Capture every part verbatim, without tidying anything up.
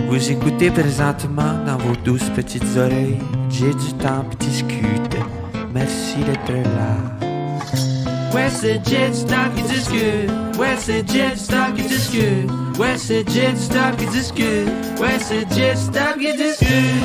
Vous écoutez présentement dans vos douces petites oreilles J'ai du temps pour discuter. Merci d'être là. Ouais, c'est Jet Stock qui discute. Ouais, c'est Jet Stock qui discute. Ouais, c'est Jet Stock qui discute. Ouais, c'est Jet Stock qui discute.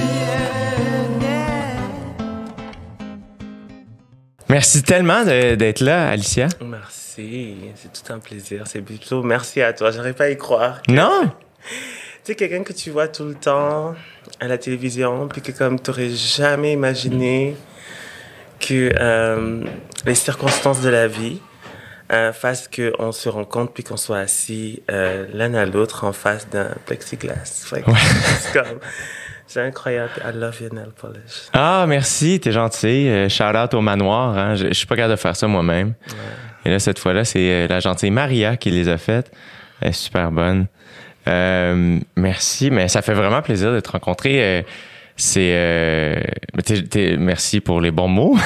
Merci tellement de, d'être là, Alicia. Merci, c'est tout un plaisir. C'est plutôt merci à toi. J'arrive pas à y croire. Que... Non? Tu sais, quelqu'un que tu vois tout le temps à la télévision, puis que comme tu n'aurais jamais imaginé que euh, les circonstances de la vie euh, fassent qu'on se rencontre puis qu'on soit assis euh, l'un à l'autre en face d'un plexiglas. Fait que Ouais. C'est comme... C'est incroyable. I love your nail polish. Ah, merci, t'es gentil. Euh, shout out au manoir. Hein. Je, je suis pas capable de faire ça moi-même. Ouais. Et là, cette fois-là, c'est euh, la gentille Maria qui les a faites. Elle est super bonne. Euh, merci, mais ça fait vraiment plaisir de te rencontrer. Euh, c'est... Euh, t'es, t'es, merci pour les bons mots.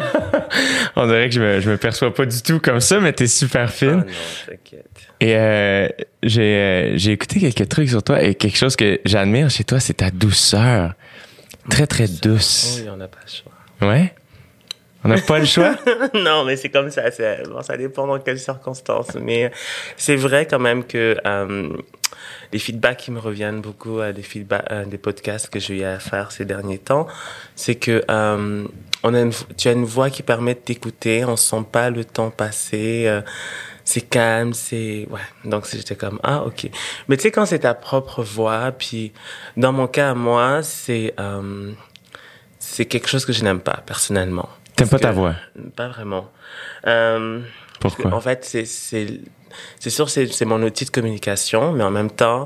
On dirait que je me, je me perçois pas du tout comme ça, mais t'es super fine. Ah non, t'inquiète. Et euh, j'ai, euh, j'ai écouté quelques trucs sur toi et quelque chose que j'admire chez toi, c'est ta douceur. Très, très douce. Oui, on n'a pas le choix. Ouais? On n'a pas le choix? Non, mais c'est comme ça. C'est, bon, ça dépend dans quelles circonstances. Mais c'est vrai quand même que euh, les feedbacks qui me reviennent beaucoup, euh, des feedbacks, euh, des podcasts que j'ai eu à faire ces derniers temps, c'est que euh, on a une, tu as une voix qui permet de t'écouter. On sent pas le temps passer. Euh, c'est calme, c'est... Ouais, donc j'étais comme, ah, OK. Mais tu sais, quand c'est ta propre voix, puis dans mon cas, moi, c'est, euh, c'est quelque chose que je n'aime pas, personnellement. T'aimes pas Parce ta que- voix? Pas vraiment. Euh, Pourquoi? parce que, en fait, c'est, c'est, c'est sûr, c'est, c'est mon outil de communication, mais en même temps,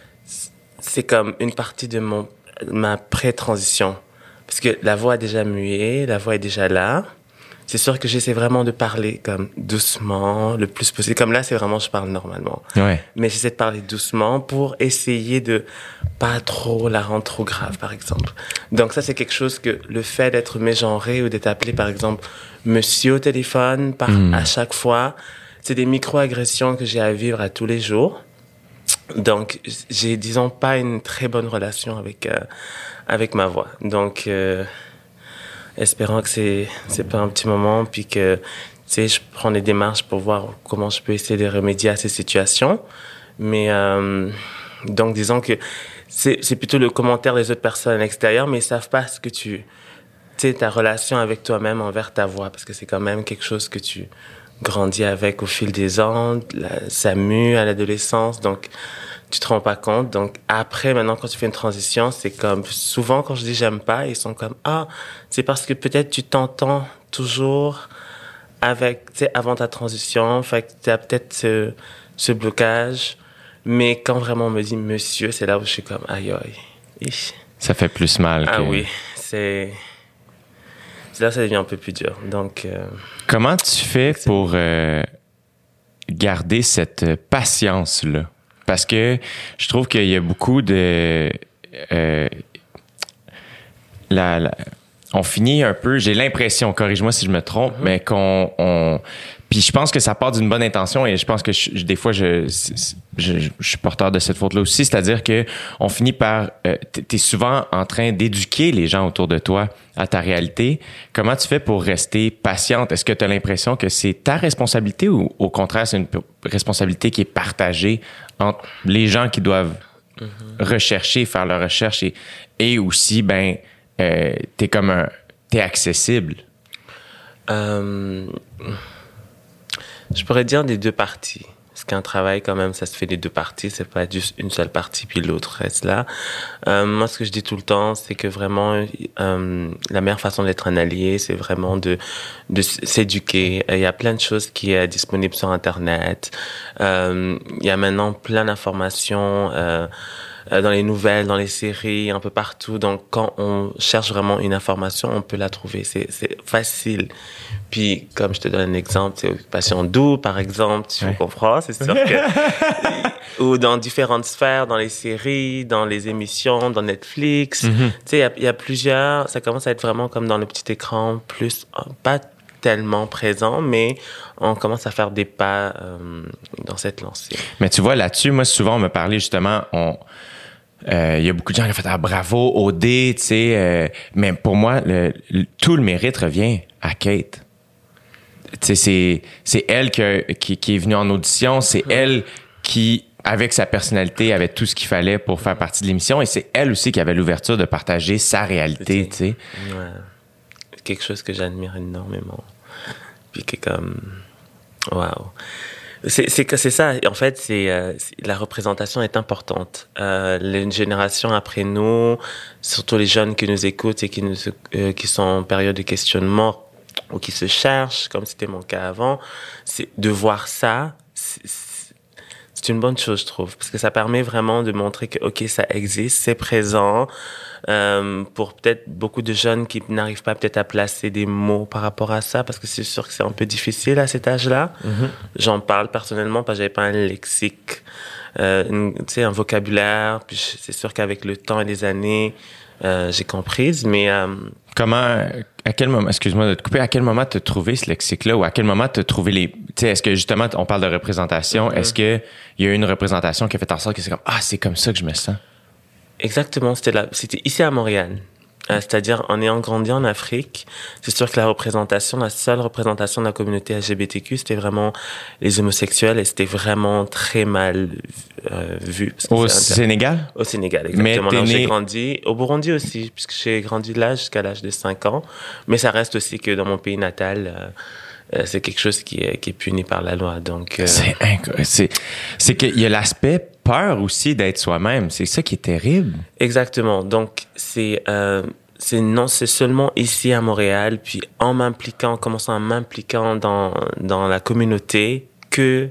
c'est comme une partie de mon, ma pré-transition. Parce que la voix a déjà mué, la voix est déjà là. C'est sûr que j'essaie vraiment de parler comme doucement, le plus possible. Comme là, c'est vraiment, je parle normalement. Ouais. Mais j'essaie de parler doucement pour essayer de pas trop la rendre trop grave, par exemple. Donc ça, c'est quelque chose que le fait d'être mégenré ou d'être appelé, par exemple, monsieur au téléphone, par, Mm. à chaque fois, c'est des micro-agressions que j'ai à vivre à tous les jours. Donc, j'ai, disons, pas une très bonne relation avec, euh, avec ma voix. Donc, euh, espérant que c'est, c'est pas un petit moment, puis que, tu sais, je prends des démarches pour voir comment je peux essayer de remédier à ces situations. Mais, euh, donc, disons que c'est, c'est plutôt le commentaire des autres personnes à l'extérieur, mais ils savent pas ce que tu, tu sais, ta relation avec toi-même envers ta voix, parce que c'est quand même quelque chose que tu grandis avec au fil des ans, la, ça mue à l'adolescence, donc tu te rends pas compte. Donc après, maintenant, quand tu fais une transition, c'est comme, souvent quand je dis j'aime pas, ils sont comme, ah, c'est parce que peut-être tu t'entends toujours avec, tu sais, avant ta transition, fait que tu as peut-être ce, ce blocage. Mais quand vraiment on me dit monsieur, c'est là où je suis comme, aïe aïe. Ich. Ça fait plus mal. Ah que... oui, c'est... c'est là que ça devient un peu plus dur. Donc, euh... Comment tu fais pour euh, garder cette patience-là? Parce que je trouve qu'il y a beaucoup de... Euh, la, la, on finit un peu, j'ai l'impression, corrige-moi si je me trompe, mm-hmm. mais qu'on... On, puis je pense que ça part d'une bonne intention et je pense que je, des fois, je, je, je, je suis porteur de cette faute-là aussi. C'est-à-dire que on finit par... Euh, t'es souvent en train d'éduquer les gens autour de toi à ta réalité. Comment tu fais pour rester patiente? Est-ce que tu as l'impression que c'est ta responsabilité ou au contraire, c'est une responsabilité qui est partagée entre les gens qui doivent mm-hmm. rechercher, faire leur recherche et, et aussi, ben, euh, t'es comme un... T'es accessible. Euh... Je pourrais dire des deux parties. Parce qu'un travail, quand même, ça se fait des deux parties. C'est pas juste une seule partie, puis l'autre reste là. Euh, moi, ce que je dis tout le temps, c'est que vraiment, euh, la meilleure façon d'être un allié, c'est vraiment de, de s'éduquer. Il y a plein de choses qui sont disponibles sur Internet. Euh, il y a maintenant plein d'informations, euh, dans les nouvelles, dans les séries, un peu partout. Donc, quand on cherche vraiment une information, on peut la trouver. C'est, c'est facile. Puis, comme je te donne un exemple, c'est Occupation Double, par exemple, tu ouais. comprends, c'est sûr que... ou dans différentes sphères, dans les séries, dans les émissions, dans Netflix. Mm-hmm. Tu sais, il y a, y a plusieurs... Ça commence à être vraiment comme dans le petit écran, plus... Pas tellement présent, mais on commence à faire des pas euh, dans cette lancée. Mais tu vois, là-dessus, moi, souvent, on me parlait justement... On... euh, il y a beaucoup de gens qui ont fait ah, bravo, O D, tu sais. Euh, mais pour moi, le, le, tout le mérite revient à Kate. Tu sais, c'est, c'est elle qui, a, qui, qui est venue en audition, c'est mm-hmm. elle qui, avec sa personnalité, avait tout ce qu'il fallait pour faire partie de l'émission, et c'est elle aussi qui avait l'ouverture de partager sa réalité, tu sais. Ouais. Quelque chose que j'admire énormément. Puis qui est comme... Waouh! C'est, c'est que c'est ça. En fait, c'est, euh, c'est la représentation est importante. Euh, les générations après nous, surtout les jeunes qui nous écoutent et qui nous, euh, qui sont en période de questionnement ou qui se cherchent, comme c'était mon cas avant, c'est de voir ça. C'est, c'est une bonne chose, je trouve, parce que ça permet vraiment de montrer que ok, ça existe, c'est présent. Euh, pour peut-être beaucoup de jeunes qui n'arrivent pas peut-être à placer des mots par rapport à ça, parce que c'est sûr que c'est un peu difficile à cet âge-là. Mm-hmm. J'en parle personnellement parce que j'avais pas un lexique, euh, tu sais, un vocabulaire. Puis c'est sûr qu'avec le temps et les années, euh, j'ai comprise. Mais euh, comment, à quel moment, excuse-moi de te couper, à quel moment t'as trouvé ce lexique-là, ou à quel moment t'as trouvé les, tu sais, est-ce que justement on parle de représentation, mm-hmm. est-ce que il y a eu une représentation qui a fait en sorte que c'est comme ah c'est comme ça que je me sens? Exactement, c'était là, c'était ici à Montréal. Euh, c'est-à-dire, en ayant grandi en Afrique, c'est sûr que la représentation, la seule représentation de la communauté L G B T Q, c'était vraiment les homosexuels, et c'était vraiment très mal euh, vu. Au Sénégal? Au Sénégal, exactement. Alors, j'ai grandi au Burundi aussi, puisque j'ai grandi là jusqu'à l'âge de cinq ans. Mais ça reste aussi que dans mon pays natal, euh, euh, c'est quelque chose qui est, qui est puni par la loi. Donc, euh... c'est incroyable. C'est, c'est qu'il y a l'aspect peur aussi d'être soi-même. C'est ça qui est terrible. Exactement. Donc, c'est, euh, c'est non, c'est seulement ici à Montréal, puis en m'impliquant, en commençant à m'impliquant dans, dans la communauté, que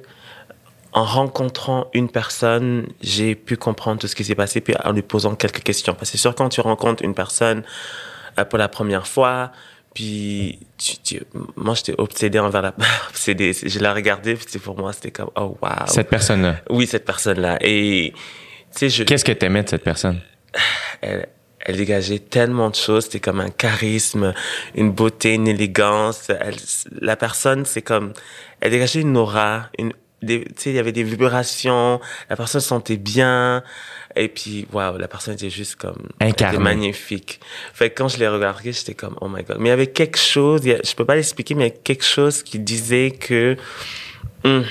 en rencontrant une personne, j'ai pu comprendre tout ce qui s'est passé, puis en lui posant quelques questions. Parce que c'est sûr, quand tu rencontres une personne euh, pour la première fois, puis tu, tu, moi j'étais obsédé envers la obsédé, je l'ai regardé, puis pour moi c'était comme oh wow, cette personne là oui cette personne là et tu sais je qu'est-ce que t'aimais de cette personne? elle, elle dégageait tellement de choses, c'était comme un charisme, une beauté, une élégance. Elle, la personne c'est comme elle dégageait une aura, une tu sais il y avait des vibrations, la personne se sentait bien. Et puis, waouh, la personne était juste comme... Incarnée. Elle était magnifique. Fait que quand je l'ai regardée, j'étais comme, oh my God. Mais il y avait quelque chose, il y a, je peux pas l'expliquer, mais il y a quelque chose qui disait que... Hum,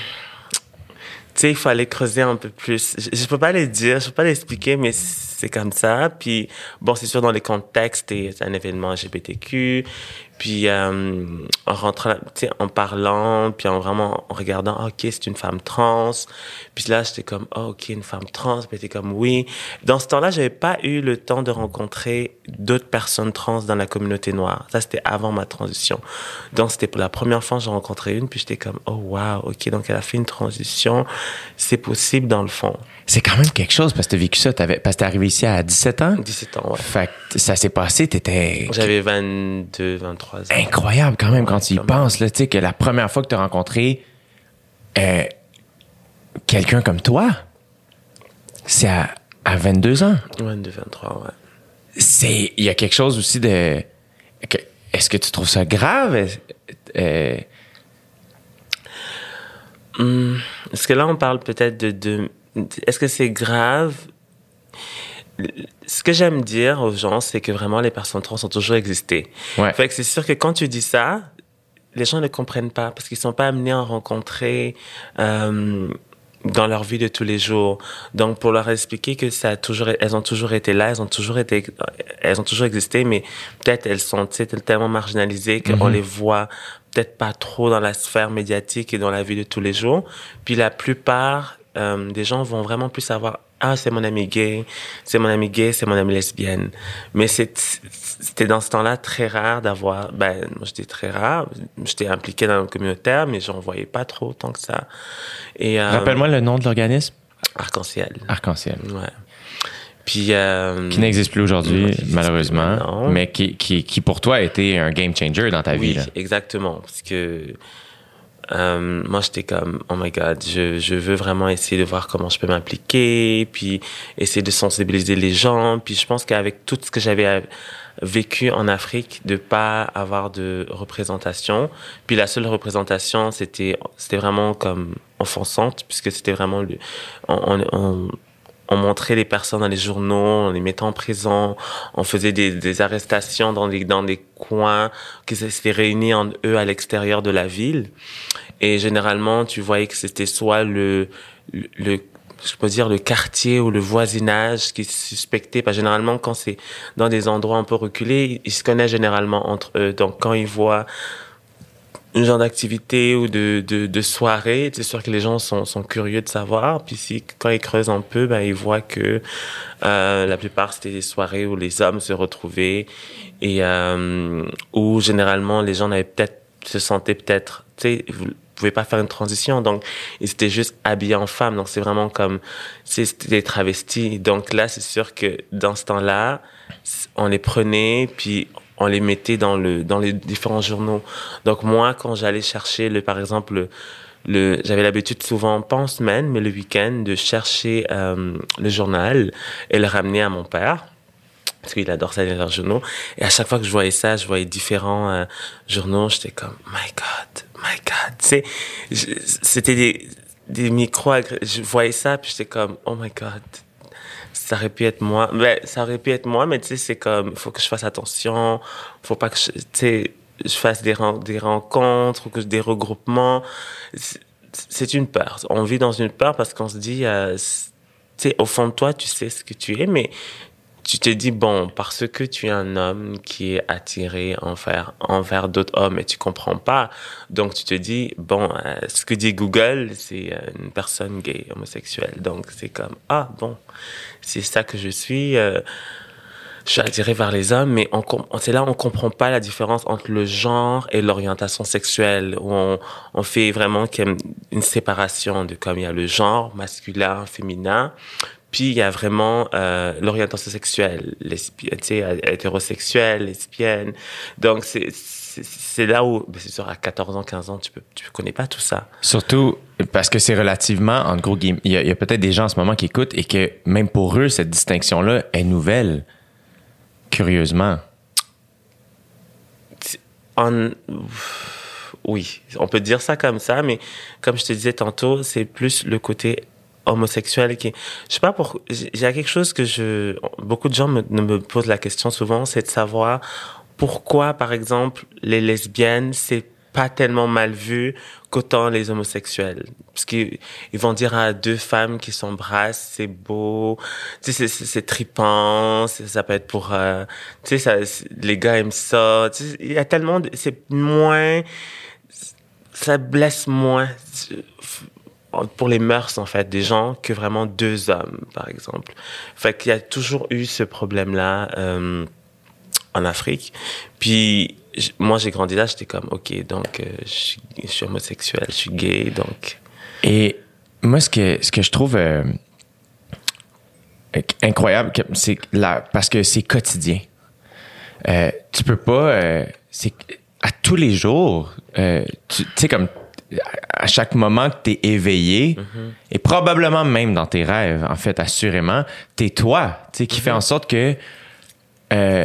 tu sais, il fallait creuser un peu plus. Je, je peux pas le dire, je peux pas l'expliquer, mais c'est comme ça. Puis, bon, c'est sûr, dans les contextes, c'est un événement L G B T Q. Puis, euh, en rentrant, tu sais, en parlant, puis en vraiment en regardant, ah, OK, c'est une femme trans. Puis là, j'étais comme, oh, OK, une femme trans. Puis j'étais comme, oui. Dans ce temps-là, j'avais pas eu le temps de rencontrer d'autres personnes trans dans la communauté noire. Ça, c'était avant ma transition. Donc, c'était pour la première fois que j'en rencontrais une. Puis j'étais comme, oh, wow, OK, donc elle a fait une transition. C'est possible dans le fond. C'est quand même quelque chose parce que t'as vécu ça, t'avais, parce que t'es arrivé ici à dix-sept ans. dix-sept ans, ouais. Fait que ça s'est passé, t'étais... J'avais vingt-deux, vingt-trois ans. Incroyable quand même, ouais, quand tu y même. penses, là, tu sais, que la première fois que t'as rencontré euh, quelqu'un comme toi, c'est à, à vingt-deux ans. vingt-deux, vingt-trois, ouais. C'est... Il y a quelque chose aussi de... Que, est-ce que tu trouves ça grave? Euh, Hum, est-ce que là, on parle peut-être de, de... Est-ce que c'est grave? Ce que j'aime dire aux gens, c'est que vraiment, les personnes trans ont toujours existé. Ouais. Fait que c'est sûr que quand tu dis ça, les gens ne comprennent pas parce qu'ils sont pas amenés à rencontrer... Euh, dans leur vie de tous les jours. Donc, pour leur expliquer que ça a toujours, elles ont toujours été là, elles ont toujours été, elles ont toujours existé, mais peut-être elles sont, tu sais, tellement marginalisées qu'on mm-hmm. les voit peut-être pas trop dans la sphère médiatique et dans la vie de tous les jours. Puis la plupart euh, des gens vont vraiment plus savoir, ah, c'est mon ami gay, c'est mon ami gay, c'est mon ami lesbienne. Mais c'est, c'était dans ce temps-là très rare d'avoir, ben, moi j'étais très rare, j'étais impliqué dans le communautaire, mais j'en voyais pas trop autant que ça. Et, euh, rappelle-moi le nom de l'organisme. Arc-en-ciel. Arc-en-ciel. Ouais. Puis, euh, qui n'existe plus aujourd'hui, n'existe malheureusement, plus, non. mais qui, qui, qui pour toi a été un game changer dans ta oui, vie. Là. Exactement, parce que euh, moi j'étais comme oh my God, je je veux vraiment essayer de voir comment je peux m'impliquer, puis essayer de sensibiliser les gens. Puis je pense qu'avec tout ce que j'avais vécu en Afrique, de pas avoir de représentation, puis la seule représentation c'était c'était vraiment comme offensante, puisque c'était vraiment le, on, on, on on montrait les personnes dans les journaux, on les mettait en prison, on faisait des, des arrestations dans des, dans des coins qui s'étaient réunis en eux à l'extérieur de la ville. Et généralement, tu voyais que c'était soit le, le, le je peux dire le quartier ou le voisinage qui se suspectait. Parce que généralement, quand c'est dans des endroits un peu reculés, ils se connaissent généralement entre eux. Donc, quand ils voient une genre d'activité ou de, de, de soirée, c'est sûr que les gens sont, sont curieux de savoir. Puis si, quand ils creusent un peu, ben, ils voient que euh, la plupart, c'était des soirées où les hommes se retrouvaient et euh, où généralement, les gens avaient peut-être, se sentaient peut-être, tu sais, vous pouvez pas faire une transition, donc ils étaient juste habillés en femme, donc c'est vraiment comme c'était des travestis. Donc là, c'est sûr que dans ce temps-là, on les prenait puis on les mettait dans le dans les différents journaux. Donc moi, quand j'allais chercher le par exemple le, le j'avais l'habitude souvent pas en semaine mais le week-end de chercher euh, le journal et le ramener à mon père. Parce qu'il adore ça, lire journaux. Et à chaque fois que je voyais ça, je voyais différents euh, journaux. J'étais comme, my God, my God. Tu sais, je, c'était des, des micros. Je voyais ça, puis j'étais comme, oh my God. Ça aurait pu être moi. Ben, ça aurait pu être moi, mais tu sais, c'est comme, il faut que je fasse attention. Faut pas que je, tu sais, je fasse des, des rencontres ou que des regroupements. C'est, c'est une peur. On vit dans une peur parce qu'on se dit, euh, tu sais, au fond de toi, tu sais ce que tu es, mais tu te dis, bon, parce que tu es un homme qui est attiré envers, envers d'autres hommes et tu comprends pas. Donc, tu te dis, bon, euh, ce que dit Google, c'est euh, une personne gay, homosexuelle. Donc, c'est comme, ah, bon, c'est ça que je suis. Euh, je suis attiré vers les hommes, mais on, c'est là où on comprend pas la différence entre le genre et l'orientation sexuelle, où on, on fait vraiment une séparation de comme il y a le genre masculin, féminin. Puis, il y a vraiment euh, l'orientation sexuelle, lesbienne, tu sais, hétérosexuelle, lesbienne. Donc, c'est, c'est, c'est là où, ben c'est sûr, à quatorze ans, quinze ans, tu peux, tu connais pas tout ça. Surtout parce que c'est relativement, en gros, il y a, il y a peut-être des gens en ce moment qui écoutent et que même pour eux, cette distinction-là est nouvelle, curieusement. En... Oui, on peut dire ça comme ça, mais comme je te disais tantôt, c'est plus le côté homosexuel qui, je sais pas pour, j'ai quelque chose que je, beaucoup de gens me, me posent la question souvent, c'est de savoir pourquoi, par exemple, les lesbiennes, c'est pas tellement mal vu qu'autant les homosexuels. Parce qu'ils ils vont dire à deux femmes qui s'embrassent, c'est beau, tu sais, c'est, c'est, c'est trippant, c'est, ça peut être pour, euh, tu sais, ça, les gars aiment ça, tu sais, il y a tellement, de, c'est moins, ça blesse moins pour les mœurs, en fait, des gens que vraiment deux hommes, par exemple. Fait qu'il y a toujours eu ce problème-là euh, en Afrique. Puis, j- moi, j'ai grandi là, j'étais comme, OK, donc, euh, je suis, je suis homosexuel, je suis gay, donc... Et moi, ce que, ce que je trouve euh, incroyable, c'est la, parce que c'est quotidien. Euh, tu peux pas... Euh, c'est à tous les jours, euh, tu sais, comme... à chaque moment que t'es éveillé, mm-hmm. et probablement même dans tes rêves, en fait, assurément, t'es toi, tu sais, qui mm-hmm. fait en sorte que euh,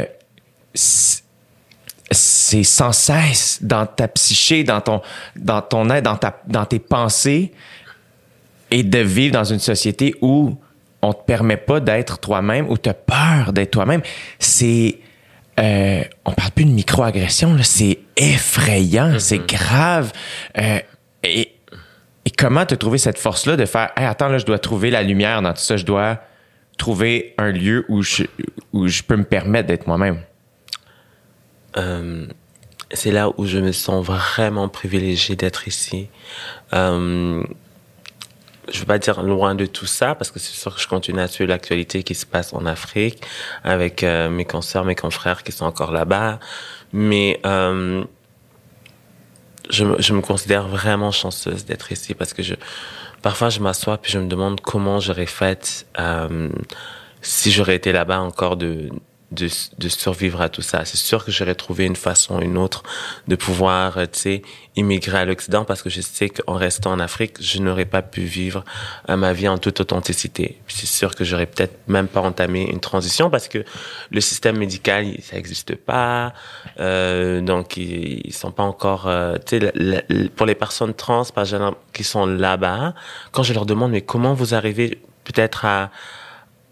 c'est sans cesse dans ta psyché, dans ton, dans ton être, dans ta, dans tes pensées, et de vivre dans une société où on te permet pas d'être toi-même, où t'as peur d'être toi-même. C'est euh, on parle plus de microagression, là, c'est effrayant, mm-hmm. c'est grave. Euh, Et, et comment te trouver cette force-là de faire hey, attends, là, je dois trouver la lumière dans tout ça, je dois trouver un lieu où je, où je peux me permettre d'être moi-même? Euh, c'est là où je me sens vraiment privilégié d'être ici. Euh, je veux pas dire loin de tout ça, parce que c'est sûr que je continue à suivre l'actualité qui se passe en Afrique avec euh, mes consoeurs, mes confrères qui sont encore là-bas. Mais... Euh, Je me, je me considère vraiment chanceuse d'être ici parce que je, parfois je m'assois puis je me demande comment j'aurais fait euh, si j'aurais été là-bas encore de, de, de survivre à tout ça. C'est sûr que j'aurais trouvé une façon ou une autre de pouvoir, tu sais, immigrer à l'Occident parce que je sais qu'en restant en Afrique, je n'aurais pas pu vivre euh, ma vie en toute authenticité. Puis c'est sûr que j'aurais peut-être même pas entamé une transition parce que le système médical, ça n'existe pas. Euh, donc, ils, ils sont pas encore... Euh, tu sais, la, la, pour les personnes trans, par exemple, qui sont là-bas, quand je leur demande, mais comment vous arrivez peut-être à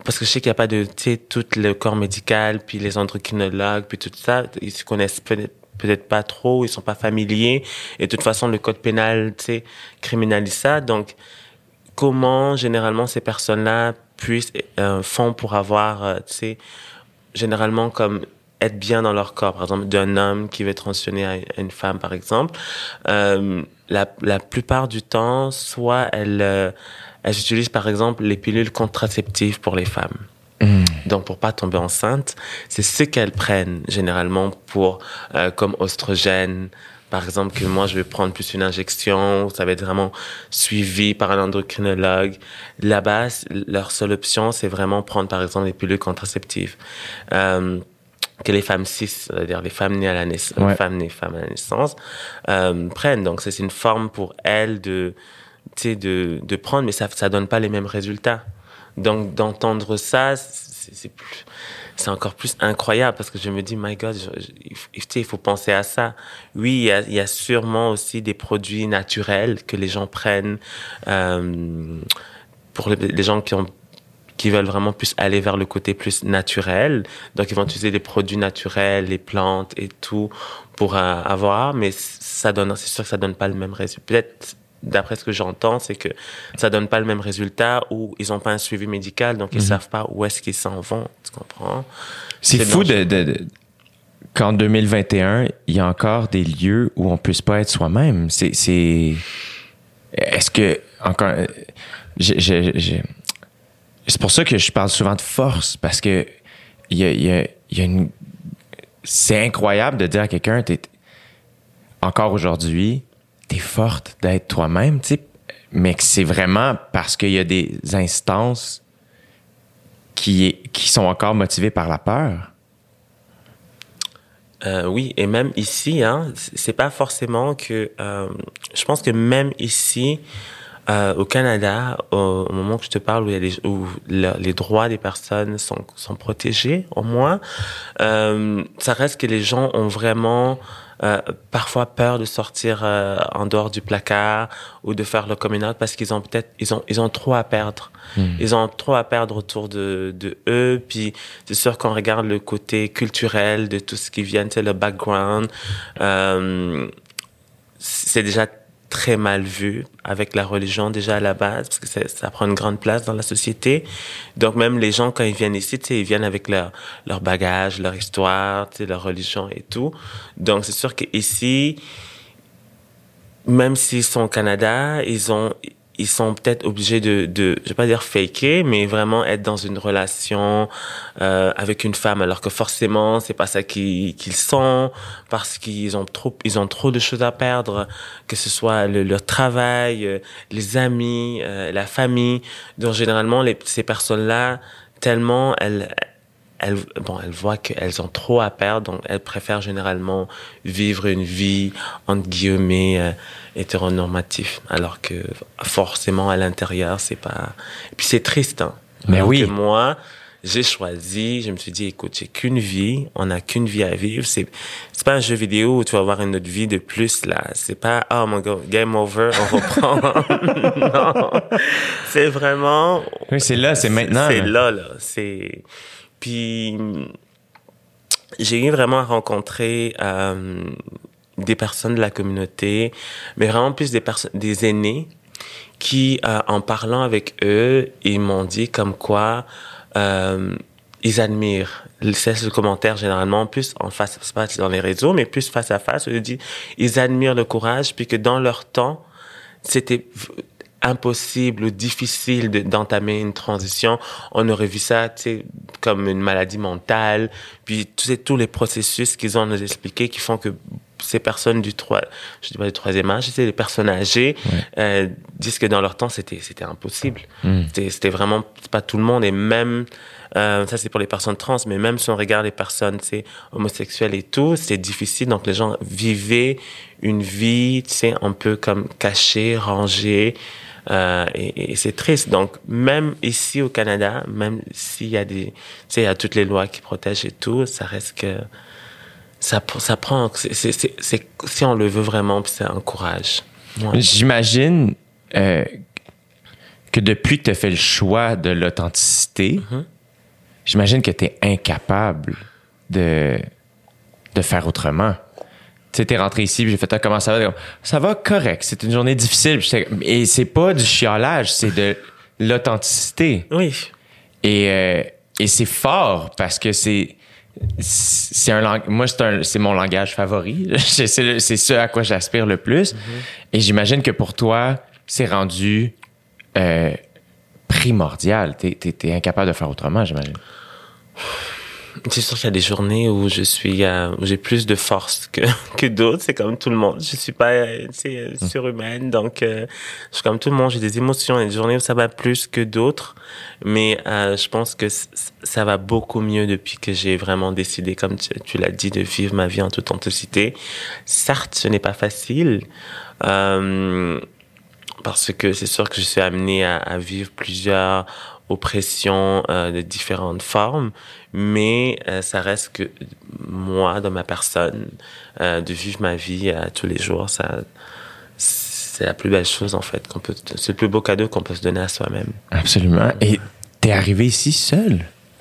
parce que je sais qu'il n'y a pas de, tu sais, tout le corps médical, puis les endocrinologues, puis tout ça, ils se connaissent peut-être peut-être pas trop, ils sont pas familiers, et de toute façon, le code pénal, tu sais, criminalise ça. Donc, comment, généralement, ces personnes-là puissent, euh, font pour avoir, euh, tu sais, généralement, comme être bien dans leur corps, par exemple, d'un homme qui veut transitionner à une femme, par exemple, euh, la, la plupart du temps, soit elles, euh, elles utilisent, par exemple, les pilules contraceptives pour les femmes. Mmh. Donc, pour pas tomber enceinte, c'est ce qu'elles prennent, généralement, pour, euh, comme oestrogène, par exemple, que moi, je vais prendre plus une injection, ça va être vraiment suivi par un endocrinologue. Là-bas, leur seule option, c'est vraiment prendre, par exemple, les pilules contraceptives. Euh, que les femmes cis, c'est-à-dire les femmes nées à la naissance, ouais. femmes nées femmes à la naissance, euh, prennent. Donc, c'est une forme pour elles de, tu sais, de, de prendre, mais ça, ça donne pas les mêmes résultats. Donc, d'entendre ça, c'est, c'est plus, c'est encore plus incroyable parce que je me dis, my God, je, je, tu sais, il faut penser à ça. Oui, il y a, il y a sûrement aussi des produits naturels que les gens prennent, euh, pour les, les gens qui ont qui veulent vraiment plus aller vers le côté plus naturel. Donc, ils vont utiliser des produits naturels, les plantes et tout pour euh, avoir, mais ça donne, c'est sûr que ça donne pas le même résultat. Peut-être, d'après ce que j'entends, c'est que ça donne pas le même résultat ou ils ont pas un suivi médical, donc ils mm-hmm. savent pas où est-ce qu'ils s'en vont. Tu comprends? C'est, c'est fou de, de, de, qu'en deux mille vingt et un, il y a encore des lieux où on puisse pas être soi-même. C'est, c'est, est-ce que, encore, j'ai, j'ai, j'ai c'est pour ça que je parle souvent de force, parce que il y a, y a, y a une... c'est incroyable de dire à quelqu'un, t'es... encore aujourd'hui, t'es forte d'être toi-même, tu sais, mais que c'est vraiment parce qu'il y a des instances qui, qui sont encore motivées par la peur. Euh, oui, et même ici, hein, c'est pas forcément que... Euh, je pense que même ici... Euh, au Canada, au, au moment que je te parle, où, il y a les, où le, les droits des personnes sont, sont protégés, au moins, euh, ça reste que les gens ont vraiment euh, parfois peur de sortir euh, en dehors du placard ou de faire le coming out parce qu'ils ont peut-être ils ont ils ont trop à perdre. Mmh. Ils ont trop à perdre autour de de eux. Puis c'est sûr qu'on regarde le côté culturel de tout ce qui vient, tu sais, le background, euh, c'est déjà très mal vu avec la religion déjà à la base parce que ça, ça prend une grande place dans la société. Donc même les gens quand ils viennent ici, tu sais, ils viennent avec leur leur bagage, leur histoire, tu sais, leur religion et tout. Donc c'est sûr qu'ici, même s'ils sont au Canada, ils ont ils sont peut-être obligés de, de, je vais pas dire faker, mais vraiment être dans une relation euh, avec une femme, alors que forcément c'est pas ça qu'ils, qu'ils sont, parce qu'ils ont trop, ils ont trop de choses à perdre, que ce soit le, leur travail, euh, les amis, euh, la famille. Donc généralement les, ces personnes-là, tellement elles Elles, bon, elles voient qu'elles ont trop à perdre, donc elles préfèrent généralement vivre une vie, entre guillemets, euh, hétéronormative, alors que forcément, à l'intérieur, c'est pas... Et puis c'est triste, hein. Mais alors oui. que moi, j'ai choisi, je me suis dit, écoute, j'ai qu'une vie, on n'a qu'une vie à vivre. C'est, c'est pas un jeu vidéo où tu vas avoir une autre vie de plus, là. C'est pas, oh mon God, game over, on reprend. Non. C'est vraiment... Oui, c'est là, c'est maintenant. C'est là, là, là. C'est... Puis, j'ai eu vraiment à rencontrer euh, des personnes de la communauté, mais vraiment plus des personnes, des aînés, qui, euh, en parlant avec eux, ils m'ont dit comme quoi euh, ils admirent. C'est le commentaire généralement plus en face, c'est pas dans les réseaux, mais plus face à face. Ils disent, ils admirent le courage, puis que dans leur temps, c'était impossible ou difficile de, d'entamer une transition. On aurait vu ça, tu sais, comme une maladie mentale. Puis, tu sais, tous les processus qu'ils ont à nous expliquer qui font que ces personnes du trois, je dis pas du troisième âge, tu sais, les personnes âgées, ouais. euh, disent que dans leur temps, c'était, c'était impossible. Mm. C'était, c'était vraiment pas tout le monde. Et même, euh, ça c'est pour les personnes trans, mais même si on regarde les personnes, tu sais, homosexuelles et tout, c'est difficile. Donc, les gens vivaient une vie, tu sais, un peu comme cachée, rangée. Euh, et, et c'est triste. Donc, même ici au Canada, même s'il y a des, tu sais, il y a toutes les lois qui protègent et tout, ça reste que ça, ça prend. C'est, c'est, c'est, c'est, si on le veut vraiment, c'est un courage. Ouais. J'imagine euh, que depuis que tu as fait le choix de l'authenticité, mm-hmm. j'imagine que t'es incapable de, de faire autrement. Tu sais, t'es rentré ici, puis j'ai fait, ah, comment ça va? Ça va correct, c'est une journée difficile. Et c'est pas du chiolage, c'est de l'authenticité. Oui. Et, euh, et c'est fort parce que c'est, c'est un lang- moi, c'est, un, c'est mon langage favori. c'est, c'est, c'est ce à quoi j'aspire le plus. Mm-hmm. Et j'imagine que pour toi, c'est rendu euh, primordial. T'es, t'es, t'es incapable de faire autrement, j'imagine. C'est sûr qu'il y a des journées où je suis, euh, où j'ai plus de force que que d'autres. C'est comme tout le monde. Je suis pas, euh, c'est mmh. surhumaine, donc euh, je suis comme tout le monde. J'ai des émotions. Il y a des journées où ça va plus que d'autres, mais euh, je pense que c- ça va beaucoup mieux depuis que j'ai vraiment décidé, comme tu, tu l'as dit, de vivre ma vie en toute authenticité. Certes, ce n'est pas facile. Euh, parce que c'est sûr que je suis amenée à, à vivre plusieurs oppressions euh, de différentes formes, mais euh, ça reste que moi, dans ma personne, euh, de vivre ma vie euh, tous les jours, ça, c'est la plus belle chose en fait, qu'on peut, c'est le plus beau cadeau qu'on peut se donner à soi-même. Absolument. Et t'es arrivé ici seul?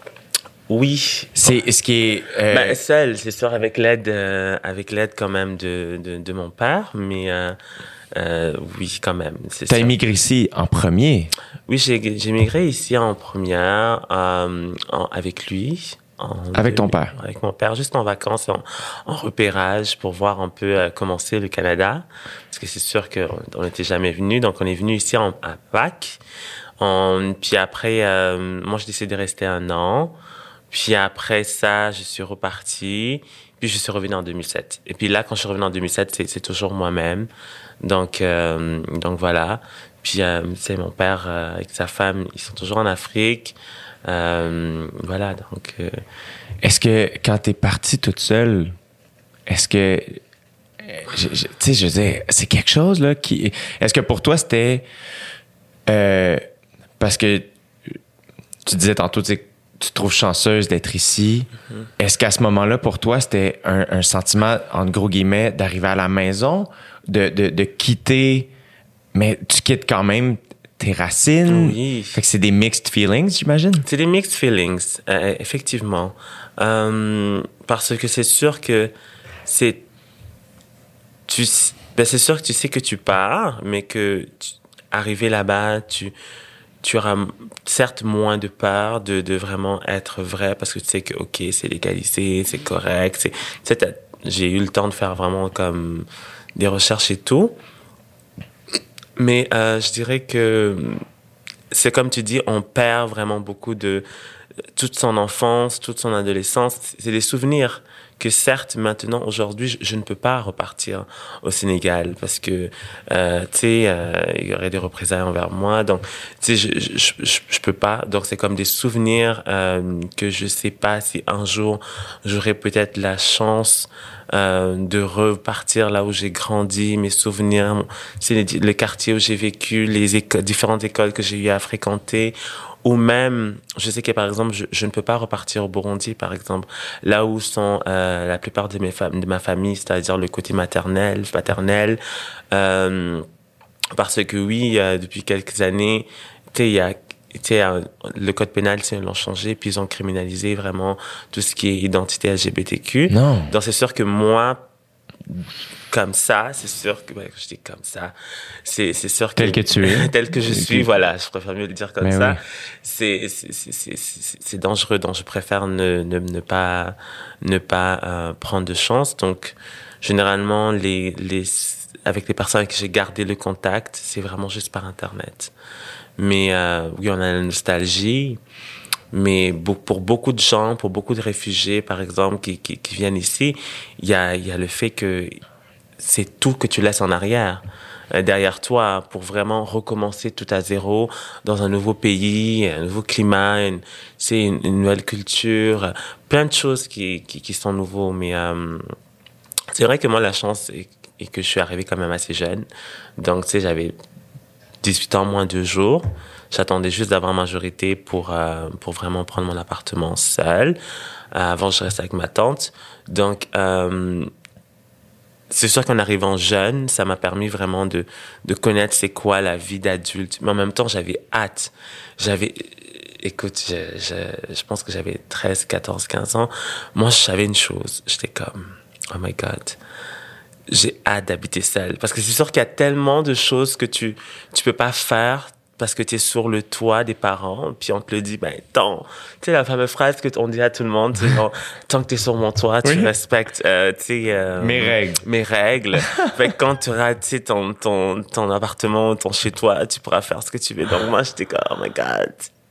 Oui. C'est ce qui est euh... ben, seul, c'est sûr, avec l'aide, euh, avec l'aide quand même de de, de mon père, mais euh, euh, oui, quand même. C'est T'as ça. immigré ici en premier? Oui, j'ai, j'ai immigré ici en première euh, en, avec lui. En avec deux, ton père? Avec mon père, juste en vacances, en, en repérage pour voir un peu euh, comment c'est le Canada. Parce que c'est sûr qu'on n'était jamais venu. Donc, on est venu ici en, à Pâques. On, puis après, euh, moi, j'ai décidé de rester un an. Puis après ça, je suis reparti. Puis je suis revenu en deux mille sept. Et puis là, quand je suis revenu en deux mille sept, c'est, c'est toujours moi-même. Donc, euh, donc voilà. Puis, euh, tu sais, mon père euh, avec sa femme, ils sont toujours en Afrique. Euh, voilà, donc... Euh... Est-ce que quand t'es partie toute seule, est-ce que... Tu sais, je veux dire, c'est quelque chose, là, qui... Est-ce que pour toi, c'était... Euh, parce que tu disais tantôt, tu sais, tu te trouves chanceuse d'être ici. Mm-hmm. Est-ce qu'à ce moment-là, pour toi, c'était un, un sentiment, entre gros guillemets, d'arriver à la maison, de, de, de quitter... Mais tu quittes quand même tes racines. Oui. Fait que c'est des mixed feelings, j'imagine? C'est des mixed feelings, euh, effectivement. Euh, parce que c'est sûr que c'est... Tu, ben c'est sûr que tu sais que tu pars, mais que tu, arrivé là-bas, tu, tu auras certes moins de peur de, de vraiment être vrai parce que tu sais que, OK, c'est légalisé, c'est correct. C'est, tu sais, j'ai eu le temps de faire vraiment comme des recherches et tout. Mais euh, je dirais que c'est comme tu dis, on perd vraiment beaucoup de toute son enfance, toute son adolescence. C'est des souvenirs que certes, maintenant, aujourd'hui, je, je ne peux pas repartir au Sénégal parce que, euh, tu sais, euh, il y aurait des représailles envers moi. Donc, tu sais, je, je, je, je peux pas. Donc, c'est comme des souvenirs euh, que je sais pas si un jour j'aurai peut-être la chance Euh, de repartir là où j'ai grandi, mes souvenirs, c'est les, le quartier où j'ai vécu, les éco- différentes écoles que j'ai eu à fréquenter, ou même, je sais que par exemple, je, je ne peux pas repartir au Burundi, par exemple, là où sont euh, la plupart de, mes fam- de ma famille, c'est-à-dire le côté maternel, paternel, euh, parce que oui, euh, depuis quelques années, tu sais, il y a Tu sais, le code pénal, ils l'ont changé, puis ils ont criminalisé vraiment tout ce qui est identité L G B T Q. Non. Donc, c'est sûr que moi, comme ça, c'est sûr que, ouais, je dis comme ça, c'est, c'est sûr que... Tel que tu es. tel que je suis, voilà, je préfère mieux le dire comme Mais ça. oui. C'est, c'est, c'est, c'est, c'est, c'est dangereux, donc je préfère ne, ne, ne pas, ne pas euh, prendre de chance. Donc, généralement, les, les, avec les personnes avec qui j'ai gardé le contact, c'est vraiment juste par Internet. Mais euh, oui, on a la nostalgie. Mais pour beaucoup de gens, pour beaucoup de réfugiés, par exemple, qui, qui, qui viennent ici, il y a, il y a le fait que c'est tout que tu laisses en arrière, euh, derrière toi, pour vraiment recommencer tout à zéro dans un nouveau pays, un nouveau climat, une, c'est une, une nouvelle culture, plein de choses qui, qui, qui sont nouveaux. Mais euh, c'est vrai que moi, la chance est, est que je suis arrivé quand même assez jeune. Donc, tu sais, j'avais dix-huit ans moins deux jours. J'attendais juste d'avoir majorité pour, euh, pour vraiment prendre mon appartement seul. Euh, avant, je restais avec ma tante. Donc, euh, c'est sûr qu'en arrivant jeune, ça m'a permis vraiment de, de connaître c'est quoi la vie d'adulte. Mais en même temps, j'avais hâte. J'avais, écoute, je, je, je pense que j'avais treize, quatorze, quinze ans. Moi, je savais une chose. J'étais comme, oh my God, j'ai hâte d'habiter seule. Parce que c'est sûr qu'il y a tellement de choses que tu tu peux pas faire parce que tu es sur le toit des parents, puis on te le dit, ben, tant. Tu sais, la fameuse phrase qu'on dit à tout le monde, c'est genre, tant que tu es sur mon toit, tu oui. respectes, euh, tu sais... Euh, mes règles. Mes règles. Fait que quand tu auras, tu sais, ton, ton, ton appartement, ton chez-toi, tu pourras faire ce que tu veux. Donc moi, j'étais comme, oh my God.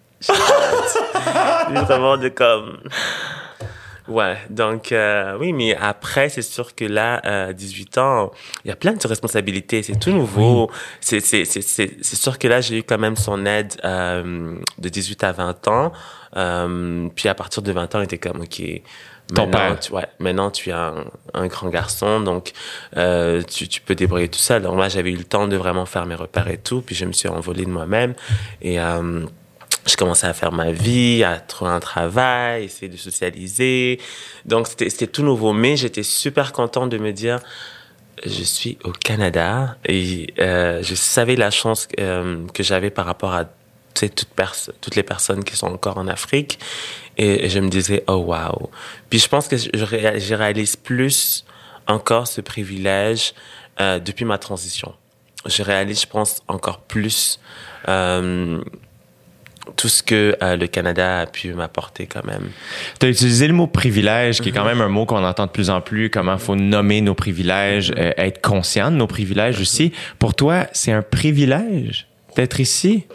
J'ai vraiment de comme... Ouais, donc euh, oui, mais après, c'est sûr que là, à euh, dix-huit ans, il y a plein de responsabilités, c'est tout nouveau. Oui. C'est, c'est, c'est, c'est, c'est sûr que là, j'ai eu quand même son aide euh, de dix-huit à vingt ans. Euh, puis à partir de vingt ans, il était comme, OK, ton père. Tu, ouais, maintenant tu es un, un grand garçon, donc euh, tu, tu peux débrouiller tout seul. Donc là, j'avais eu le temps de vraiment faire mes repères et tout, puis je me suis envolée de moi-même. Et... Euh, je commençais à faire ma vie, à trouver un travail, essayer de socialiser. Donc, c'était, c'était tout nouveau. Mais j'étais super contente de me dire, je suis au Canada et euh, je savais la chance euh, que j'avais par rapport à toutes, pers- toutes les personnes qui sont encore en Afrique. Et, et je me disais, oh wow. Puis je pense que je, je, ré- je réalise plus encore ce privilège euh, depuis ma transition. Je réalise, je pense, encore plus... Euh, tout ce que euh, le Canada a pu m'apporter quand même. Tu as utilisé le mot privilège, qui est quand même un mot qu'on entend de plus en plus, comment il faut nommer nos privilèges, euh, être conscient de nos privilèges aussi. Pour toi, c'est un privilège d'être ici?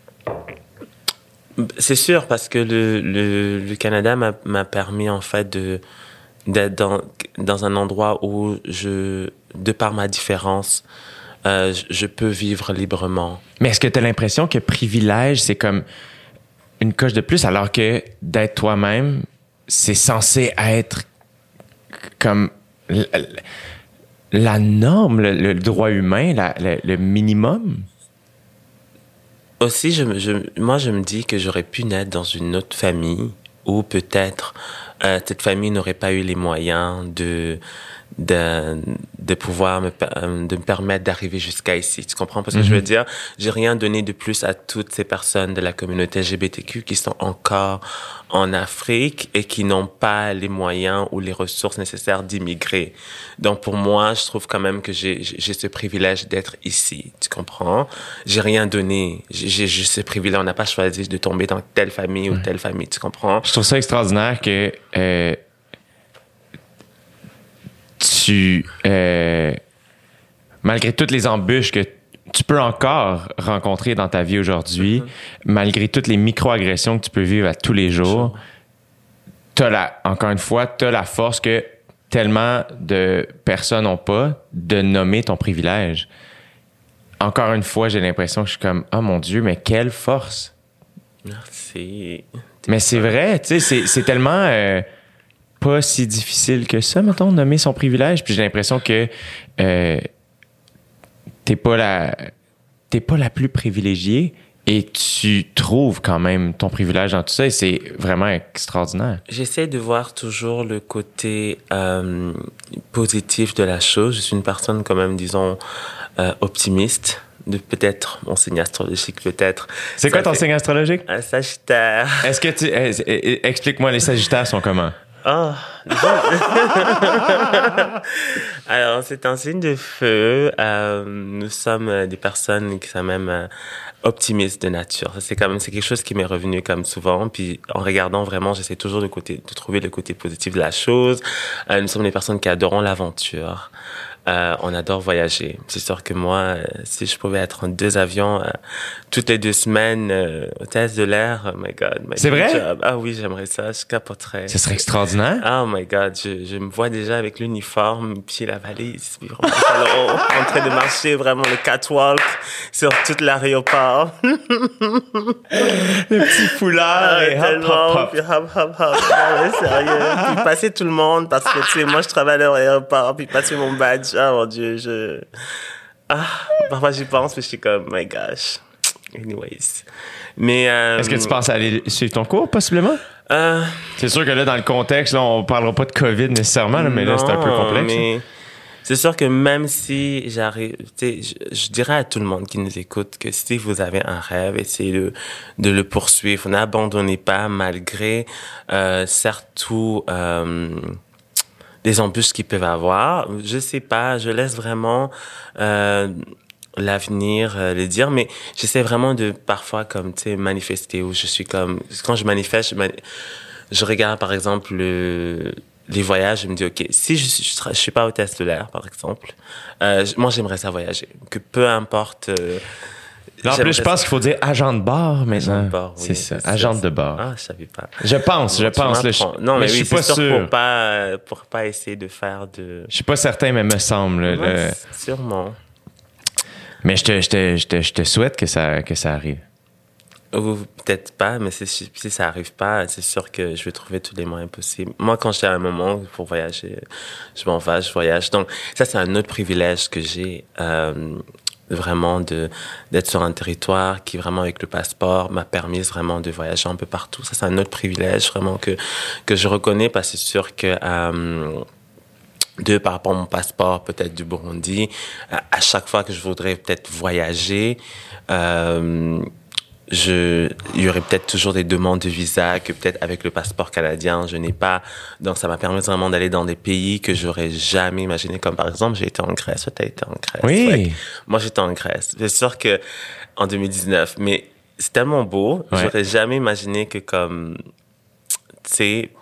C'est sûr, parce que le, le, le Canada m'a, m'a permis en fait de, d'être dans, dans un endroit où, je, de par ma différence, Euh, je peux vivre librement. Mais est-ce que tu as l'impression que privilège, c'est comme une coche de plus, alors que d'être toi-même, c'est censé être comme la norme, le, le droit humain, la, le, le minimum? Aussi, je, je, moi, je me dis que j'aurais pu naître dans une autre famille où peut-être euh, cette famille n'aurait pas eu les moyens de... de, de pouvoir me, de me permettre d'arriver jusqu'à ici. Tu comprends? Parce que mm-hmm. je veux dire, j'ai rien donné de plus à toutes ces personnes de la communauté L G B T Q qui sont encore en Afrique et qui n'ont pas les moyens ou les ressources nécessaires d'immigrer. Donc, pour moi, je trouve quand même que j'ai, j'ai ce privilège d'être ici. Tu comprends? J'ai rien donné. J'ai, j'ai juste ce privilège. On n'a pas choisi de tomber dans telle famille mm. ou telle famille. Tu comprends? Je trouve ça extraordinaire que, euh, tu, euh, malgré toutes les embûches que tu peux encore rencontrer dans ta vie aujourd'hui, mm-hmm. malgré toutes les micro-agressions que tu peux vivre à tous les jours, t'as la, encore une fois, tu as la force que tellement de personnes n'ont pas de nommer ton privilège. Encore une fois, j'ai l'impression que je suis comme, oh mon Dieu, mais quelle force! Merci. Mais c'est vrai, tu sais, c'est, c'est tellement... Euh, pas si difficile que ça, mettons, nommer son privilège. Puis j'ai l'impression que euh, t'es pas la t'es pas la plus privilégiée et tu trouves quand même ton privilège dans tout ça et c'est vraiment extraordinaire. J'essaie de voir toujours le côté euh, positif de la chose. Je suis une personne quand même, disons, euh, optimiste. De peut-être mon signe astrologique, peut-être. C'est ça quoi ton fait... signe astrologique? Un Sagittaire. Est-ce que tu... Euh, explique-moi, les Sagittaires sont comment? Oh. Alors, c'est un signe de feu. Euh, nous sommes des personnes qui sont même euh, optimistes de nature. C'est quand même, c'est quelque chose qui m'est revenu comme souvent. Puis, en regardant vraiment, j'essaie toujours de côté, de trouver le côté positif de la chose. Euh, nous sommes des personnes qui adorons l'aventure. Euh, on adore voyager. C'est sûr que moi, euh, si je pouvais être en deux avions euh, toutes les deux semaines, euh, hôtesse de l'air, oh my God. My c'est vrai? Job. Ah oui, j'aimerais ça. Je capoterais. Ce serait extraordinaire. Oh my God. Je, je me vois déjà avec l'uniforme, puis la valise, puis vraiment salon, en train de marcher vraiment le catwalk sur tout l'aéroport. Le petit foulard ah, et hop, hop, hop. Puis hop, hop, hop. Non, mais sérieux. Puis passer tout le monde, parce que, tu sais, moi, je travaille à l'aéroport, puis passer mon badge. Ah, mon Dieu, je... Ah, parfois j'y pense, mais je suis comme, my gosh. Anyways. Mais... Euh, Est-ce que tu penses à aller suivre ton cours, possiblement? Euh, c'est sûr que là, dans le contexte, là, on parlera pas de COVID nécessairement, là, mais non, là, c'est un peu complexe. Mais C'est sûr que même si j'arrive, tu sais, je, je dirais à tout le monde qui nous écoute que si vous avez un rêve, essayez de, de le poursuivre. N'abandonnez pas malgré, euh, surtout, euh, des embûches qu'ils peuvent avoir. Je sais pas, je laisse vraiment, euh, l'avenir euh, le dire, mais j'essaie vraiment de parfois comme, tu sais, manifester où je suis comme, quand je manifeste, je, mani- je regarde par exemple le, les voyages, je me dis, OK, si je, je, je, je suis pas hôtesse de l'air, par exemple, euh, moi, j'aimerais ça voyager. Que peu importe... Euh, Là, en plus, je pense qu'il faut dire agent de bord maintenant. Agent de bord, oui, c'est ça, c'est agent ça. de bord. Ah, je savais pas. Je pense, Non, je pense. Là, je, non, mais, mais oui, je suis pas sûr. sûr. Pour pas, pour pas essayer de faire de... Je suis pas certain, mais me semble. Ouais, là. Sûrement. Mais je te, je, te, je, te, je te souhaite que ça, que ça arrive. Ou peut-être pas, mais c'est, si ça arrive pas, c'est sûr que je vais trouver tous les moyens possibles. Moi, quand j'ai un moment pour voyager, je m'en vais, je voyage. Donc, ça, c'est un autre privilège que j'ai, euh, vraiment de, d'être sur un territoire qui, vraiment, avec le passeport, m'a permis vraiment de voyager un peu partout. Ça, c'est un autre privilège, vraiment, que, que je reconnais parce que c'est sûr que, euh, deux, par rapport à mon passeport, peut-être du Burundi, à, à chaque fois que je voudrais peut-être voyager, euh, je, il y aurait peut-être toujours des demandes de visa que peut-être avec le passeport canadien, je n'ai pas. Donc, ça m'a permis vraiment d'aller dans des pays que j'aurais jamais imaginé. Comme par exemple, j'ai été en Grèce. Toi, t'as été en Grèce. Oui. Ouais. Moi, j'étais en Grèce. C'est sûr que en deux mille dix-neuf, mais c'est tellement beau. Ouais. J'aurais jamais imaginé que comme, tu sais,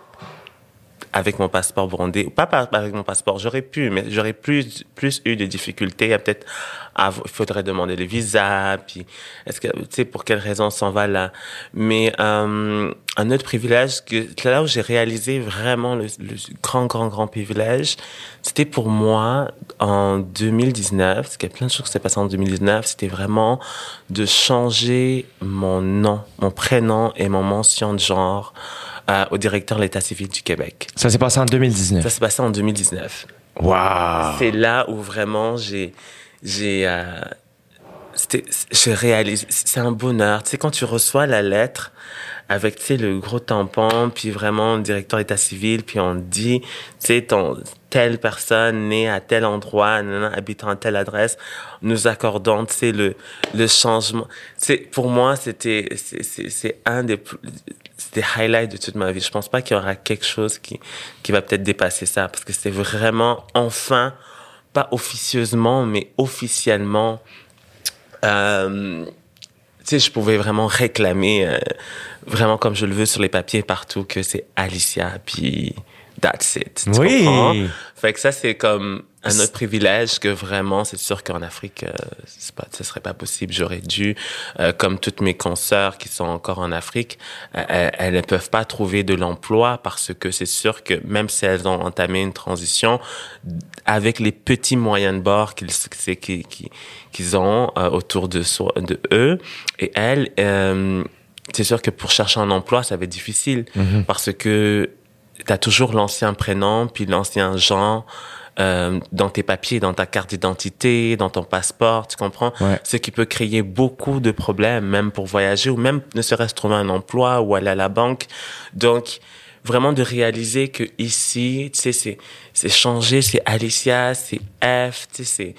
avec mon passeport burundais, ou pas avec mon passeport, j'aurais pu, mais j'aurais plus, plus eu de difficultés. Peut-être, il faudrait demander le visa, puis est-ce que, tu sais, pour quelle raison on s'en va là. Mais euh, un autre privilège, que là où j'ai réalisé vraiment le, le grand, grand, grand privilège, c'était pour moi en deux mille dix-neuf, parce qu'il y a plein de choses qui s'est passé en deux mille dix-neuf, c'était vraiment de changer mon nom, mon prénom et mon mention de genre Euh, au directeur de l'État civil du Québec. Ça s'est passé en deux mille dix-neuf. Ça s'est passé en deux mille dix-neuf. Wow! C'est là où vraiment j'ai... j'ai euh, c'était, je réalise... C'est un bonheur. Tu sais, quand tu reçois la lettre avec, tu sais, le gros tampon, puis vraiment le directeur d'État civil, puis on dit, tu sais, ton, telle personne née à tel endroit, nanana, habitant à telle adresse, nous accordons, tu sais, le, le changement. Tu sais, pour moi, c'était... C'est, c'est, c'est un des... plus, c'était highlight de toute ma vie. Je pense pas qu'il y aura quelque chose qui, qui va peut-être dépasser ça, parce que c'était vraiment, enfin, pas officieusement, mais officiellement, euh, tu sais, je pouvais vraiment réclamer, euh, vraiment comme je le veux sur les papiers partout, que c'est Alicia, puis that's it. Tu oui! comprends? Fait que ça, c'est comme un autre privilège que vraiment, c'est sûr qu'en Afrique, euh, c'est pas, ce serait pas possible. J'aurais dû, euh, comme toutes mes consoeurs qui sont encore en Afrique, euh, elles, elles ne peuvent pas trouver de l'emploi parce que c'est sûr que même si elles ont entamé une transition, avec les petits moyens de bord qu'ils, qu'ils, qu'ils ont euh, autour de, soi, de eux et elles, euh, c'est sûr que pour chercher un emploi, ça va être difficile mm-hmm. parce que t'as toujours l'ancien prénom puis l'ancien genre euh, dans tes papiers, dans ta carte d'identité, dans ton passeport, tu comprends? Ouais. Ce qui peut créer beaucoup de problèmes, même pour voyager ou même ne serait-ce trouver un emploi ou aller à la banque. Donc, vraiment de réaliser que ici, tu sais, c'est, c'est changé, c'est Alicia, c'est F, tu sais, c'est...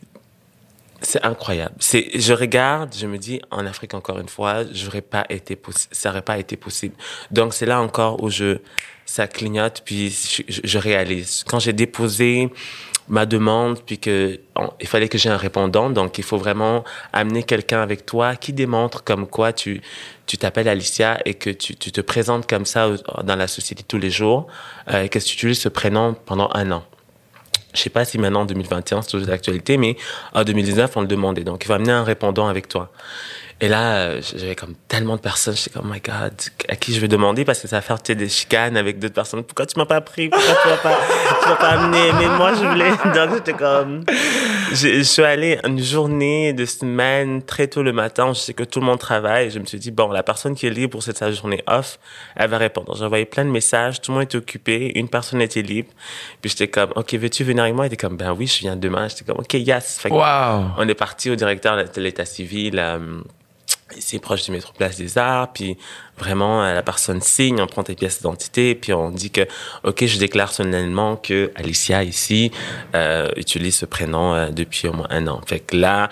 C'est incroyable. C'est, je regarde, je me dis, en Afrique, encore une fois, j'aurais pas été possi- ça aurait pas été possible. Donc, c'est là encore où je, ça clignote, puis je, je réalise. Quand j'ai déposé ma demande, puis que, on, il fallait que j'ai un répondant, donc il faut vraiment amener quelqu'un avec toi qui démontre comme quoi tu, tu t'appelles Alicia et que tu, tu te présentes comme ça dans la société tous les jours, euh, et que tu utilises ce prénom pendant un an. Je sais pas si maintenant, en deux mille vingt et un, c'est toujours d'actualité, mais en deux mille dix-neuf, on le demandait. Donc, il faut amener un répondant avec toi. Et là, j'avais comme tellement de personnes, j'étais comme, oh my God, à qui je vais demander? Parce que ça va faire, tu sais, des chicanes avec d'autres personnes. Pourquoi tu m'as pas pris? Pourquoi tu m'as pas, tu m'as pas amené? Mais moi, je voulais. Donc, j'étais comme, je, je suis allée une journée de semaine, très tôt le matin. Je sais que tout le monde travaille. Je me suis dit, bon, la personne qui est libre pour cette sa journée off, elle va répondre. J'ai envoyé plein de messages. Tout le monde était occupé. Une personne était libre. Puis j'étais comme, OK, veux-tu venir avec moi? Il était comme, ben oui, je viens demain. J'étais comme, OK, yes. Fait que wow. on est parti au directeur de l'État civil, euh, ici proche du métro Place des Arts, puis vraiment la personne signe, on prend tes pièces d'identité, puis on dit que ok, je déclare solennellement que Alicia ici euh, utilise ce prénom euh, depuis au moins un an. Fait que là,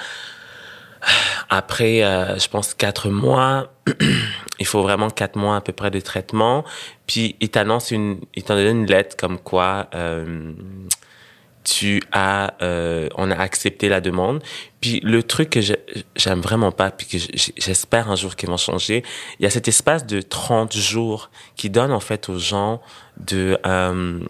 après, euh, je pense quatre mois, il faut vraiment quatre mois à peu près de traitement, puis il t'annonce une, il t'en donne une lettre comme quoi euh, tu as, euh, on a accepté la demande. Puis le truc que je, j'aime vraiment pas, puis que j'espère un jour qu'ils vont changer, il y a cet espace de trente jours qui donne en fait aux gens de, euh,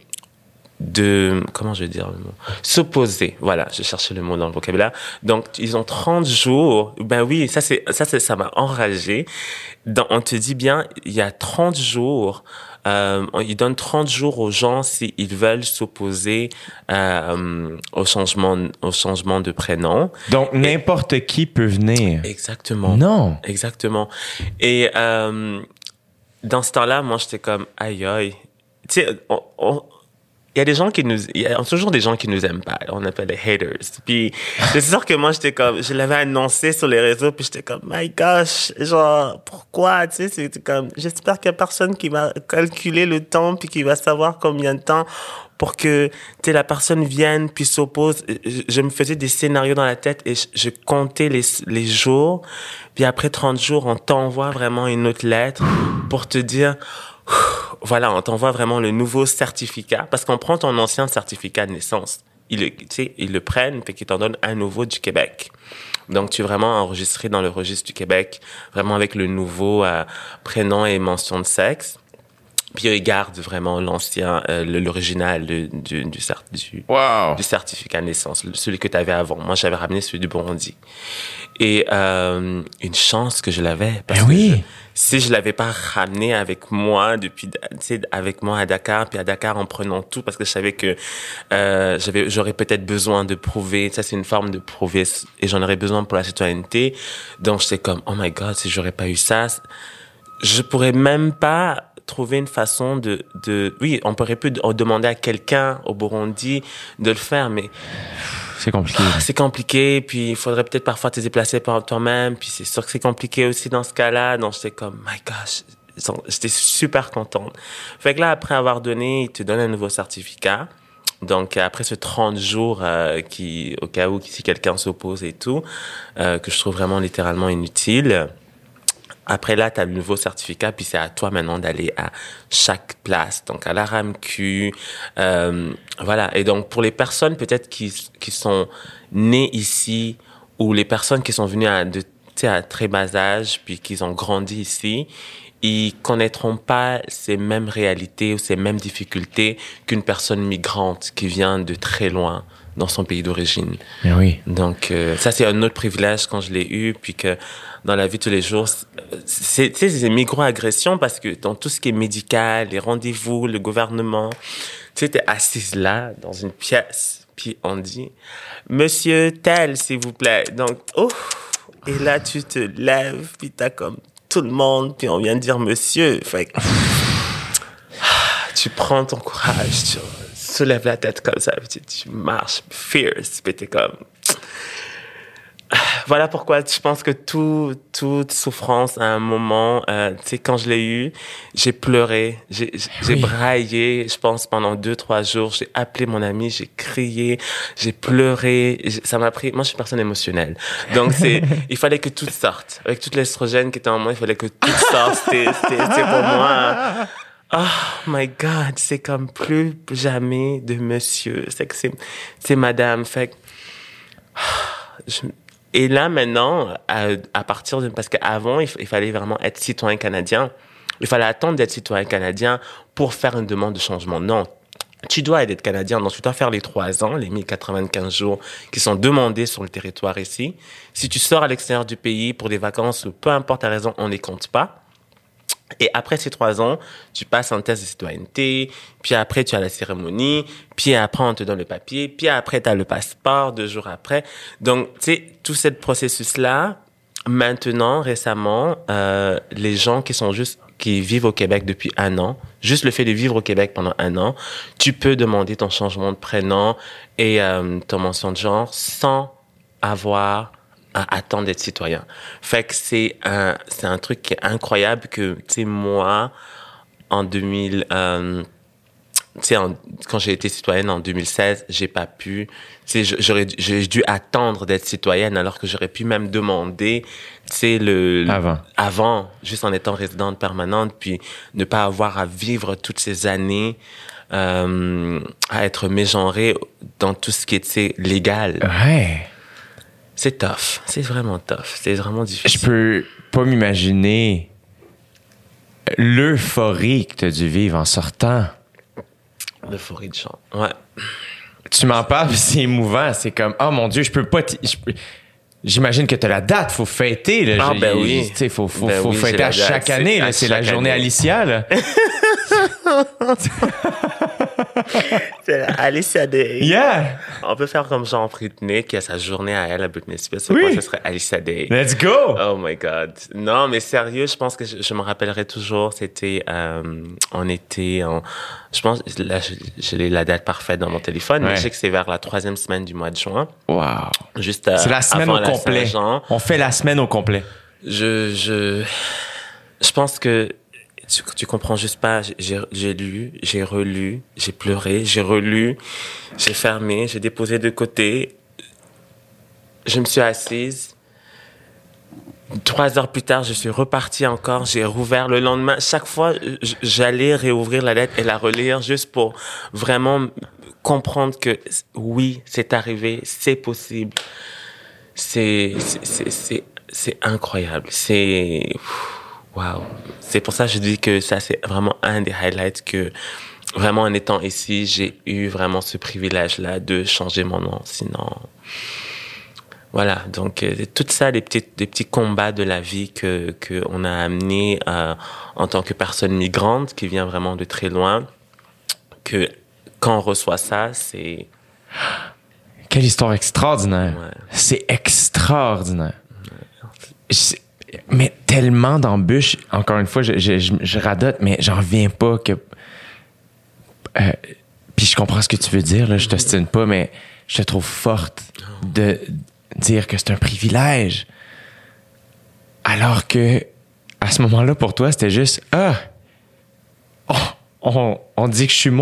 de, comment je vais dire le mot, s'opposer. Voilà, je cherchais le mot dans le vocabulaire. Donc ils ont trente jours. Ben oui, ça c'est, ça c'est, ça m'a enragé. Dans, on te dit bien, il y a trente jours. Euh, ils donnent trente jours aux gens s'ils veulent s'opposer euh, au changement, au changement de prénom. Donc, et n'importe qui peut venir. Exactement. Non. Exactement. Et euh, dans ce temps-là, moi, j'étais comme, aïe, aïe. Tu sais, on, on, il y a des gens qui nous, il y a toujours des gens qui nous aiment pas. On appelle les haters. Puis, c'est sûr que moi, j'étais comme, je l'avais annoncé sur les réseaux, puis j'étais comme, my gosh, genre, pourquoi, tu sais, c'est comme, j'espère qu'il y a personne qui va calculer le temps, puis qui va savoir combien de temps pour que, tu sais, la personne vienne, puis s'oppose. Je, je me faisais des scénarios dans la tête et je, je comptais les, les jours. Puis après trente jours, on t'envoie vraiment une autre lettre pour te dire, voilà, on t'envoie vraiment le nouveau certificat parce qu'on prend ton ancien certificat de naissance. Ils le, tu sais, ils le prennent et qu'ils t'en donnent un nouveau du Québec. Donc, tu es vraiment enregistré dans le registre du Québec, vraiment avec le nouveau euh, prénom et mention de sexe. Puis ils gardent vraiment l'ancien, euh, l'original du, du, du, du, wow. du certificat de naissance, celui que tu avais avant. Moi, j'avais ramené celui du Burundi. Et euh, une chance que je l'avais. Parce ben que oui. je, si je l'avais pas ramené avec moi depuis, tu sais, avec moi à Dakar, puis à Dakar en prenant tout, parce que je savais que euh, j'avais, j'aurais peut-être besoin de prouver. Ça, c'est une forme de prouver, et j'en aurais besoin pour la citoyenneté. Donc, j'étais comme, oh my God, si j'aurais pas eu ça, je pourrais même pas trouver une façon de, de, oui, on pourrait plus demander à quelqu'un au Burundi de le faire, mais c'est compliqué. C'est compliqué, puis il faudrait peut-être parfois te déplacer par toi-même, puis c'est sûr que c'est compliqué aussi dans ce cas-là. Donc j'étais comme, my gosh, j'étais super contente. Fait que là, après avoir donné, ils te donnent un nouveau certificat. Donc après ce trente jours, euh, qui, au cas où si quelqu'un s'oppose et tout, euh, que je trouve vraiment littéralement inutile. Après là, tu as le nouveau certificat, puis c'est à toi maintenant d'aller à chaque place, donc à la R A M Q, euh, voilà. Et donc pour les personnes peut-être qui qui sont nées ici ou les personnes qui sont venues à de, tu sais, à très bas âge puis qui ont grandi ici, ils connaîtront pas ces mêmes réalités ou ces mêmes difficultés qu'une personne migrante qui vient de très loin dans son pays d'origine. Mais oui. Donc euh, ça c'est un autre privilège quand je l'ai eu, puis que dans la vie de tous les jours, c'est, tu sais, c'est des micro-agressions parce que dans tout ce qui est médical, les rendez-vous, le gouvernement, tu sais, t'es assise là, dans une pièce, puis on dit « Monsieur tel, s'il vous plaît ». Donc, oh, et là, tu te lèves, puis t'as comme tout le monde, puis on vient de dire « Monsieur ». Fait que tu prends ton courage, tu soulèves la tête comme ça, puis tu, tu marches fierce, puis t'es comme... Voilà pourquoi je pense que tout, toute souffrance à un moment, euh, tu sais, quand je l'ai eu, j'ai pleuré, j'ai, j'ai oui. braillé, je pense, pendant deux, trois jours. J'ai appelé mon ami, j'ai crié, j'ai pleuré. J'ai, ça m'a pris, moi, je suis une personne émotionnelle. Donc, c'est, il fallait que tout sorte. Avec toute l'estrogène qui était en moi, il fallait que tout sorte. C'était, c'était, c'était pour moi. Oh my God, c'est comme plus jamais de monsieur. C'est que c'est, c'est madame. Fait que, je, et là, maintenant, à, à partir de... Parce qu'avant, il, il fallait vraiment être citoyen canadien. Il fallait attendre d'être citoyen canadien pour faire une demande de changement. Non, tu dois être canadien, donc tu dois faire les trois ans, les mille quatre-vingt-quinze jours qui sont demandés sur le territoire ici. Si tu sors à l'extérieur du pays pour des vacances, ou peu importe la raison, on ne les compte pas. Et après ces trois ans, tu passes un test de citoyenneté, puis après tu as la cérémonie, puis après on te donne le papier, puis après tu as le passeport deux jours après. Donc, tu sais, tout ce processus-là, maintenant, récemment, euh, les gens qui sont juste, qui vivent au Québec depuis un an, juste le fait de vivre au Québec pendant un an, tu peux demander ton changement de prénom et euh, ton mention de genre sans avoir à attendre d'être citoyen. Fait que c'est un, c'est un truc qui est incroyable que, tu sais, moi, en deux mille, euh, tu sais, quand j'ai été citoyenne en deux mille seize, j'ai pas pu, tu sais, j'aurais, j'ai dû attendre d'être citoyenne alors que j'aurais pu même demander, tu sais, le, Avant. avant, juste en étant résidente permanente, puis ne pas avoir à vivre toutes ces années, euh, à être mégenrée dans tout ce qui est, tu sais, légal. Ouais. C'est tough. C'est vraiment tough. C'est vraiment difficile. Je peux pas m'imaginer l'euphorie que tu as dû vivre en sortant. L'euphorie de chant. Ouais. Tu m'en parles, c'est émouvant. C'est comme, oh mon Dieu, je peux pas. T- je peux... J'imagine que tu as la date, faut fêter. Là. Ah, J'ai- ben oui. Tu sais, faut, faut, Ben faut oui, j'ai fêter la à date. chaque année. C'est Là. à C'est la chaque journée année. Alicia. Là. C'est Alicia Day. Yeah! On peut faire comme Jean Britney qui a sa journée à elle à Britney Spears. Oui. Moi, ce serait Alicia Day. Let's go! Oh my God. Non, mais sérieux, je pense que je, je me rappellerai toujours. C'était, euh, on était en, je pense, là, je- j'ai la date parfaite dans mon téléphone, Ouais. mais je sais que c'est vers la troisième semaine du mois de juin. Wow. Juste euh, C'est la semaine avant au la complet. Saint-Jean. On fait la semaine au complet. Je, je, je pense que tu, tu comprends juste pas. J'ai, j'ai lu, j'ai relu, j'ai pleuré, j'ai relu, j'ai fermé, j'ai déposé de côté. Je me suis assise. Trois heures plus tard, je suis repartie encore. J'ai rouvert le lendemain. Chaque fois, j- j'allais réouvrir la lettre et la relire juste pour vraiment comprendre que oui, c'est arrivé, c'est possible. C'est, c'est, c'est, c'est, c'est incroyable. C'est, waouh. C'est pour ça que je dis que ça, c'est vraiment un des highlights que, vraiment, en étant ici, j'ai eu vraiment ce privilège-là de changer mon nom. Sinon, voilà. Donc, euh, tout ça, les petits, les petits combats de la vie que, que on a amenés euh, en tant que personne migrante qui vient vraiment de très loin, que quand on reçoit ça, c'est, Quelle histoire extraordinaire. Ouais. C'est extraordinaire. Je- mais tellement d'embûches. Encore une fois, je, je, je, je radote, mais j'en reviens pas que... Euh, puis je comprends ce que tu veux dire, là, je t'ostine pas, mais je te trouve forte de dire que c'est un privilège. Alors que, à ce moment-là, pour toi, c'était juste « Ah! Oh, on, on dit que je suis moi? »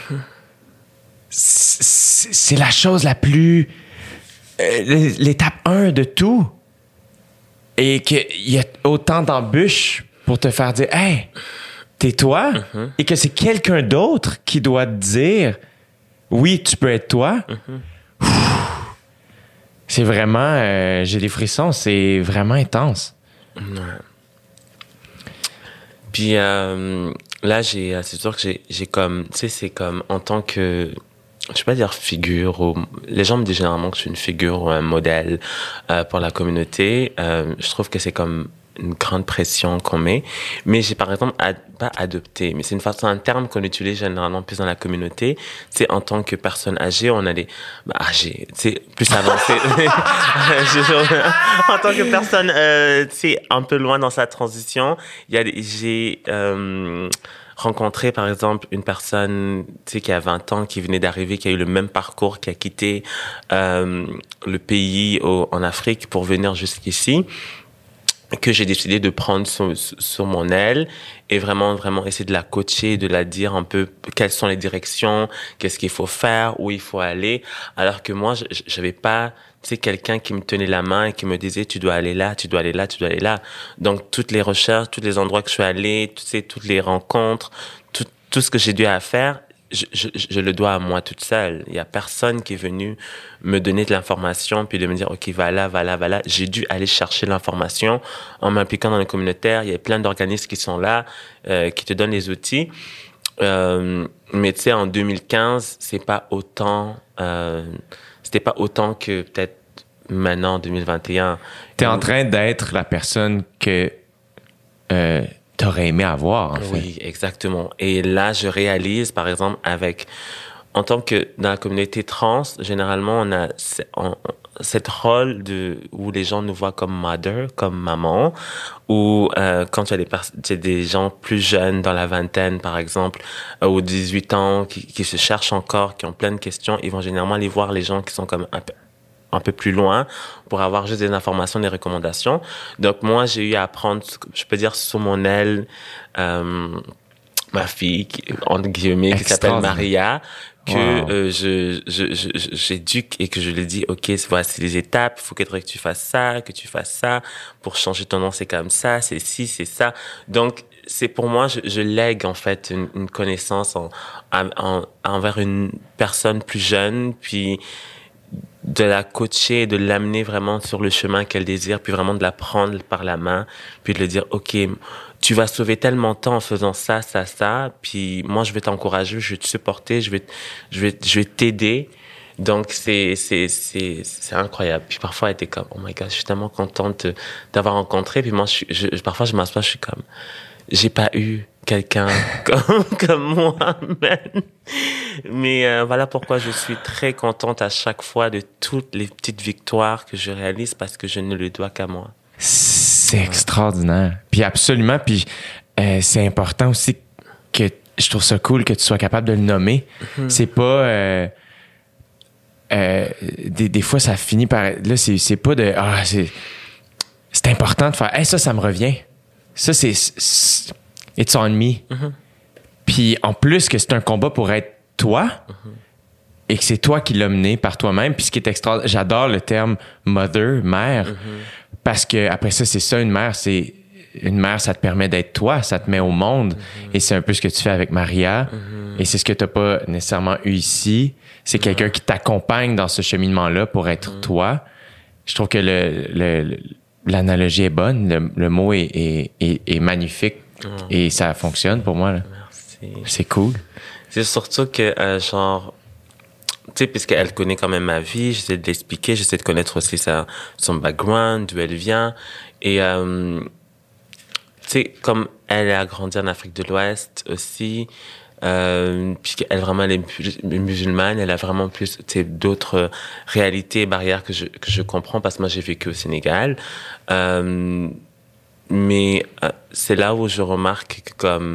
C'est c'est la chose la plus... euh, l'étape un de tout. Et qu'il y a autant d'embûches pour te faire dire « Hey, t'es toi? Mm-hmm. » Et que c'est quelqu'un d'autre qui doit te dire « Oui, tu peux être toi. Mm-hmm. » C'est vraiment... euh, j'ai des frissons, c'est vraiment intense. Ouais. Puis euh, là, j'ai, c'est sûr que j'ai, j'ai comme, tu sais, c'est comme en tant que, je vais pas dire figure, ou, les gens me disent généralement que je suis une figure ou un modèle euh, pour la communauté. Euh, je trouve que c'est comme une grande pression qu'on met. Mais j'ai par exemple ad, pas adopté, mais c'est une façon, un terme qu'on utilise généralement plus dans la communauté. Tu sais, en tant que personne âgée, on a des, bah, âgée, tu sais, plus avancée. En tant que personne, euh, tu sais, un peu loin dans sa transition, il y a des, j'ai euh, rencontré par exemple une personne, tu sais, qui a vingt ans, qui venait d'arriver, qui a eu le même parcours, qui a quitté euh, le pays au, en Afrique pour venir jusqu'ici, que j'ai décidé de prendre sur, sur mon aile et vraiment, vraiment essayer de la coacher, de la dire un peu quelles sont les directions, qu'est-ce qu'il faut faire, où il faut aller. Alors que moi, j'avais pas, tu sais, quelqu'un qui me tenait la main et qui me disait, tu dois aller là, tu dois aller là, tu dois aller là. Donc, toutes les recherches, tous les endroits que je suis allé, tu sais, toutes les rencontres, tout, tout ce que j'ai dû à faire, Je, je, je le dois à moi toute seule. Il y a personne qui est venu me donner de l'information puis de me dire, OK, va là, va là, va là. J'ai dû aller chercher l'information en m'impliquant dans le communautaire. Il y a plein d'organismes qui sont là, euh, qui te donnent les outils. Euh, mais tu sais, en deux mille quinze, c'est pas autant, euh, c'était pas autant que peut-être maintenant, en deux mille vingt et un. T'es en train d'être la personne que euh, t'aurais aimé avoir, en fait. Oui, exactement. Et là, je réalise, par exemple, avec, en tant que dans la communauté trans, généralement, on a on, cette rôle de où les gens nous voient comme mother, comme maman, ou euh, quand tu as des pers- tu as des gens plus jeunes dans la vingtaine, par exemple, euh, ou dix-huit ans, qui, qui se cherchent encore, qui ont plein de questions, ils vont généralement aller voir les gens qui sont comme un peu un peu plus loin pour avoir juste des informations, des recommandations. Donc, moi, j'ai eu à apprendre, je peux dire, sous mon aile, euh, ma fille, qui, entre guillemets, qui s'appelle Maria, que wow. euh, je, je, je, je, j'éduque et que je lui dis, OK, voici les étapes, il faut que tu fasses ça, que tu fasses ça, pour changer ton nom, c'est comme ça, c'est ci, c'est ça. Donc, c'est pour moi, je, je lègue en fait une, une connaissance en, en, en, envers une personne plus jeune, puis de la coacher, de l'amener vraiment sur le chemin qu'elle désire, puis vraiment de la prendre par la main, puis de lui dire, OK, tu vas sauver tellement de temps en faisant ça, ça, ça, puis moi, je vais t'encourager, je vais te supporter, je vais, je vais, je vais t'aider. Donc, c'est, c'est, c'est, c'est incroyable. Puis parfois, elle était comme, oh my God, je suis tellement contente de, d'avoir rencontré. Puis moi, je, je, parfois, je m'assois, je suis comme, j'ai pas eu quelqu'un comme, comme moi, man. Mais euh, voilà pourquoi je suis très contente à chaque fois de toutes les petites victoires que je réalise parce que je ne le dois qu'à moi. C'est ouais. extraordinaire. Puis absolument. Puis euh, c'est important aussi que je trouve ça cool que tu sois capable de le nommer. Mm-hmm. C'est pas... Euh, euh, des, des fois, ça finit par... Là, c'est, c'est pas de... Ah, c'est, c'est important de faire... Hey, ça, ça me revient. Ça, c'est... c'est it's on me. Mm-hmm. Puis en plus que c'est un combat pour être toi mm-hmm. et que c'est toi qui l'as mené par toi-même. Puis ce qui est extraordinaire... J'adore le terme « mother », mère, mm-hmm. parce que après ça, c'est ça, une mère, c'est... Une mère, ça te permet d'être toi, ça te met au monde. Mm-hmm. Et c'est un peu ce que tu fais avec Maria. Mm-hmm. Et c'est ce que tu n'as pas nécessairement eu ici. C'est mm-hmm. quelqu'un qui t'accompagne dans ce cheminement-là pour être mm-hmm. toi. Je trouve que le, le, l'analogie est bonne. Le, le mot est, est, est, est magnifique. Mm-hmm. Et ça fonctionne pour moi. Là. Merci. C'est cool. C'est surtout que, euh, genre... Tu sais, puisqu'elle connaît quand même ma vie, j'essaie de l'expliquer, j'essaie de connaître aussi sa, son background, d'où elle vient. Et... Euh, tu sais, comme elle a grandi en Afrique de l'Ouest aussi, euh, puisqu'elle vraiment elle est musulmane, elle a vraiment plus tu sais, d'autres réalités et barrières que je, que je comprends parce que moi j'ai vécu au Sénégal. Euh, mais euh, c'est là où je remarque que comme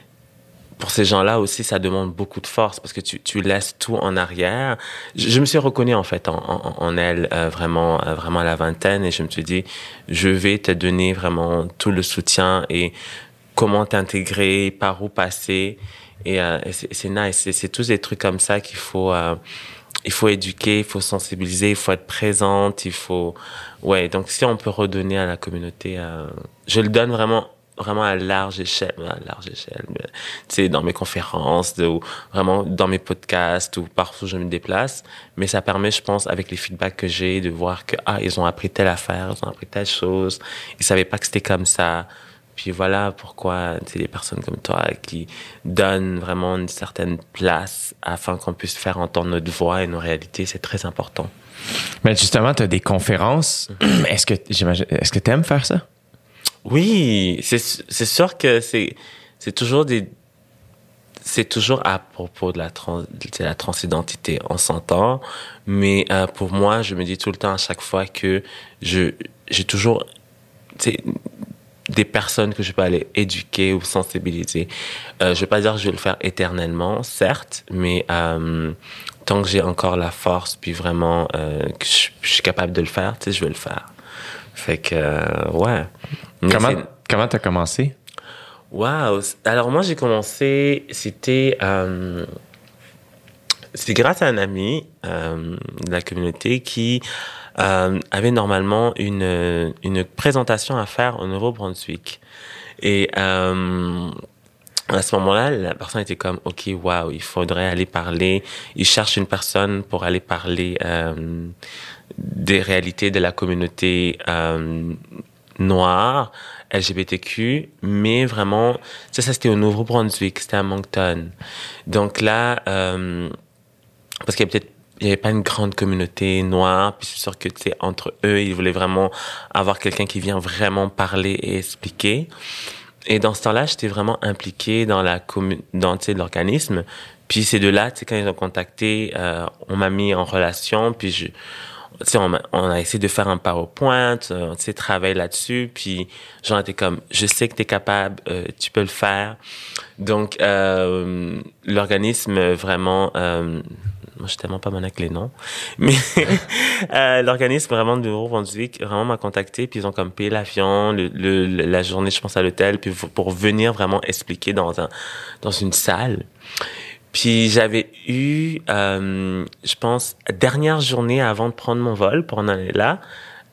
pour ces gens-là aussi, ça demande beaucoup de force parce que tu, tu laisses tout en arrière. Je, je me suis reconnu en fait en, en, en elle euh, vraiment, euh, vraiment à la vingtaine et je me suis dit, je vais te donner vraiment tout le soutien et comment t'intégrer, par où passer. Et, euh, et c'est, c'est nice. C'est, c'est tous des trucs comme ça qu'il faut, euh, il faut éduquer, il faut sensibiliser, il faut être présente, il faut, ouais. Donc si on peut redonner à la communauté, euh, je le donne vraiment. vraiment à large échelle, à large échelle, tu sais, dans mes conférences, de, ou vraiment dans mes podcasts, ou partout où je me déplace. Mais ça permet, je pense, avec les feedbacks que j'ai, de voir que, ah, ils ont appris telle affaire, ils ont appris telle chose, ils savaient pas que c'était comme ça. Puis voilà pourquoi, tu sais, des personnes comme toi qui donnent vraiment une certaine place afin qu'on puisse faire entendre notre voix et nos réalités, c'est très important. Mais justement, tu as des conférences. Mm-hmm. Est-ce que, j'imagine, est-ce que tu aimes faire ça? Oui, c'est, c'est sûr que c'est, c'est toujours des, c'est toujours à propos de la trans, de la transidentité, on s'entend, mais euh, pour moi, je me dis tout le temps à chaque fois que je, j'ai toujours, tu sais, des personnes que je peux aller éduquer ou sensibiliser. Euh, je vais pas dire que je vais le faire éternellement, certes, mais euh, tant que j'ai encore la force, puis vraiment euh, que je, je suis capable de le faire, tu sais, je vais le faire. Fait que, euh, ouais. Mais comment comment t'as commencé? Wow. Alors moi j'ai commencé, c'était euh, c'est grâce à un ami euh, de la communauté qui euh, avait normalement une une présentation à faire au Nouveau-Brunswick et euh, à ce moment-là, la personne était comme, OK, wow, il faudrait aller parler. Il cherche une personne pour aller parler euh, des réalités de la communauté euh, noire, L G B T Q, mais vraiment, ça, ça c'était au Nouveau-Brunswick, c'était à Moncton. Donc là, euh, parce qu'il y avait peut-être il n'y avait pas une grande communauté noire, puis c'est sûr que, tu sais, entre eux, ils voulaient vraiment avoir quelqu'un qui vient vraiment parler et expliquer. Et dans ce temps-là, j'étais vraiment impliquée dans la commu- dans, tu sais, l'organisme. Puis c'est de là, tu sais, quand ils ont contacté, euh, on m'a mis en relation, puis je, tu sais, on, on a essayé de faire un PowerPoint, euh, tu sais, travailler là-dessus, puis j'en étais comme, je sais que t'es capable, euh, tu peux le faire. Donc, euh, l'organisme vraiment, euh, moi, je suis tellement pas bonne avec les noms. Mais euh, l'organisme vraiment de Nouveau-Brunswick vraiment m'a contacté, puis ils ont comme payé l'avion, le, le, la journée, je pense, à l'hôtel, puis pour, pour venir vraiment expliquer dans, un, dans une salle. Puis j'avais eu, euh, je pense, dernière journée avant de prendre mon vol pour en aller là,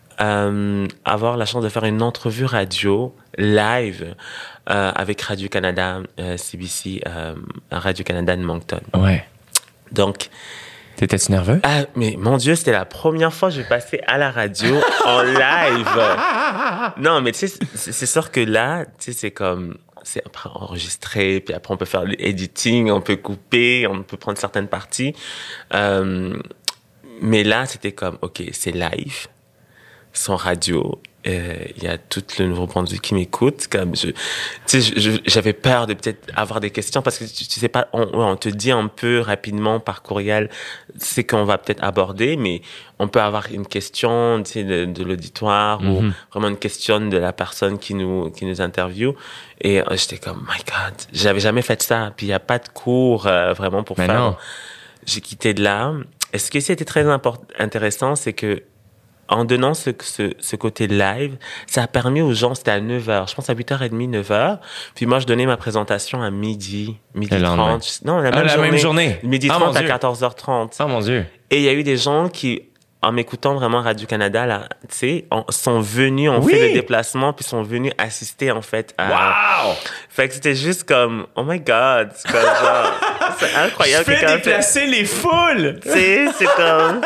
euh, avoir la chance de faire une entrevue radio live euh, avec Radio-Canada, euh, C B C, euh, Radio-Canada de Moncton. Ouais. Donc... T'étais-tu nerveux? Ah, mais mon Dieu, c'était la première fois que je passais à la radio en live. Non, mais tu sais, c'est, c'est sûr que là, tu sais, c'est comme... c'est après enregistré, puis après on peut faire l'editing, on peut couper, on peut prendre certaines parties. Euh, mais là, c'était comme, OK, c'est live, sans radio. Il euh, y a tout le Nouveau-Brunswick qui m'écoute. Comme je, tu sais, je, j'avais peur de peut-être avoir des questions parce que tu, tu sais pas, on, on te dit un peu rapidement par courriel c'est qu'on va peut-être aborder, mais on peut avoir une question, tu sais, de, de l'auditoire mm-hmm. ou vraiment une question de la personne qui nous qui nous interviewe. Et euh, j'étais comme, my God, j'avais jamais fait ça. Puis il y a pas de cours euh, vraiment pour mais faire. Non. J'ai quitté de là. Et ce qui était très import- intéressant, c'est que en donnant ce, ce, ce côté live, ça a permis aux gens, c'était à neuf heures, je pense à huit heures trente, neuf heures. Puis moi, je donnais ma présentation à midi, midi trente. Non, la, ah, même, la journée, même journée. Midi ah, trente à quatorze heures trente. Oh mon Dieu. Et il y a eu des gens qui, en m'écoutant vraiment Radio-Canada, là, tu sais, sont venus, ont oui. fait le déplacement, puis sont venus assister, en fait, à... Wow! Fait que c'était juste comme, oh my God, c'est comme genre, c'est incroyable. Je fais déplacer fait... les foules! Tu sais, c'est comme...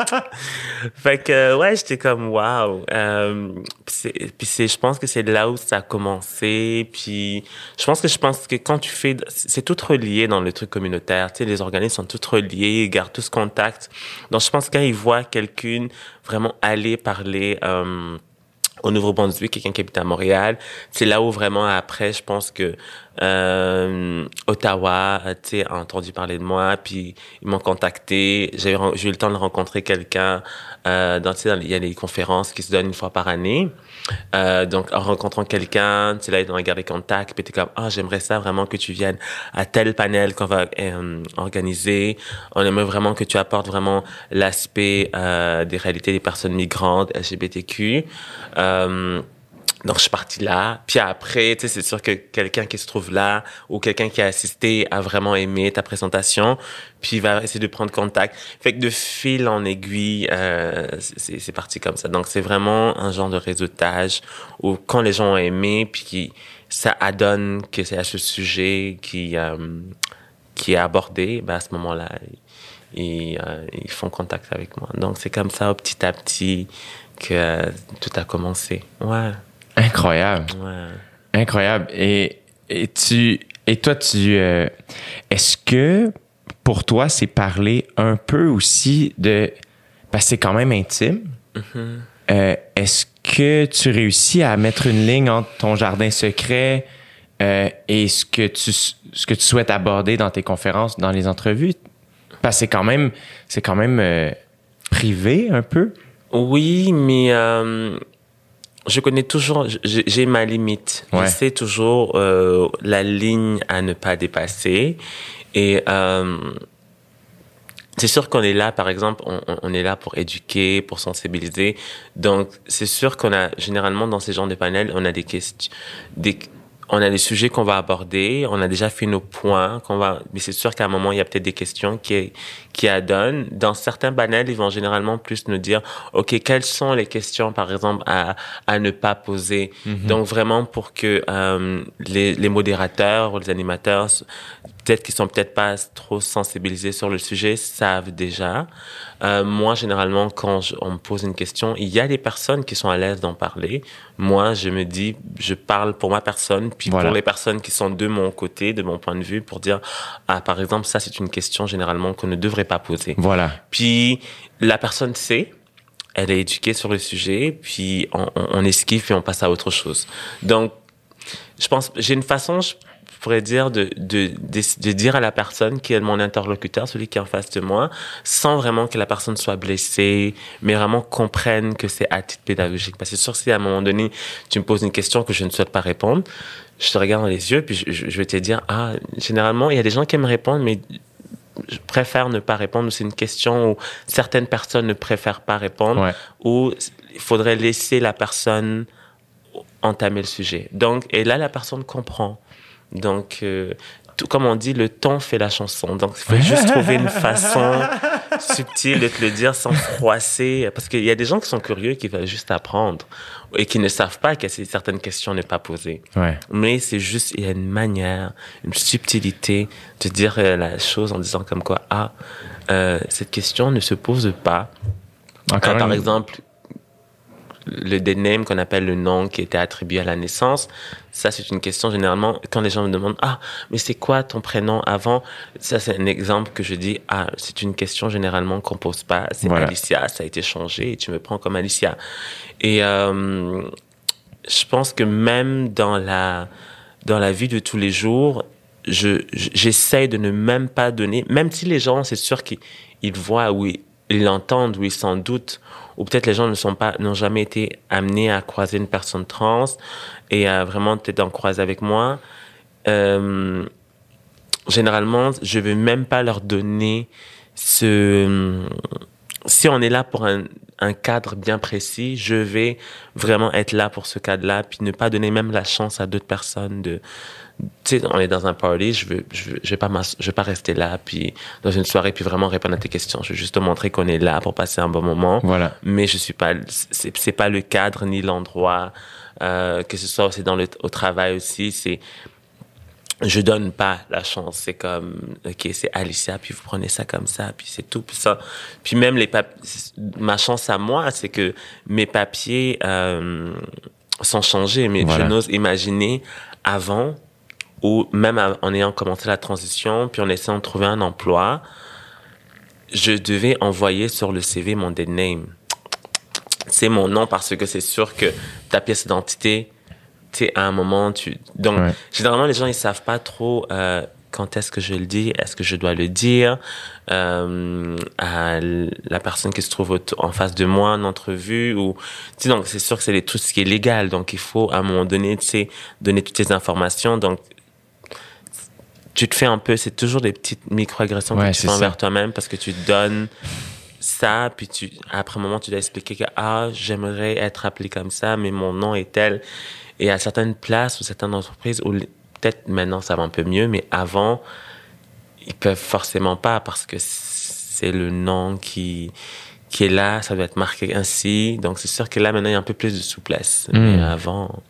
Fait que, ouais, j'étais comme, wow. Euh, puis c'est, puis c'est, je pense que c'est là où ça a commencé. Puis je pense que je pense que quand tu fais, c'est tout relié dans le truc communautaire. Tu sais, les organismes sont tous reliés, ils gardent tous contact. Donc je pense que quand ils voient quelqu'un vraiment aller parler euh, au Nouveau-Brunswick, quelqu'un qui habite à Montréal, c'est là où vraiment après, je pense que euh, Ottawa, tu sais, a entendu parler de moi, puis ils m'ont contacté. J'ai eu, j'ai eu le temps de rencontrer quelqu'un. Euh, dans, tu sais, il y a des conférences qui se donnent une fois par année. Euh, donc, en rencontrant quelqu'un, tu sais, là, ils ont regardé contact, puis t'es comme, ah, oh, j'aimerais ça vraiment que tu viennes à tel panel qu'on va euh, organiser. On aimerait vraiment que tu apportes vraiment l'aspect euh, des réalités des personnes migrantes, L G B T Q. Euh, Donc, je suis partie là. Puis après, tu sais, c'est sûr que quelqu'un qui se trouve là ou quelqu'un qui a assisté a vraiment aimé ta présentation, puis il va essayer de prendre contact. Fait que de fil en aiguille, euh, c'est, c'est parti comme ça. Donc, c'est vraiment un genre de réseautage où quand les gens ont aimé, puis qui, ça adonne que c'est à ce sujet qui, euh, qui est abordé, ben à ce moment-là, ils, euh, ils font contact avec moi. Donc, c'est comme ça, petit à petit, que euh, tout a commencé. Ouais. Incroyable. Ouais. Incroyable. Et, et tu, et toi, tu, euh, est-ce que pour toi, c'est parler un peu aussi de, parce que c'est quand même intime. Mm-hmm. Euh, est-ce que tu réussis à mettre une ligne entre ton jardin secret euh, et ce que tu, ce que tu souhaites aborder dans tes conférences, dans les entrevues? Parce que c'est quand même, c'est quand même euh, privé un peu. Oui, mais euh, je connais toujours, j'ai, j'ai ma limite. Ouais. Je sais toujours euh, la ligne à ne pas dépasser. Et euh, c'est sûr qu'on est là, par exemple, on, on est là pour éduquer, pour sensibiliser. Donc, c'est sûr qu'on a, généralement, dans ces genres de panels, on a des questions, des, on a des sujets qu'on va aborder, on a déjà fait nos points, qu'on va, mais c'est sûr qu'à un moment, il y a peut-être des questions qui, qui adonnent. Dans certains panels, ils vont généralement plus nous dire, OK, quelles sont les questions, par exemple, à, à ne pas poser? Mm-hmm. Donc, vraiment pour que euh, les, les modérateurs ou les animateurs, peut-être qu'ils sont peut-être pas trop sensibilisés sur le sujet, savent déjà. Euh, moi, généralement, quand je, on me pose une question, il y a des personnes qui sont à l'aise d'en parler. Moi, je me dis, je parle pour ma personne, puis voilà. Pour les personnes qui sont de mon côté, de mon point de vue, pour dire, ah, par exemple, ça, c'est une question généralement qu'on ne devrait pas poser. Voilà. Puis, la personne sait, elle est éduquée sur le sujet, puis on, on, on esquive, puis on passe à autre chose. Donc, je pense, j'ai une façon... Je, Je pourrais dire de, de, de, de dire à la personne qui est mon interlocuteur, celui qui est en face de moi, sans vraiment que la personne soit blessée, mais vraiment comprenne que c'est à titre pédagogique. Parce que c'est sûr, si à un moment donné, tu me poses une question que je ne souhaite pas répondre, je te regarde dans les yeux, puis je, je, je vais te dire, ah, généralement, il y a des gens qui aiment répondre, mais je préfère ne pas répondre, ou c'est une question où certaines personnes ne préfèrent pas répondre, Ouais. ou il faudrait laisser la personne entamer le sujet. Donc, et là, la personne comprend. Donc, euh, tout, comme on dit, le ton fait la chanson. Donc, il faut juste trouver une façon subtile de te le dire sans froisser. Parce qu'il y a des gens qui sont curieux, qui veulent juste apprendre et qui ne savent pas qu'il y a certaines questions à ne pas poser. Ouais. Mais c'est juste, il y a une manière, une subtilité de dire euh, la chose en disant comme quoi, ah, euh, cette question ne se pose pas. Encore Euh, par une- exemple, le dead name qu'on appelle le nom qui était attribué à la naissance, ça c'est une question généralement quand les gens me demandent ah mais c'est quoi ton prénom avant, ça c'est un exemple que je dis ah c'est une question généralement qu'on pose pas, c'est Voilà. Alicia, ça a été changé et tu me prends comme Alicia. Et euh, je pense que même dans la dans la vie de tous les jours, je j'essaie de ne même pas donner, même si les gens c'est sûr qu'ils ils voient ou ils ils l'entendent ou ils s'en doutent, ou peut-être les gens ne sont pas, n'ont jamais été amenés à croiser une personne trans et à vraiment peut-être en croiser avec moi. Euh, généralement, je ne veux même pas leur donner ce... Si on est là pour un, un cadre bien précis, je vais vraiment être là pour ce cadre-là, puis ne pas donner même la chance à d'autres personnes de... Tu sais, on est dans un party, je veux, je veux, je vais pas, je vais pas rester là, puis dans une soirée, puis vraiment répondre à tes questions. Je veux juste te montrer qu'on est là pour passer un bon moment. Voilà. Mais je suis pas, c'est, c'est pas le cadre ni l'endroit, euh, que ce soit aussi dans le, au travail aussi, c'est, je donne pas la chance. C'est comme, OK, c'est Alicia, puis vous prenez ça comme ça, puis c'est tout, puis ça. Puis même les papiers, ma chance à moi, c'est que mes papiers, euh, sont changés, mais Voilà. je n'ose imaginer avant, ou même en ayant commencé la transition, puis en essayant de trouver un emploi, je devais envoyer sur le C V mon dead name. C'est mon nom parce que c'est sûr que ta pièce d'identité, tu sais, à un moment, tu... Donc, Ouais. généralement, les gens, ils savent pas trop euh, quand est-ce que je le dis, est-ce que je dois le dire euh, à la personne qui se trouve au- en face de moi en entrevue, ou... Tu sais, donc, c'est sûr que c'est tout ce qui est légal. Donc, il faut, à un moment donné, tu sais, donner toutes ces informations. Donc, tu te fais un peu, c'est toujours des petites micro-agressions Ouais, que tu c'est fais ça. envers toi-même parce que tu donnes ça, puis tu, après un moment, tu dois expliquer que, ah, j'aimerais être appelé comme ça, mais mon nom est tel. Et à certaines places ou certaines entreprises, où peut-être maintenant ça va un peu mieux, mais avant, ils peuvent forcément pas parce que c'est le nom qui, qui est là, ça doit être marqué ainsi. Donc, c'est sûr que là, maintenant, il y a un peu plus de souplesse. Mm. Mais avant...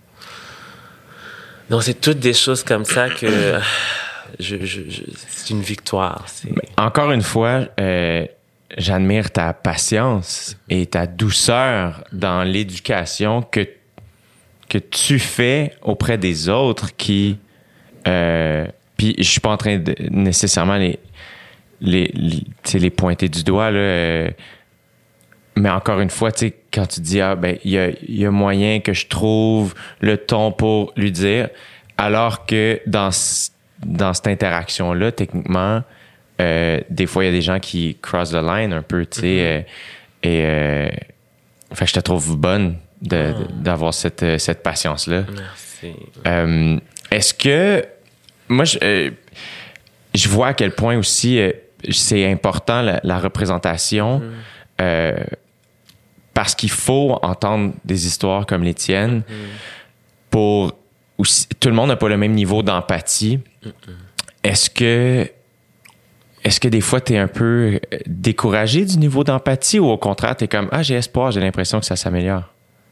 Donc, c'est toutes des choses comme ça que... Je, je, je, c'est une victoire. C'est... Encore une fois, euh, j'admire ta patience et ta douceur dans l'éducation que, que tu fais auprès des autres qui... Euh, puis je suis pas en train de nécessairement les, les, les, tu sais, les pointer du doigt, là, euh, mais encore une fois, tu sais, quand tu dis, ah, ben, il y a, il y a moyen que je trouve le ton pour lui dire, alors que dans dans cette interaction-là, techniquement, euh, des fois, il y a des gens qui cross the line un peu, tu sais. Mm-hmm. euh, et euh, fait que je te trouve bonne de, Oh. de- d'avoir cette, cette patience-là. Merci. Euh, est-ce que... Moi, je, euh, je vois à quel point aussi euh, c'est important la, la représentation Mm. euh, parce qu'il faut entendre des histoires comme les tiennes Mm. pour... Aussi, tout le monde n'a pas le même niveau d'empathie. Est-ce que est-ce que des fois tu es un peu découragé du niveau d'empathie ou au contraire tu es comme ah j'ai espoir, j'ai l'impression que ça s'améliore?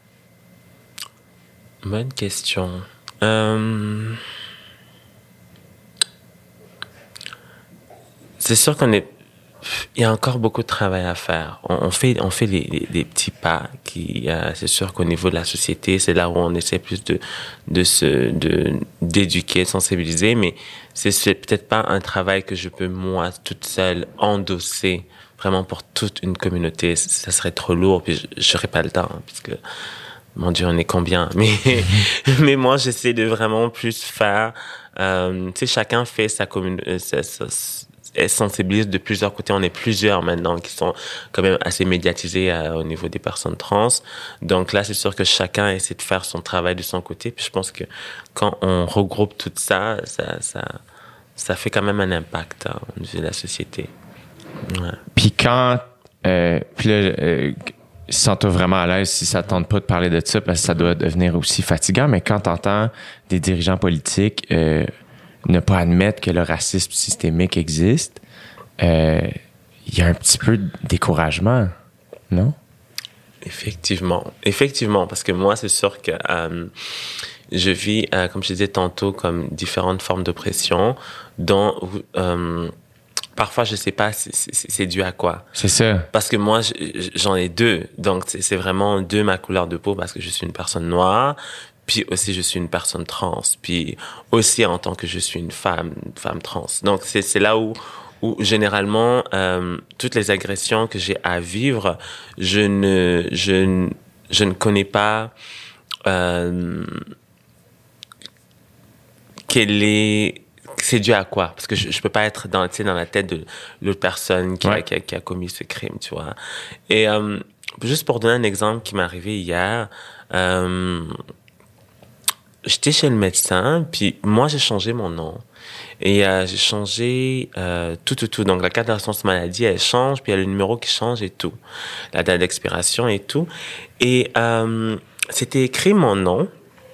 Bonne question. Euh... C'est sûr qu'on est... Il y a encore beaucoup de travail à faire. On, on fait, on fait des, des, des petits pas. Qui, euh, c'est sûr qu'au niveau de la société, c'est là où on essaie plus de, de se, de, d'éduquer, de sensibiliser, mais c'est, c'est peut-être pas un travail que je peux, moi, toute seule, endosser vraiment pour toute une communauté. Ça serait trop lourd, puis je n'aurais pas le temps, hein, puisque, mon Dieu, on est combien? Mais, mais moi, j'essaie de vraiment plus faire... Euh, tu sais, chacun fait sa communauté... Elle sensibilise de plusieurs côtés. On est plusieurs maintenant qui sont quand même assez médiatisés euh, au niveau des personnes trans. Donc là, c'est sûr que chacun essaie de faire son travail de son côté. Puis je pense que quand on regroupe tout ça, ça, ça, ça fait quand même un impact hein, au niveau de la société. Ouais. Puis quand... Euh, puis là, euh, sens-toi vraiment à l'aise si ça ne tente pas de parler de ça, parce que ça doit devenir aussi fatigant, mais quand tu entends des dirigeants politiques euh, ne pas admettre que le racisme systémique existe, il euh, y a un petit peu de découragement, non? Effectivement, effectivement, parce que moi, c'est sûr que euh, je vis, euh, comme je disais tantôt, comme différentes formes d'oppression, dont euh, parfois je sais pas c'est, c'est, c'est dû à quoi. C'est ça. Parce que moi, j'en ai deux, donc c'est, c'est vraiment deux ma couleur de peau, parce que je suis une personne noire, puis aussi je suis une personne trans, puis aussi en tant que je suis une femme, une femme trans. Donc c'est, c'est là où où généralement euh, toutes les agressions que j'ai à vivre, je ne je je ne connais pas euh, quelle est c'est dû à quoi, parce que je, je peux pas être dans tu sais dans la tête de l'autre personne qui, ouais. a, qui, a, qui a commis ce crime, tu vois. Et euh, juste pour donner un exemple qui m'est arrivé hier, euh, j'étais chez le médecin, puis moi j'ai changé mon nom. Et euh, j'ai changé euh, tout, tout, tout. Donc, la carte d'assurance maladie, elle change, puis il y a le numéro qui change et tout. La date d'expiration et tout. Et euh, c'était écrit mon nom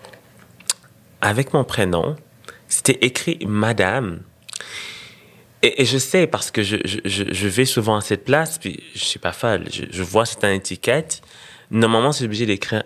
avec mon prénom. C'était écrit Madame. Et, et je sais, parce que je, je, je vais souvent à cette place, puis je suis pas folle. Je, je vois cette étiquette. Normalement, c'est obligé d'écrire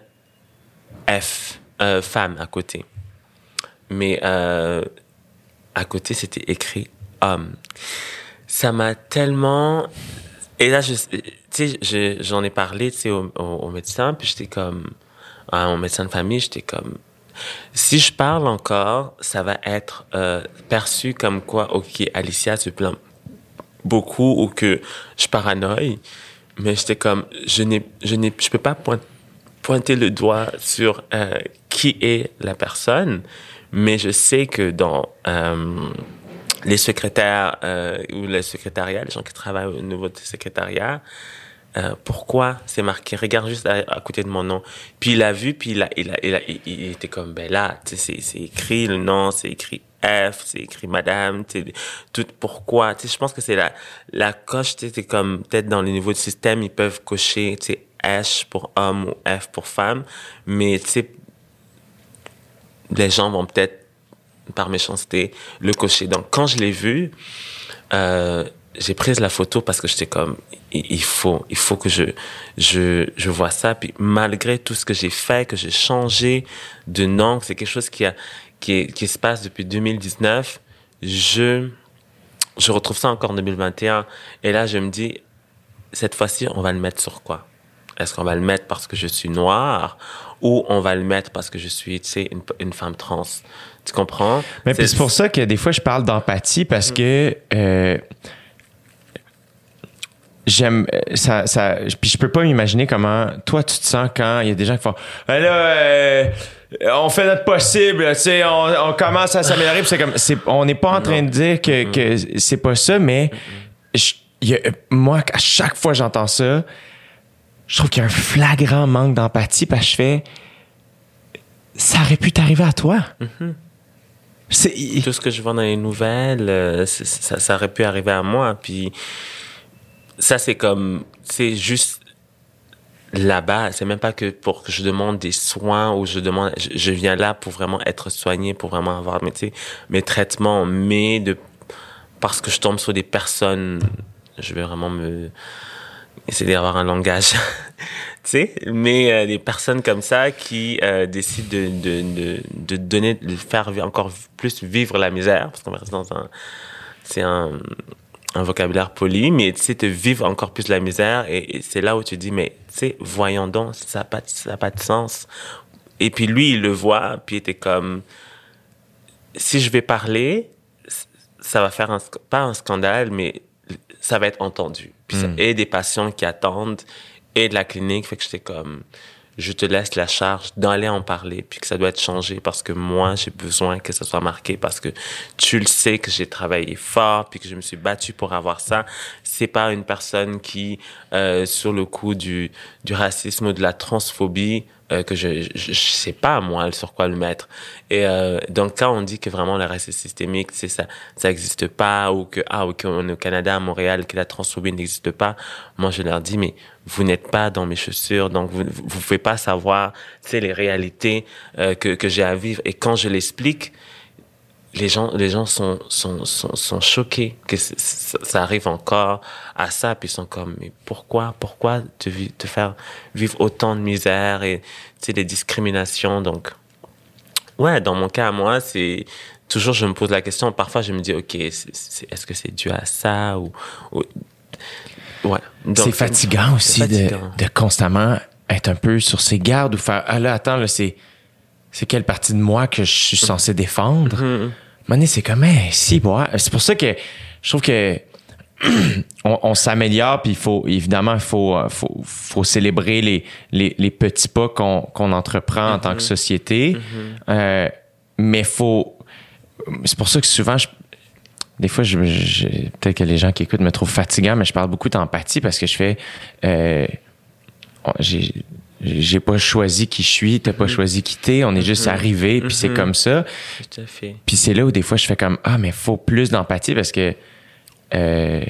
F, euh, femme, à côté. Mais... Euh, à côté, c'était écrit « homme ». Ça m'a tellement... Et là, je, tu sais, je, j'en ai parlé, tu sais, au, au, au médecin, puis j'étais comme... À mon médecin de famille, j'étais comme... Si je parle encore, ça va être euh, perçu comme quoi, OK, Alicia se plaint beaucoup ou que je paranoïe. Mais j'étais comme... Je n'ai, je n'ai, je peux pas pointer, pointer le doigt sur euh, qui est la personne. Mais je sais que dans euh, les secrétaires euh, ou le secrétariat, les gens qui travaillent au niveau du secrétariat, euh, pourquoi c'est marqué? Regarde juste à, à côté de mon nom. Puis il a vu, puis il, a, il, a, il, a, il, il était comme, ben là, tu sais, c'est, c'est écrit le nom, c'est écrit F, c'est écrit Madame, tu sais, tout, pourquoi? Tu sais, je pense que c'est la, la coche, tu sais, c'est comme, peut-être dans le niveau du système, ils peuvent cocher, tu sais, H pour homme ou F pour femme, mais tu sais, les gens vont peut-être, par méchanceté, le cocher. Donc, quand je l'ai vu, euh, j'ai pris la photo parce que j'étais comme, il faut, il faut que je, je, je vois ça. Puis, malgré tout ce que j'ai fait, que j'ai changé de nom, c'est quelque chose qui a, qui, est, qui se passe depuis deux mille dix-neuf, je, je retrouve ça encore en deux mille vingt et un. Et là, je me dis, cette fois-ci, on va le mettre sur quoi? Est-ce qu'on va le mettre parce que je suis noire ou on va le mettre parce que je suis, tu sais, une, une femme trans? Tu comprends? Mais c'est, puis c'est pour ça que des fois, je parle d'empathie parce mm-hmm. que euh, j'aime ça, ça. Puis je peux pas m'imaginer comment toi, tu te sens quand il y a des gens qui font ben là, euh, on fait notre possible, tu sais, on, on commence à s'améliorer. Puis c'est comme, c'est, on n'est pas en train non. de dire que, mm-hmm. que c'est pas ça, mais je, y a, moi, à chaque fois que j'entends ça, je trouve qu'il y a un flagrant manque d'empathie parce que je fais ça aurait pu t'arriver à toi. Mm-hmm. C'est... Tout ce que je vois dans les nouvelles, euh, ça, ça aurait pu arriver à moi. Puis ça, c'est comme, c'est juste là-bas. C'est même pas que pour que je demande des soins ou je demande, je, je viens là pour vraiment être soigné, pour vraiment avoir mes, mes traitements, mais de, parce que je tombe sur des personnes, je vais vraiment me essayer d'avoir un langage, tu sais, mais euh, des personnes comme ça qui euh, décident de, de, de, de donner, de faire encore plus vivre la misère, parce qu'on va rester dans un, c'est un, un vocabulaire poli, mais tu sais, de vivre encore plus la misère, et, et c'est là où tu dis, mais tu sais, voyons donc, ça n'a pas, ça a pas de sens. Et puis lui, il le voit, puis il était comme, si je vais parler, ça va faire un, pas un scandale, mais ça va être entendu. Puis ça, mm. et des patients qui attendent, et de la clinique, fait que j'étais comme, je te laisse la charge d'aller en parler, puis que ça doit être changé parce que moi, j'ai besoin que ça soit marqué, parce que tu le sais que j'ai travaillé fort, puis que je me suis battue pour avoir ça. C'est pas une personne qui, euh, sur le coup du, du racisme ou de la transphobie, euh, que je, je je sais pas moi sur quoi le mettre. Et euh, donc quand on dit que vraiment le racisme systémique, c'est ça, ça existe pas, ou que ah ou qu'on est au Canada, à Montréal, que la transphobie n'existe pas, moi je leur dis mais vous n'êtes pas dans mes chaussures, donc vous vous pouvez pas savoir, tu sais, les réalités euh, que que j'ai à vivre. Et quand je l'explique, les gens les gens sont sont sont, sont choqués que c- c- ça arrive encore à ça, puis ils sont comme mais pourquoi pourquoi te vi- te faire vivre autant de misère et tu sais des discriminations. Donc ouais, dans mon cas à moi, c'est toujours je me pose la question, parfois je me dis OK, c'est, c'est, est-ce que c'est dû à ça ou, ou... ouais. Donc, c'est fatigant aussi c'est fatigant. De, de constamment être un peu sur ses gardes ou faire ah là attends là c'est c'est quelle partie de moi que je suis censé défendre. Mm-hmm. Mané, c'est comme hey, si moi c'est pour ça que je trouve que on, on s'améliore puis il faut évidemment il faut, faut faut célébrer les les, les petits pas qu'on qu'on entreprend mm-hmm. en tant que société. Mm-hmm. Euh, mais faut c'est pour ça que souvent je des fois, je, je, peut-être que les gens qui écoutent me trouvent fatigant, mais je parle beaucoup d'empathie parce que je fais euh, j'ai j'ai pas choisi qui je suis, t'as pas mm-hmm. choisi qui t'es, on est mm-hmm. juste arrivé, puis mm-hmm. c'est comme ça. Tout à fait. Puis c'est là où des fois je fais comme ah mais faut plus d'empathie parce que euh,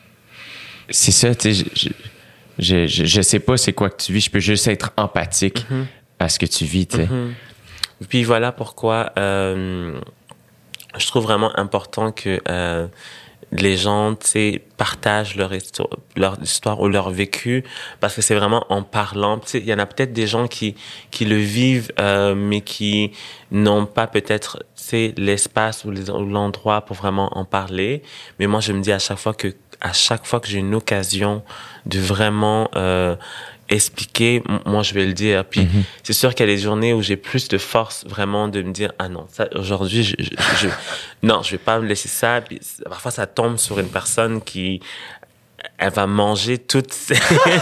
c'est ça, tu sais, je, je, je, je sais pas c'est quoi que tu vis, je peux juste être empathique mm-hmm. à ce que tu vis, tu sais. Mm-hmm. Puis voilà pourquoi euh, je trouve vraiment important que euh, les gens, tu sais, partagent leur histoire, leur histoire ou leur vécu, parce que c'est vraiment en parlant. Tu sais, il y en a peut-être des gens qui qui le vivent, euh, mais qui n'ont pas peut-être, tu sais, l'espace ou, les, ou l'endroit pour vraiment en parler. Mais moi, je me dis à chaque fois que à chaque fois que j'ai une occasion de vraiment euh, expliquer, moi je vais le dire. Puis mm-hmm. c'est sûr qu'il y a des journées où j'ai plus de force vraiment de me dire ah non, ça aujourd'hui je, je, je non, je vais pas me laisser ça. Puis parfois ça tombe sur une personne qui elle va manger toute tout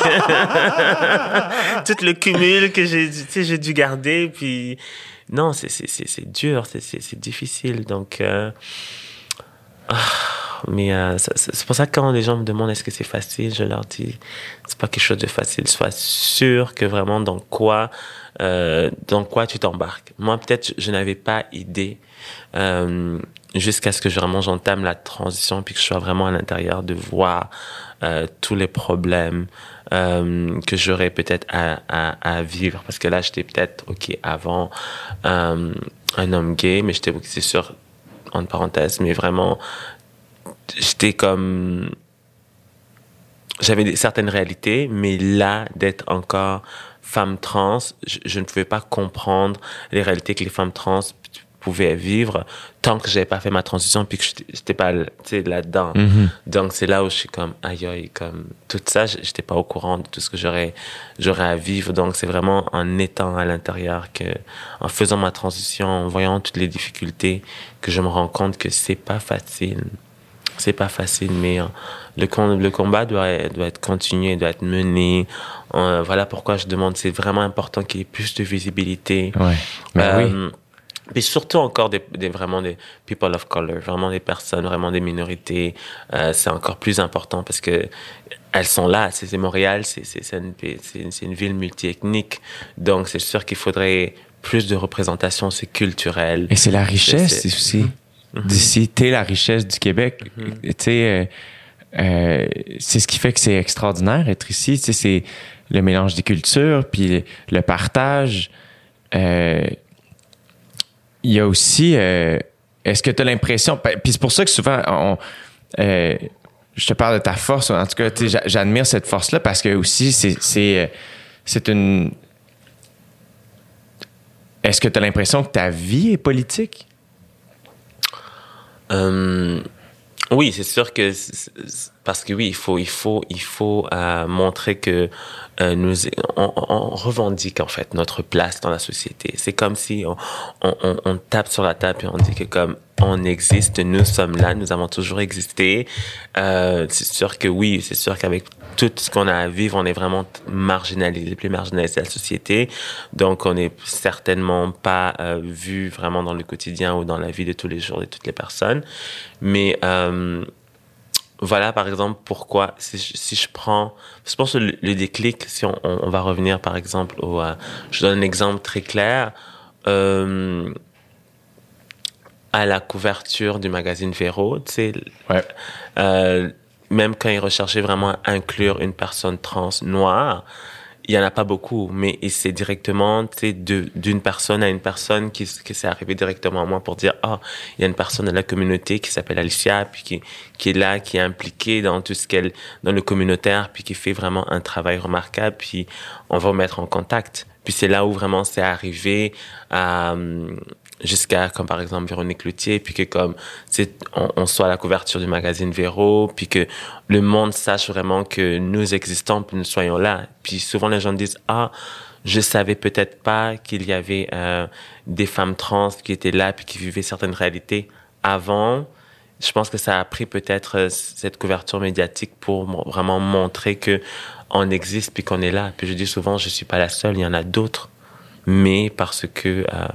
le cumul que j'ai tu sais j'ai dû garder. Puis non, c'est c'est c'est c'est dur, c'est c'est c'est difficile. Donc euh... ah. Mais euh, c'est pour ça que quand les gens me demandent est-ce que c'est facile, je leur dis c'est pas quelque chose de facile. Sois sûr que vraiment dans quoi, euh, dans quoi tu t'embarques. Moi peut-être je, je n'avais pas idée euh, jusqu'à ce que je, vraiment j'entame la transition puis que je sois vraiment à l'intérieur de voir euh, tous les problèmes euh, que j'aurais peut-être à, à, à vivre. Parce que là j'étais peut-être ok avant euh, un homme gay, mais j'étais c'est sûr entre parenthèses, mais vraiment j'étais comme j'avais des, certaines réalités, mais là d'être encore femme trans, je, je ne pouvais pas comprendre les réalités que les femmes trans pouvaient vivre tant que j'avais pas fait ma transition puis que j'étais, j'étais pas tu sais là-dedans. Mm-hmm. Donc c'est là où je suis comme aïe aïe, comme tout ça j'étais pas au courant de tout ce que j'aurais j'aurais à vivre. Donc c'est vraiment en étant à l'intérieur que en faisant ma transition, en voyant toutes les difficultés que je me rends compte que c'est pas facile. C'est pas facile, mais euh, le, com- le combat doit, doit être continué, doit être mené. Euh, voilà pourquoi je demande, c'est vraiment important qu'il y ait plus de visibilité. Ouais, mais euh, oui. Mais surtout encore des, des, vraiment des people of color, vraiment des personnes, vraiment des minorités. Euh, c'est encore plus important parce que elles sont là. C'est, c'est Montréal, c'est, c'est, c'est, une, c'est, c'est une ville multiethnique. Donc, c'est sûr qu'il faudrait plus de représentation, c'est culturel. Et c'est la richesse c'est, c'est... aussi. Mm-hmm. D'ici, t'es la richesse du Québec. Mm-hmm. Tu sais, euh, euh, c'est ce qui fait que c'est extraordinaire être ici. Tu sais, c'est le mélange des cultures, puis le, le partage. Euh, il y a aussi, euh, est-ce que tu as l'impression, puis c'est pour ça que souvent, on, euh, je te parle de ta force. En tout cas, tu sais, j'admire cette force-là parce que aussi, c'est, c'est, c'est une. Est-ce que tu as l'impression que ta vie est politique? Euh, oui, c'est sûr que c'est, parce que oui, il faut, il faut, il faut euh, montrer que euh, nous, on, on revendique en fait notre place dans la société. C'est comme si on, on, on tape sur la table et on dit que comme on existe, nous sommes là, nous avons toujours existé. Euh, c'est sûr que oui, c'est sûr qu'avec tout ce qu'on a à vivre, on est vraiment marginalisé, les plus marginalisés de la société. Donc, on n'est certainement pas euh, vu vraiment dans le quotidien ou dans la vie de tous les jours de toutes les personnes. Mais euh, voilà, par exemple, pourquoi, si je, si je prends, je pense que le, le déclic, si on, on, on va revenir, par exemple, au, euh, je donne un exemple très clair, euh, à la couverture du magazine Véro, tu sais, Ouais. euh, même quand ils recherchaient vraiment à inclure une personne trans noire, il y en a pas beaucoup, mais c'est directement, tu sais, de, d'une personne à une personne qui, qui s'est arrivé directement à moi pour dire, ah, oh, il y a une personne de la communauté qui s'appelle Alicia, puis qui, qui est là, qui est impliquée dans tout ce qu'elle, dans le communautaire, puis qui fait vraiment un travail remarquable, puis on va mettre en contact. Puis c'est là où vraiment c'est arrivé à, jusqu'à, comme par exemple, Véronique Cloutier, puis que comme, tu sais, on, on soit à la couverture du magazine Véro, puis que le monde sache vraiment que nous existons, puis nous soyons là. Puis souvent, les gens disent, ah, je savais peut-être pas qu'il y avait euh, des femmes trans qui étaient là, puis qui vivaient certaines réalités avant. Je pense que ça a pris peut-être euh, cette couverture médiatique pour m- vraiment montrer que on existe, puis qu'on est là. Puis je dis souvent, je suis pas la seule, il y en a d'autres. Mais parce que euh,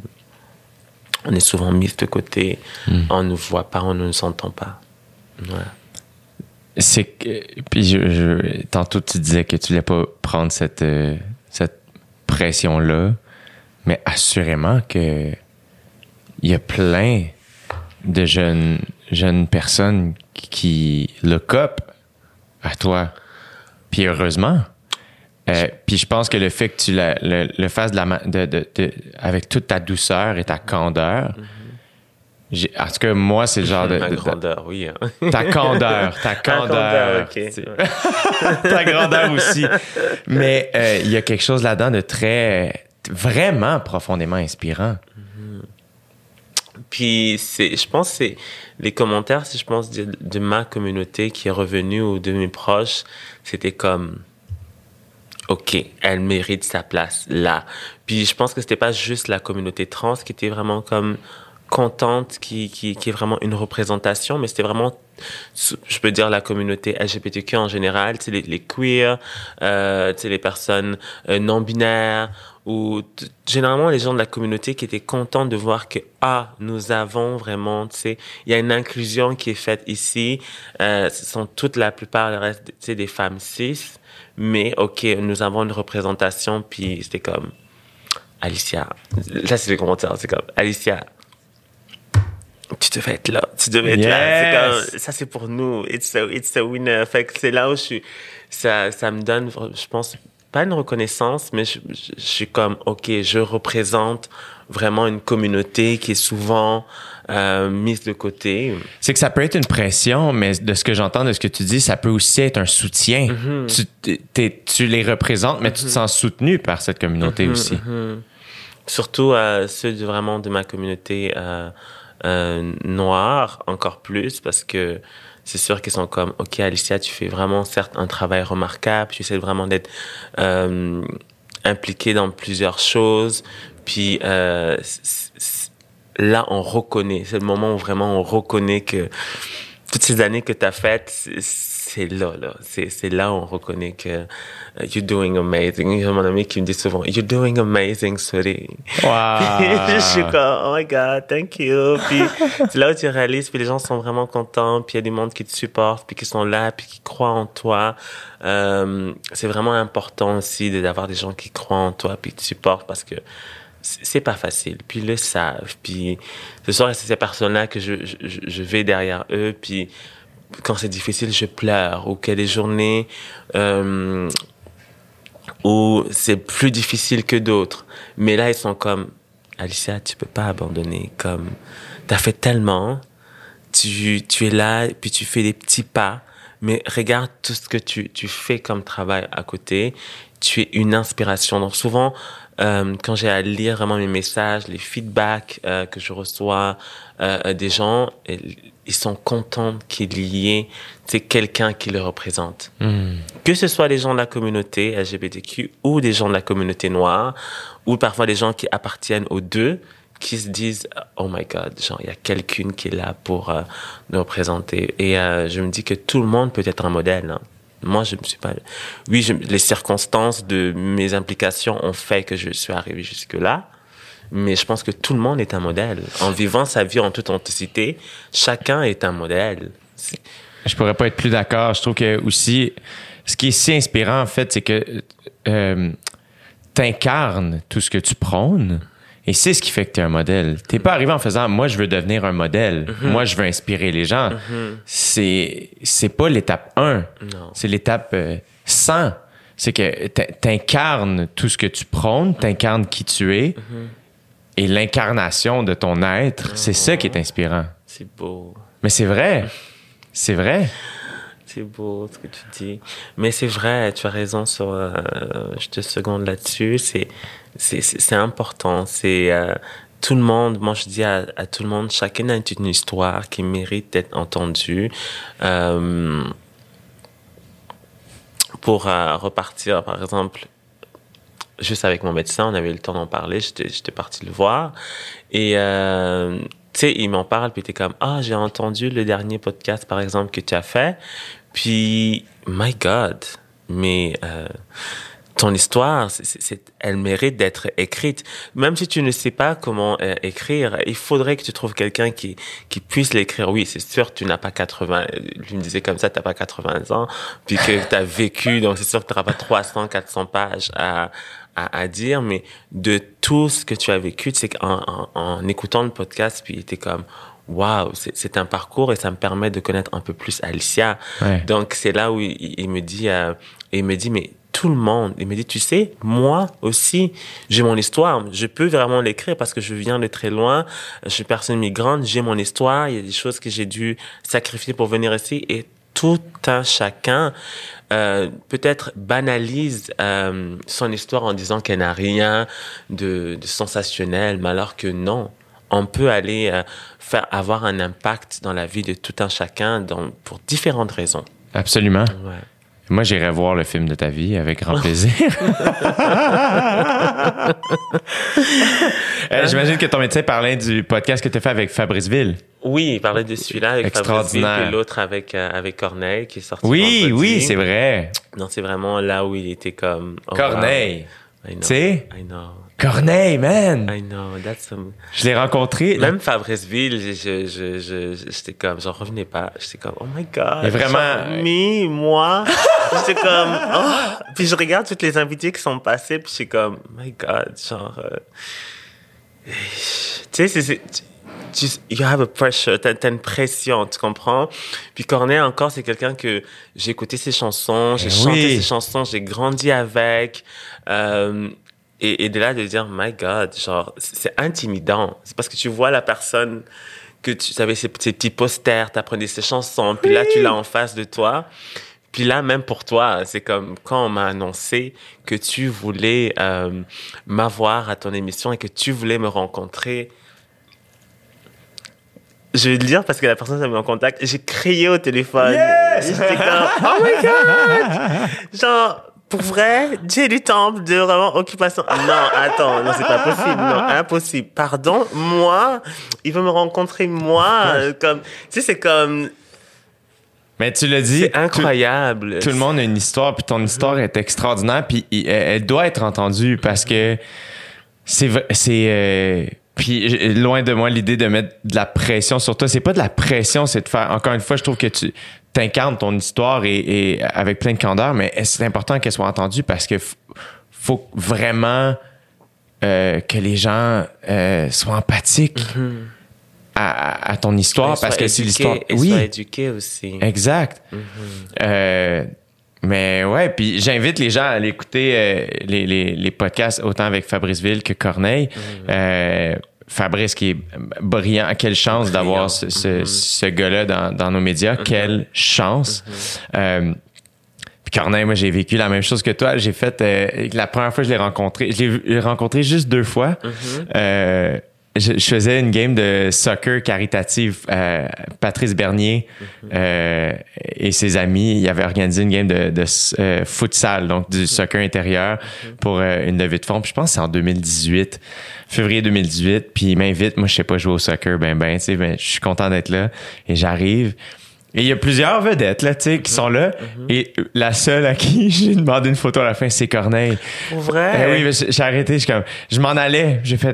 on est souvent mis de côté, mmh. on ne nous voit pas, on ne nous entend pas. Voilà. C'est que, puis je, je, tantôt tu disais que tu voulais pas prendre cette, euh, cette pression-là, mais assurément que il y a plein de jeunes, jeunes personnes qui, qui look up à toi. Puis heureusement. Euh, puis je pense que le fait que tu la, le, le fasses de la, de, de, de, avec toute ta douceur et ta candeur, mm-hmm. j'ai, en tout cas, moi, c'est le genre de... Ma de, grandeur, de, oui. Hein. Ta candeur, ta candeur. Okay. Ta grandeur aussi. Mais euh, il y a quelque chose là-dedans de très... vraiment profondément inspirant. Mm-hmm. Puis c'est, je pense que c'est les commentaires, si je pense, de, de ma communauté qui est revenue ou de mes proches, c'était comme... OK, elle mérite sa place là. Puis je pense que c'était pas juste la communauté trans qui était vraiment comme contente, qui, qui, qui est vraiment une représentation, mais c'était vraiment, je peux dire, la communauté L G B T Q en général, tu sais, les, les queers, euh, tu sais, les personnes euh, non-binaires, ou t- généralement les gens de la communauté qui étaient contents de voir que, ah, nous avons vraiment, tu sais, il y a une inclusion qui est faite ici. Euh, ce sont toute la plupart, le reste, tu sais, des femmes cis. Mais, OK, nous avons une représentation, puis c'était comme, Alicia, là, c'est les commentaires, c'est comme, Alicia, tu devais être là, tu devais être yes. là. C'est comme, ça, c'est pour nous, it's a, it's a winner. Fait que c'est là où je suis, ça, ça me donne, je pense, pas une reconnaissance, mais je, je, je suis comme, OK, je représente vraiment une communauté qui est souvent euh, mise de côté. C'est que ça peut être une pression, mais de ce que j'entends de ce que tu dis, ça peut aussi être un soutien. Mm-hmm. Tu, t'es, tu les représentes, mais mm-hmm. tu te sens soutenu par cette communauté mm-hmm, aussi. Mm-hmm. Surtout euh, ceux de, vraiment de ma communauté euh, euh, noire, encore plus, parce que c'est sûr qu'ils sont comme, OK, Alicia, tu fais vraiment, certes, un travail remarquable, tu essaies vraiment d'être euh, impliquée dans plusieurs choses, puis euh, c- c- là, on reconnaît, c'est le moment où vraiment on reconnaît que toutes ces années que tu as faites, c'est, c'est là, là, c'est, c'est là où on reconnaît que uh, you're doing amazing. Il y a mon ami qui me dit souvent, you're doing amazing, Suri. Wow. Puis je suis comme, oh my God, thank you. Puis c'est là où tu réalises, puis les gens sont vraiment contents, puis il y a du monde qui te supporte, puis qui sont là, puis qui croient en toi. Euh, c'est vraiment important aussi d'avoir des gens qui croient en toi, puis qui te supportent, parce que c'est pas facile. Puis ils le savent. Puis ce soir, c'est ces personnes-là que je, je, je vais derrière eux, puis quand c'est difficile, je pleure, ou qu'il y a des journées euh, où c'est plus difficile que d'autres. Mais là, ils sont comme, Alicia, tu peux pas abandonner. Comme, t'as fait tellement, tu, tu es là, puis tu fais des petits pas, mais regarde tout ce que tu, tu fais comme travail à côté. Tu es une inspiration. Donc souvent, euh, quand j'ai à lire vraiment mes messages, les feedbacks euh, que je reçois euh, des gens, ils sont contents qu'il y ait quelqu'un qui les représente. Mm. Que ce soit des gens de la communauté L G B T Q ou des gens de la communauté noire, ou parfois des gens qui appartiennent aux deux, qui se disent « Oh my God, genre, il y a quelqu'un qui est là pour euh, nous représenter. » Et euh, je me dis que tout le monde peut être un modèle. Hein. Moi, je ne me suis pas... Oui, je... les circonstances de mes implications ont fait que je suis arrivé jusque-là, mais je pense que tout le monde est un modèle. En vivant sa vie en toute authenticité, chacun est un modèle. C'est... Je pourrais pas être plus d'accord. Je trouve que aussi, ce qui est si inspirant, en fait, c'est que euh, t'incarnes tout ce que tu prônes. Et c'est ce qui fait que tu es un modèle. T'es pas arrivé en faisant « moi, je veux devenir un modèle. Mm-hmm. Moi, je veux inspirer les gens. Mm-hmm. » C'est c'est pas l'étape un. Non. C'est l'étape euh, cent. C'est que t'incarnes tout ce que tu prônes, t'incarnes qui tu es. Mm-hmm. Et l'incarnation de ton être, oh. c'est ça qui est inspirant. C'est beau. Mais c'est vrai. C'est vrai. C'est beau ce que tu dis. Mais c'est vrai, tu as raison sur... Euh, je te seconde là-dessus. C'est, c'est, c'est, c'est important. C'est... Euh, tout le monde, moi je dis à, à tout le monde, chacun a une histoire qui mérite d'être entendue. Euh, pour euh, repartir, par exemple, juste avec mon médecin, on avait eu le temps d'en parler, j'étais, j'étais parti le voir. Et... Euh, tu sais, il m'en parle, puis t'es comme « Ah, j'ai entendu le dernier podcast, par exemple, que tu as fait. » Puis, my God, mais euh, ton histoire, c'est, c'est, elle mérite d'être écrite. Même si tu ne sais pas comment euh, écrire, il faudrait que tu trouves quelqu'un qui, qui puisse l'écrire. Oui, c'est sûr, tu n'as pas quatre-vingts... Lui me disait comme ça, tu n'as pas quatre-vingts ans, puis que tu as vécu, donc c'est sûr que tu n'auras pas trois cents, quatre cents pages à... À, à dire, mais de tout ce que tu as vécu, c'est qu'en en, en écoutant le podcast, puis t'es comme waouh, c'est, c'est un parcours et ça me permet de connaître un peu plus Alicia. Ouais. Donc c'est là où il, il me dit, euh, il me dit mais tout le monde, il me dit tu sais, moi aussi j'ai mon histoire, je peux vraiment l'écrire parce que je viens de très loin, je suis personne migrante, j'ai mon histoire, il y a des choses que j'ai dû sacrifier pour venir ici et tout un chacun euh, peut-être banalise euh, son histoire en disant qu'elle n'a rien de, de sensationnel, mais alors que non, on peut aller euh, faire avoir un impact dans la vie de tout un chacun dans, pour différentes raisons. Absolument. Ouais. Moi, j'irai voir le film de ta vie avec grand plaisir. euh, j'imagine que ton médecin parlait du podcast que tu as fait avec Fabrice Ville. Oui, il parlait de celui-là avec Fabrice Ville, puis l'autre avec, euh, avec Corneille qui est sorti. Oui, vendredi. Oui, c'est vrai. Non, c'est vraiment là où il était comme... Oh, Corneille. Wow. Tu sais? I know. Corneille, man! I know, that's some... Je l'ai rencontré. Même Fabrice Ville, je, je, je, je, j'étais comme, j'en revenais pas. J'étais comme, oh my God. Mais vraiment. Genre, me, moi. J'étais comme, oh. Puis je regarde toutes les invités qui sont passés, puis j'étais comme, oh my God, genre, euh... tu sais, c'est, c'est, tu, you have a pressure, t'as, t'as une pression, tu comprends? Puis Corneille encore, c'est quelqu'un que j'ai écouté ses chansons, j'ai oui. chanté ses chansons, j'ai grandi avec, euh, Et, et de là, de dire, my God, genre, c'est intimidant. C'est parce que tu vois la personne, que tu avais ces, ces petits posters, t'apprenais ses chansons, puis oui. là, tu l'as en face de toi. Puis là, même pour toi, c'est comme quand on m'a annoncé que tu voulais euh, m'avoir à ton émission et que tu voulais me rencontrer. Je vais le dire parce que la personne s'est mis en contact. J'ai crié au téléphone. Yes! J'étais comme, oh my God! Genre... Pour vrai, Dieu du temple de vraiment occupation. Non, attends, non, c'est pas possible. Non, impossible. Pardon, moi, il veut me rencontrer, moi, comme, tu sais, c'est comme... Mais tu l'as dit. C'est incroyable. Tout, tout le monde a une histoire, puis ton histoire est extraordinaire, puis elle doit être entendue parce que c'est... c'est euh, puis loin de moi l'idée de mettre de la pression sur toi. C'est pas de la pression, c'est de faire... Encore une fois, je trouve que tu... t'incarnes ton histoire et, et avec plein de candeur, mais c'est important qu'elle soit entendue parce que f- faut vraiment euh, que les gens euh, soient empathiques mm-hmm. à, à ton histoire parce que éduqués, c'est l'histoire. Et oui, soient éduqués aussi. Exact. Mm-hmm. Euh, mais ouais, puis j'invite les gens à aller écouter euh, les, les, les podcasts autant avec Fabrice Ville que Corneille. Mm-hmm. Euh, Fabrice qui est brillant, quelle chance brillant. d'avoir ce, ce, mm-hmm. ce gars-là dans, dans nos médias, mm-hmm. quelle chance. Mm-hmm. Euh, puis Corneille, moi j'ai vécu la même chose que toi. J'ai fait euh, la première fois que je l'ai rencontré, je l'ai rencontré juste deux fois. Mm-hmm. Euh, je, je faisais une game de soccer caritative. Euh, Patrice Bernier mm-hmm. euh, et ses amis, ils avaient organisé une game de, de euh, futsal, donc du soccer intérieur mm-hmm. pour euh, une levée de fonds. Puis je pense que c'est en deux mille dix-huit. Février deux mille dix-huit, puis il m'invite. Moi, je sais pas jouer au soccer, ben, ben, tu sais, ben, je suis content d'être là. Et j'arrive. Et il y a plusieurs vedettes, là, tu sais, qui mm-hmm. sont là. Mm-hmm. Et la seule à qui j'ai demandé une photo à la fin, c'est Corneille. Pour vrai? Eh oui, j'ai arrêté, je, comme, je m'en allais. J'ai fait,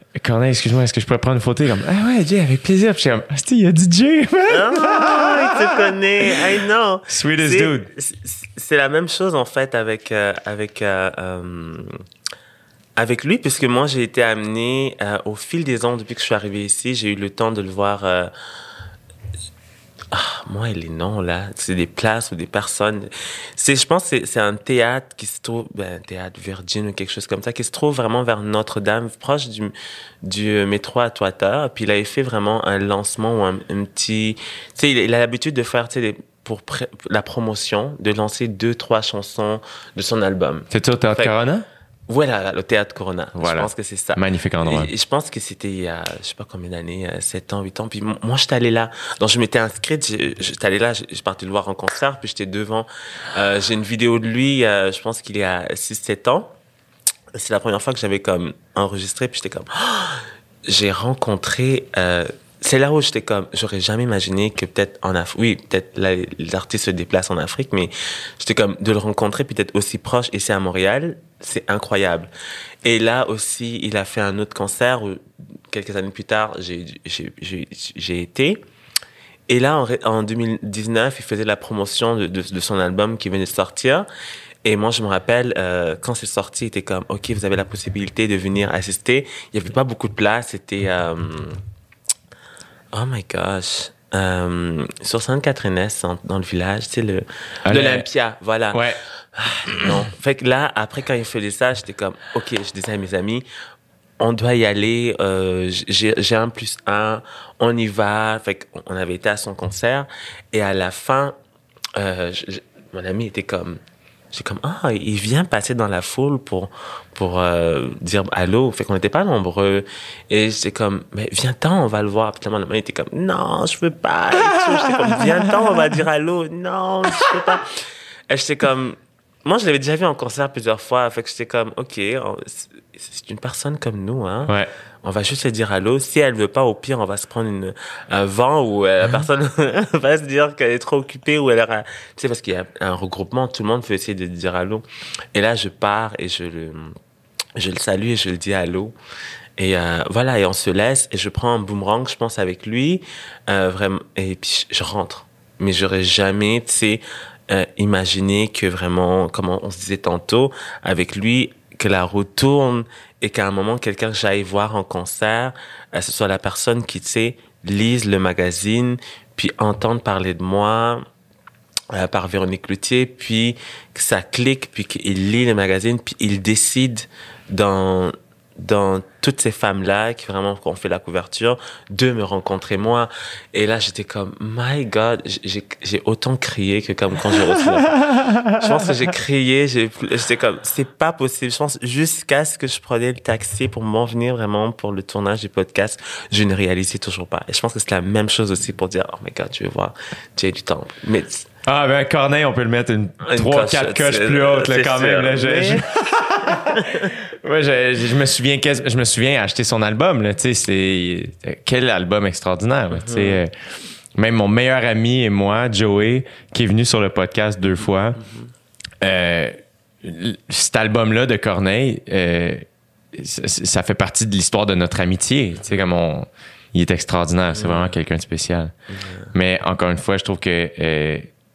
Corneille, excuse-moi, est-ce que je pourrais prendre une photo? Comme, ah ouais, Jay, avec plaisir. Puis je suis comme, ah, il y a D J, man. Oh, il te connaît. I know. Sweetest c'est, dude. C'est la même chose, en fait, avec, euh, avec, euh, euh, avec lui, puisque moi, j'ai été amené euh, au fil des ans, depuis que je suis arrivé ici, j'ai eu le temps de le voir. Euh, Ah, moi, les noms, là, c'est des places ou des personnes. C'est, je pense que c'est, c'est un théâtre qui se trouve, ben, un théâtre Virgin ou quelque chose comme ça, qui se trouve vraiment vers Notre-Dame, proche du, du métro à Atwater. Puis il avait fait vraiment un lancement ou un, un petit, tu sais, il, il a l'habitude de faire, tu sais, des, pour pré- la promotion, de lancer deux, trois chansons de son album. C'est-tu au Théâtre Corona? Voilà, le Théâtre Corona. Voilà. Je pense que c'est ça. Magnifique endroit. Et, et je pense que c'était il y a, je sais pas combien d'années, sept ans, huit ans. Puis moi, j'étais allée là. Donc, je m'étais inscrite, j'étais allée là, je, je partais le voir en concert, puis j'étais devant. Euh, j'ai une vidéo de lui, euh, je pense qu'il y a six sept ans. C'est la première fois que j'avais comme enregistré, puis j'étais comme, oh! J'ai rencontré, euh, c'est là où j'étais comme, j'aurais jamais imaginé que peut-être en Afrique, oui, peut-être là, l'artiste se déplace en Afrique, mais j'étais comme, de le rencontrer peut-être aussi proche ici à Montréal, c'est incroyable. Et là aussi, il a fait un autre concert où, quelques années plus tard, j'ai, j'ai, j'ai, j'ai été. Et là, en, en deux mille dix-neuf, il faisait la promotion de, de, de son album qui venait de sortir. Et moi, je me rappelle, euh, quand c'est sorti, il était comme, OK, vous avez la possibilité de venir assister. Il n'y avait pas beaucoup de place, c'était... Euh, oh my gosh. Euh, sur Sainte-Catherine-Est, dans le village, tu sais, le, ah, l'Olympia, voilà. Ouais. Ah, non. Fait que là, après, quand il faisait ça, j'étais comme, OK, je disais à mes amis, on doit y aller, euh, j'ai, j'ai un plus un, on y va. Fait qu'on avait été à son concert. Et à la fin, euh, je, je, mon ami était comme, j'ai comme, ah, il vient passer dans la foule pour, pour euh, dire allô. Fait qu'on n'était pas nombreux. Et j'étais comme, mais viens-t'en, on va le voir. Puis mon ami était comme, non, je veux pas. Et j'étais comme, viens-t'en, on va dire allô. Non, je veux pas. Et j'étais comme, moi, je l'avais déjà vu en concert plusieurs fois. Fait que j'étais comme, OK, on, c'est une personne comme nous, hein. Ouais. On va juste se dire allô. Si elle veut pas, au pire, on va se prendre une, un vent où euh, la personne va se dire qu'elle est trop occupée ou elle aura, tu sais, parce qu'il y a un regroupement, tout le monde veut essayer de dire allô. Et là, je pars et je le, je le salue et je le dis allô. Et euh, voilà, et on se laisse et je prends un boomerang, je pense, avec lui, euh, vraiment, et puis je rentre. Mais j'aurais jamais, tu sais, euh, imaginé que vraiment, comme on se disait tantôt, avec lui, que la roue tourne et qu'à un moment, quelqu'un que j'aille voir en concert, euh, ce soit la personne qui, tu sais, lise le magazine, puis entende parler de moi euh, par Véronique Cloutier, puis que ça clique, puis qu'il lit le magazine, puis il décide dans dans toutes ces femmes-là qui vraiment ont fait la couverture, de me rencontrer moi. Et là, j'étais comme, my God, j'ai, j'ai autant crié que comme quand j'ai reçu la... Je pense que j'ai crié, j'ai, j'étais comme, c'est pas possible. Je pense jusqu'à ce que je prenais le taxi pour m'en venir vraiment pour le tournage du podcast, je ne réalisais toujours pas. Et je pense que c'est la même chose aussi pour dire, oh my God, tu veux voir Jay du Temple. Mais ah, ben, Corneille, on peut le mettre une, une trois, quatre coches plus haute, là, quand sûr, même, là. Je, mais... je... ouais, je, je me souviens, je me souviens acheter son album, là, tu sais, c'est, quel album extraordinaire, là, tu sais. Mm-hmm. Euh, même mon meilleur ami et moi, Joey, qui est venu sur le podcast deux fois, mm-hmm. euh, cet album-là de Corneille, euh, ça, ça fait partie de l'histoire de notre amitié, tu sais, comme on, il est extraordinaire, c'est mm-hmm. vraiment quelqu'un de spécial. Mm-hmm. Mais encore une fois, je trouve que, euh,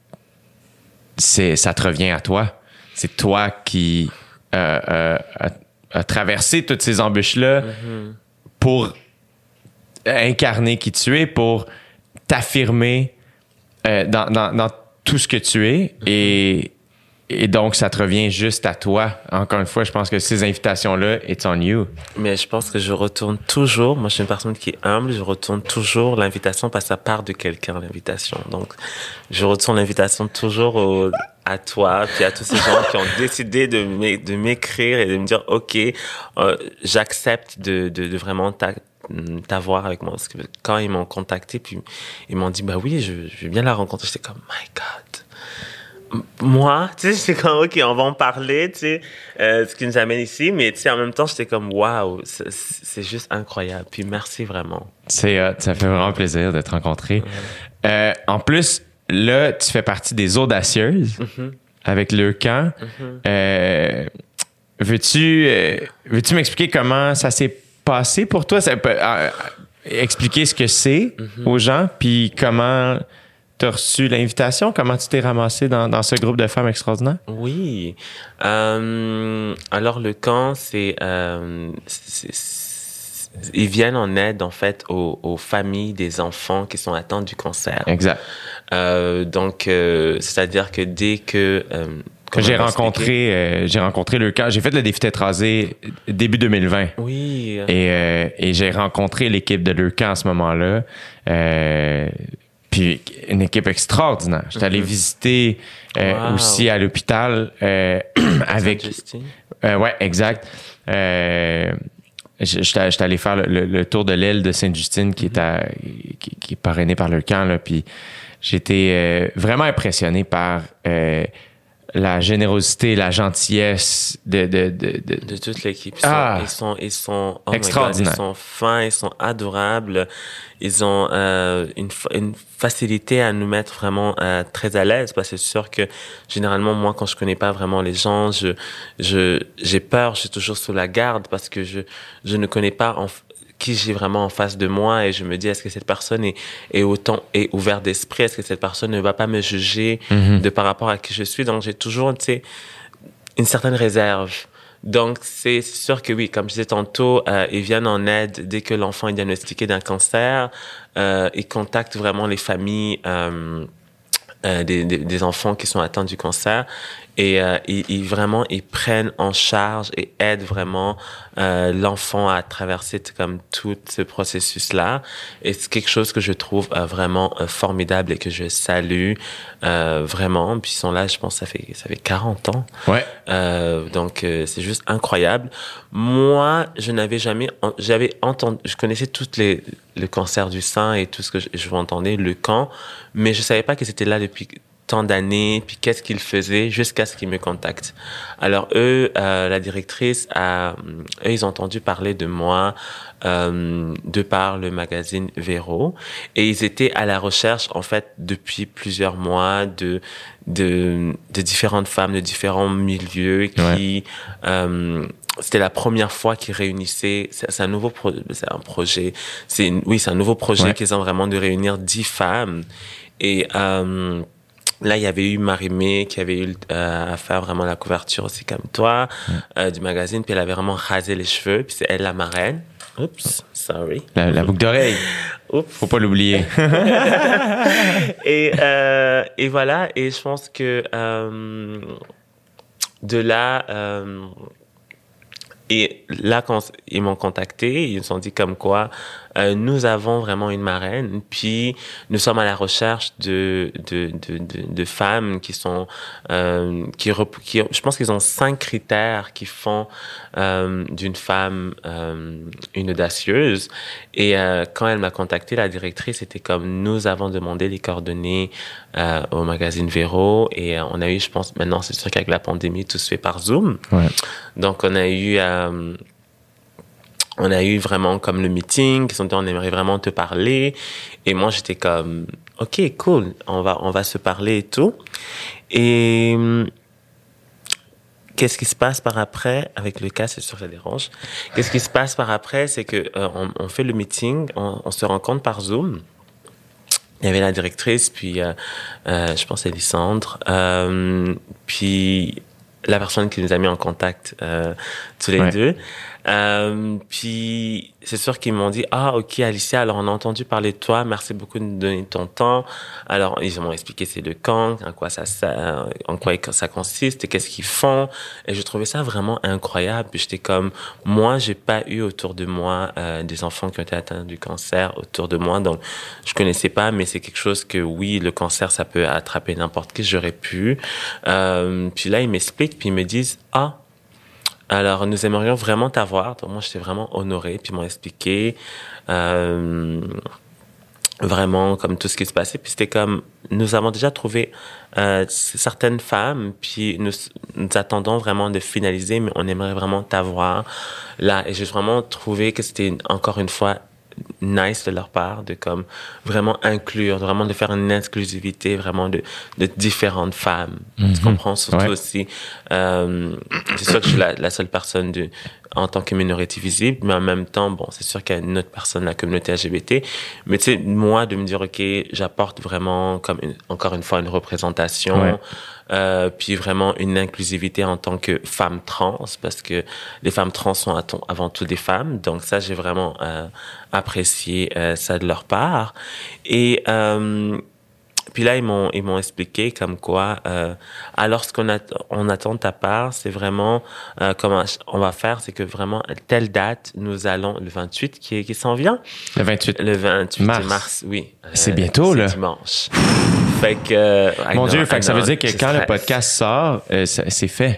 c'est, ça te revient à toi. C'est toi qui euh, euh, a, a traversé toutes ces embûches-là mm-hmm. pour incarner qui tu es, pour t'affirmer euh, dans, dans, dans tout ce que tu es. Mm-hmm. Et, et donc, ça te revient juste à toi. Encore une fois, je pense que ces invitations-là, it's on you. Mais je pense que je retourne toujours, moi je suis une personne qui est humble, je retourne toujours l'invitation parce que ça part de quelqu'un, l'invitation. Donc, je retourne l'invitation toujours au, à toi, puis à tous ces gens qui ont décidé de, m'é- de m'écrire et de me dire, OK, euh, j'accepte de, de, de vraiment t'a, t'avoir avec moi. Parce que quand ils m'ont contacté, puis ils m'ont dit, bah oui, je, je vais bien la rencontrer, j'étais comme, my God. Moi, tu sais, j'étais comme, OK, on va en parler, tu sais, euh, ce qui nous amène ici, mais tu sais, en même temps, j'étais comme, waouh, c'est, c'est juste incroyable. Puis merci vraiment. C'est, euh, ça fait vraiment plaisir de te rencontrer. Ouais. Euh, en plus, là, tu fais partie des Audacieuses mm-hmm. avec le camp. Mm-hmm. Euh, veux-tu, euh, veux-tu m'expliquer comment ça s'est passé pour toi? Ça peut, euh, expliquer ce que c'est mm-hmm. aux gens, puis comment tu as reçu l'invitation? Comment tu t'es ramassé dans, dans ce groupe de femmes extraordinaires? Oui. Euh, alors, le camp, c'est, euh, c'est, c'est... Ils viennent en aide, en fait, aux, aux familles des enfants qui sont atteints du cancer. Exact. Euh, donc, euh, c'est-à-dire que dès que... Euh, J'ai rencontré, euh, j'ai rencontré le camp. J'ai fait le défi tête rasée début deux mille vingt. Oui. Et, euh, et j'ai rencontré l'équipe de Le Camp à ce moment-là. Euh, puis une équipe extraordinaire. J'étais mm-hmm. allé visiter euh, wow. aussi à l'hôpital euh, avec. Sainte-Justine. Euh, ouais, exact. Euh, J'étais, j'étais allé faire le, le, le tour de l'aile de Sainte-Justine qui, mm-hmm. est à, qui, qui est parrainé par Le Camp. Là, puis j'étais euh, vraiment impressionné par euh, la générosité, la gentillesse de de de, de... de toute l'équipe. Ils ah, sont, ils sont, ils sont oh extraordinaires. My God, ils sont fins, ils sont adorables. Ils ont euh, une, une facilité à nous mettre vraiment euh, très à l'aise, parce que c'est sûr que généralement moi, quand je connais pas vraiment les gens, je je j'ai peur, je suis toujours sous la garde parce que je je ne connais pas en qui j'ai vraiment en face de moi, et je me dis, est-ce que cette personne est, est autant est ouverte d'esprit? Est-ce que cette personne ne va pas me juger mm-hmm. de par rapport à qui je suis? Donc, j'ai toujours, tu sais, une certaine réserve. Donc, c'est sûr que oui, comme je disais tantôt, euh, ils viennent en aide dès que l'enfant est diagnostiqué d'un cancer. Euh, ils contactent vraiment les familles euh, euh, des, des, des enfants qui sont atteints du cancer. Et euh, ils, ils vraiment ils prennent en charge et aident vraiment euh, l'enfant à traverser t- comme tout ce processus là, et c'est quelque chose que je trouve euh, vraiment euh, formidable et que je salue euh, vraiment. Puis ils sont là, je pense ça fait ça fait quarante ans. Ouais. Euh, donc euh, c'est juste incroyable. Moi, je n'avais jamais j'avais entendu je connaissais toutes les le cancer du sein et tout ce que je, je entendais, le camp, mais je savais pas que c'était là depuis tant d'années, puis qu'est-ce qu'ils faisaient jusqu'à ce qu'ils me contactent. Alors eux, euh, la directrice, a, eux, ils ont entendu parler de moi euh, de par le magazine Véro, et ils étaient à la recherche, en fait, depuis plusieurs mois de de, de différentes femmes de différents milieux qui ouais. euh, c'était la première fois qu'ils réunissaient. C'est, c'est un nouveau pro, c'est un projet. C'est une, oui, c'est un nouveau projet ouais. qu'ils ont vraiment de réunir dix femmes. Et euh, là, il y avait eu Marie-Mé qui avait eu euh, à faire vraiment la couverture aussi comme toi ouais. euh, du magazine. Puis elle avait vraiment rasé les cheveux. Puis c'est elle la marraine. Oups, sorry. La, la boucle d'oreille. Oups. Faut pas l'oublier. et euh, et voilà. Et je pense que euh, de là. Euh, Et là, quand ils m'ont contacté, ils nous ont dit comme quoi euh, nous avons vraiment une marraine, puis nous sommes à la recherche de de de de, de femmes qui sont euh, qui, qui je pense qu'ils ont cinq critères qui font euh, d'une femme euh, une audacieuse. Et euh, quand elle m'a contacté, la directrice était comme nous avons demandé les coordonnées euh, au magazine Véro, et euh, on a eu, je pense, maintenant c'est sûr qu'avec la pandémie tout se fait par Zoom. Ouais. Donc on a eu euh, on a eu vraiment comme le meeting, ils ont dit on aimerait vraiment te parler, et moi j'étais comme ok cool, on va on va se parler et tout. Et qu'est-ce qui se passe par après avec le cas, c'est sûr que ça dérange. Qu'est-ce qui se passe par après, c'est que euh, on, on fait le meeting, on, on se rencontre par Zoom. Il y avait la directrice, puis euh, euh, je pense Elisandre, euh, puis la personne qui nous a mis en contact euh, tous les ouais. deux. Euh, puis c'est sûr qu'ils m'ont dit ah ok Alicia, alors on a entendu parler de toi, merci beaucoup de nous donner ton temps. Alors ils m'ont expliqué c'est le camp, en quoi ça, ça en quoi ça consiste et qu'est-ce qu'ils font, et je trouvais ça vraiment incroyable. Puis j'étais comme moi j'ai pas eu autour de moi euh, des enfants qui ont été atteints du cancer autour de moi, donc je connaissais pas, mais c'est quelque chose que oui, le cancer ça peut attraper n'importe qui, j'aurais pu. Euh, puis là ils m'expliquent, puis ils me disent ah alors, nous aimerions vraiment t'avoir. Donc, moi, j'étais vraiment honorée. Puis, ils m'ont expliqué euh, vraiment comme tout ce qui se passait. Puis, c'était comme, nous avons déjà trouvé euh, certaines femmes. Puis, nous, nous attendons vraiment de finaliser, mais on aimerait vraiment t'avoir là. Et j'ai vraiment trouvé que c'était, encore une fois, nice de leur part, de comme vraiment inclure, vraiment de faire une inclusivité vraiment de, de différentes femmes. Mm-hmm. Tu comprends? Surtout ouais. aussi, euh, c'est sûr que je suis la, la seule personne de, en tant que minorité visible, mais en même temps, bon, c'est sûr qu'il y a une autre personne de la communauté L G B T. Mais tu sais, moi, de me dire, OK, j'apporte vraiment, comme une, encore une fois, une représentation, ouais. euh, puis vraiment une inclusivité en tant que femme trans, parce que les femmes trans sont avant tout des femmes. Donc ça, j'ai vraiment euh, apprécié euh, ça de leur part. Et euh, puis là, ils m'ont ils m'ont expliqué comme quoi, euh, alors ce qu'on a, on attend de ta part, c'est vraiment euh, comment on va faire, c'est que vraiment telle date, nous allons le vingt-huit qui qui s'en vient. Le vingt-huit. Le vingt-huit mars, mars oui. C'est euh, bientôt c'est là. Dimanche. Fait que euh, mon Dieu, fait que ça veut dire que quand stress. Le podcast sort, euh, c'est fait.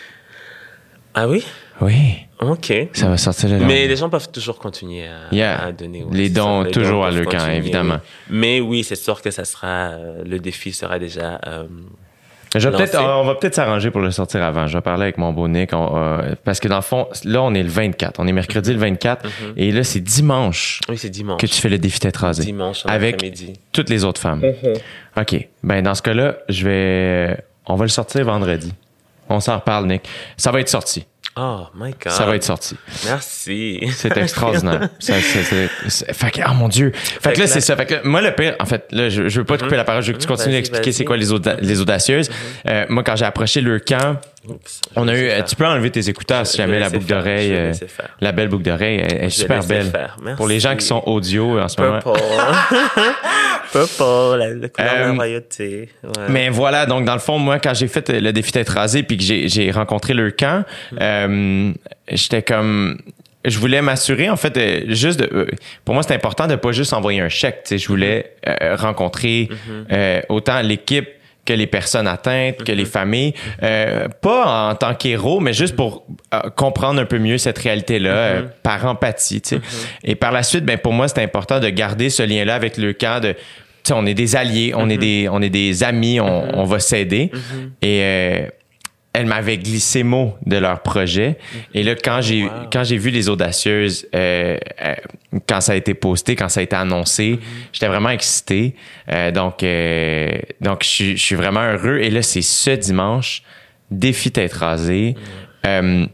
Ah oui. Oui. OK. Ça va sortir le Mais les gens peuvent toujours continuer à, yeah. à donner. Les dons, ça, les toujours dons à leur camp, évidemment. Oui. Mais oui, c'est sûr que ça sera, euh, le défi sera déjà euh, Je vais peut-être, on va peut-être s'arranger pour le sortir avant. Je vais parler avec mon beau Nick. On, euh, parce que dans le fond, là, on est le vingt-quatre. On est mercredi le vingt-quatre. Mm-hmm. Et là, c'est dimanche. Oui, c'est dimanche. Que tu fais le défi tête rasée. Dimanche, en avec après-midi. Toutes les autres femmes. Mm-hmm. OK. Ben, dans ce cas-là, je vais, on va le sortir vendredi. On s'en reparle, Nick. Ça va être sorti. Oh my God. Ça va être sorti. Merci. C'est extraordinaire. ça, c'est, c'est, c'est, fait que, oh mon Dieu. Fait, fait que là, là, c'est ça. Fait que là, moi, le pire, en fait, là, je, je veux pas mm-hmm. te couper la parole, je veux que tu continues d'expliquer c'est quoi les, auda- les audacieuses. Mm-hmm. Euh, moi, quand j'ai approché le camp, Oups, on a eu, faire. Tu peux enlever tes écouteurs si jamais la boucle faire. d'oreille, euh, la belle boucle d'oreille, elle, elle est super belle. Pour les gens qui sont audio en ce Purple. moment. Purple, la, la couleur euh, de la royauté. Ouais. Mais voilà, donc dans le fond, moi, quand j'ai fait le défi tête rasée puis que j'ai, j'ai rencontré le camp, mm. euh, j'étais comme... Je voulais m'assurer, en fait, euh, juste de... Euh, pour moi, c'est important de pas juste envoyer un chèque. Tu sais, je voulais euh, rencontrer mm-hmm. euh, autant l'équipe que les personnes atteintes, mm-hmm. que les familles. Euh, pas en tant qu'héros, mais juste pour euh, comprendre un peu mieux cette réalité-là, mm-hmm. euh, par empathie. Tu sais. Mm-hmm. Et par la suite, ben pour moi, c'est important de garder ce lien-là avec le camp de... Tu sais, on est des alliés, on, mm-hmm. est, des, on est des amis, on, mm-hmm. on va s'aider. Mm-hmm. Et... Euh, elle m'avait glissé mot de leur projet. Et là, quand j'ai, wow. quand j'ai vu les audacieuses, euh, euh, quand ça a été posté, quand ça a été annoncé, mm-hmm. j'étais vraiment excité. Euh, donc, euh, donc je, je suis vraiment heureux. Et là, c'est ce dimanche, défi tête rasée. Mm-hmm. Euh,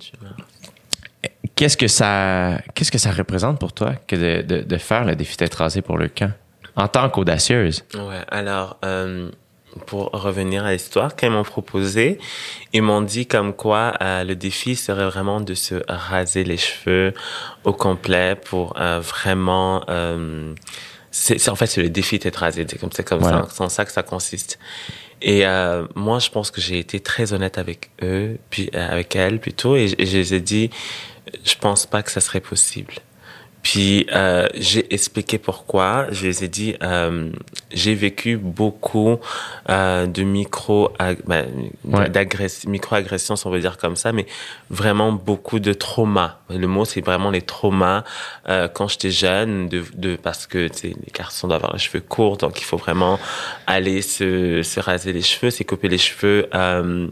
qu'est-ce que ça, qu'est-ce que ça représente pour toi que de, de, de faire le défi tête rasée pour le camp en tant qu'audacieuse? Ouais, alors... Euh... Pour revenir à l'histoire, quand ils m'ont proposé, ils m'ont dit comme quoi euh, le défi serait vraiment de se raser les cheveux au complet pour euh, vraiment... Euh, c'est, c'est, en fait, c'est le défi d'être rasé. C'est comme, c'est comme voilà. ça, c'est en ça que ça consiste. Et euh, moi, je pense que j'ai été très honnête avec eux, puis euh, avec elles plutôt, et, et je les ai dit, je pense pas que ça serait possible. Puis euh, j'ai expliqué pourquoi. Je les ai dit, euh, j'ai vécu beaucoup euh, de micro, ben, ouais. d'agress- micro-agressions, si on veut dire comme ça, mais vraiment beaucoup de traumas. Le mot, c'est vraiment les traumas euh, quand j'étais jeune, de, de parce que tu sais, les garçons doivent avoir les cheveux courts, donc il faut vraiment aller se, se raser les cheveux, se couper les cheveux. Euh,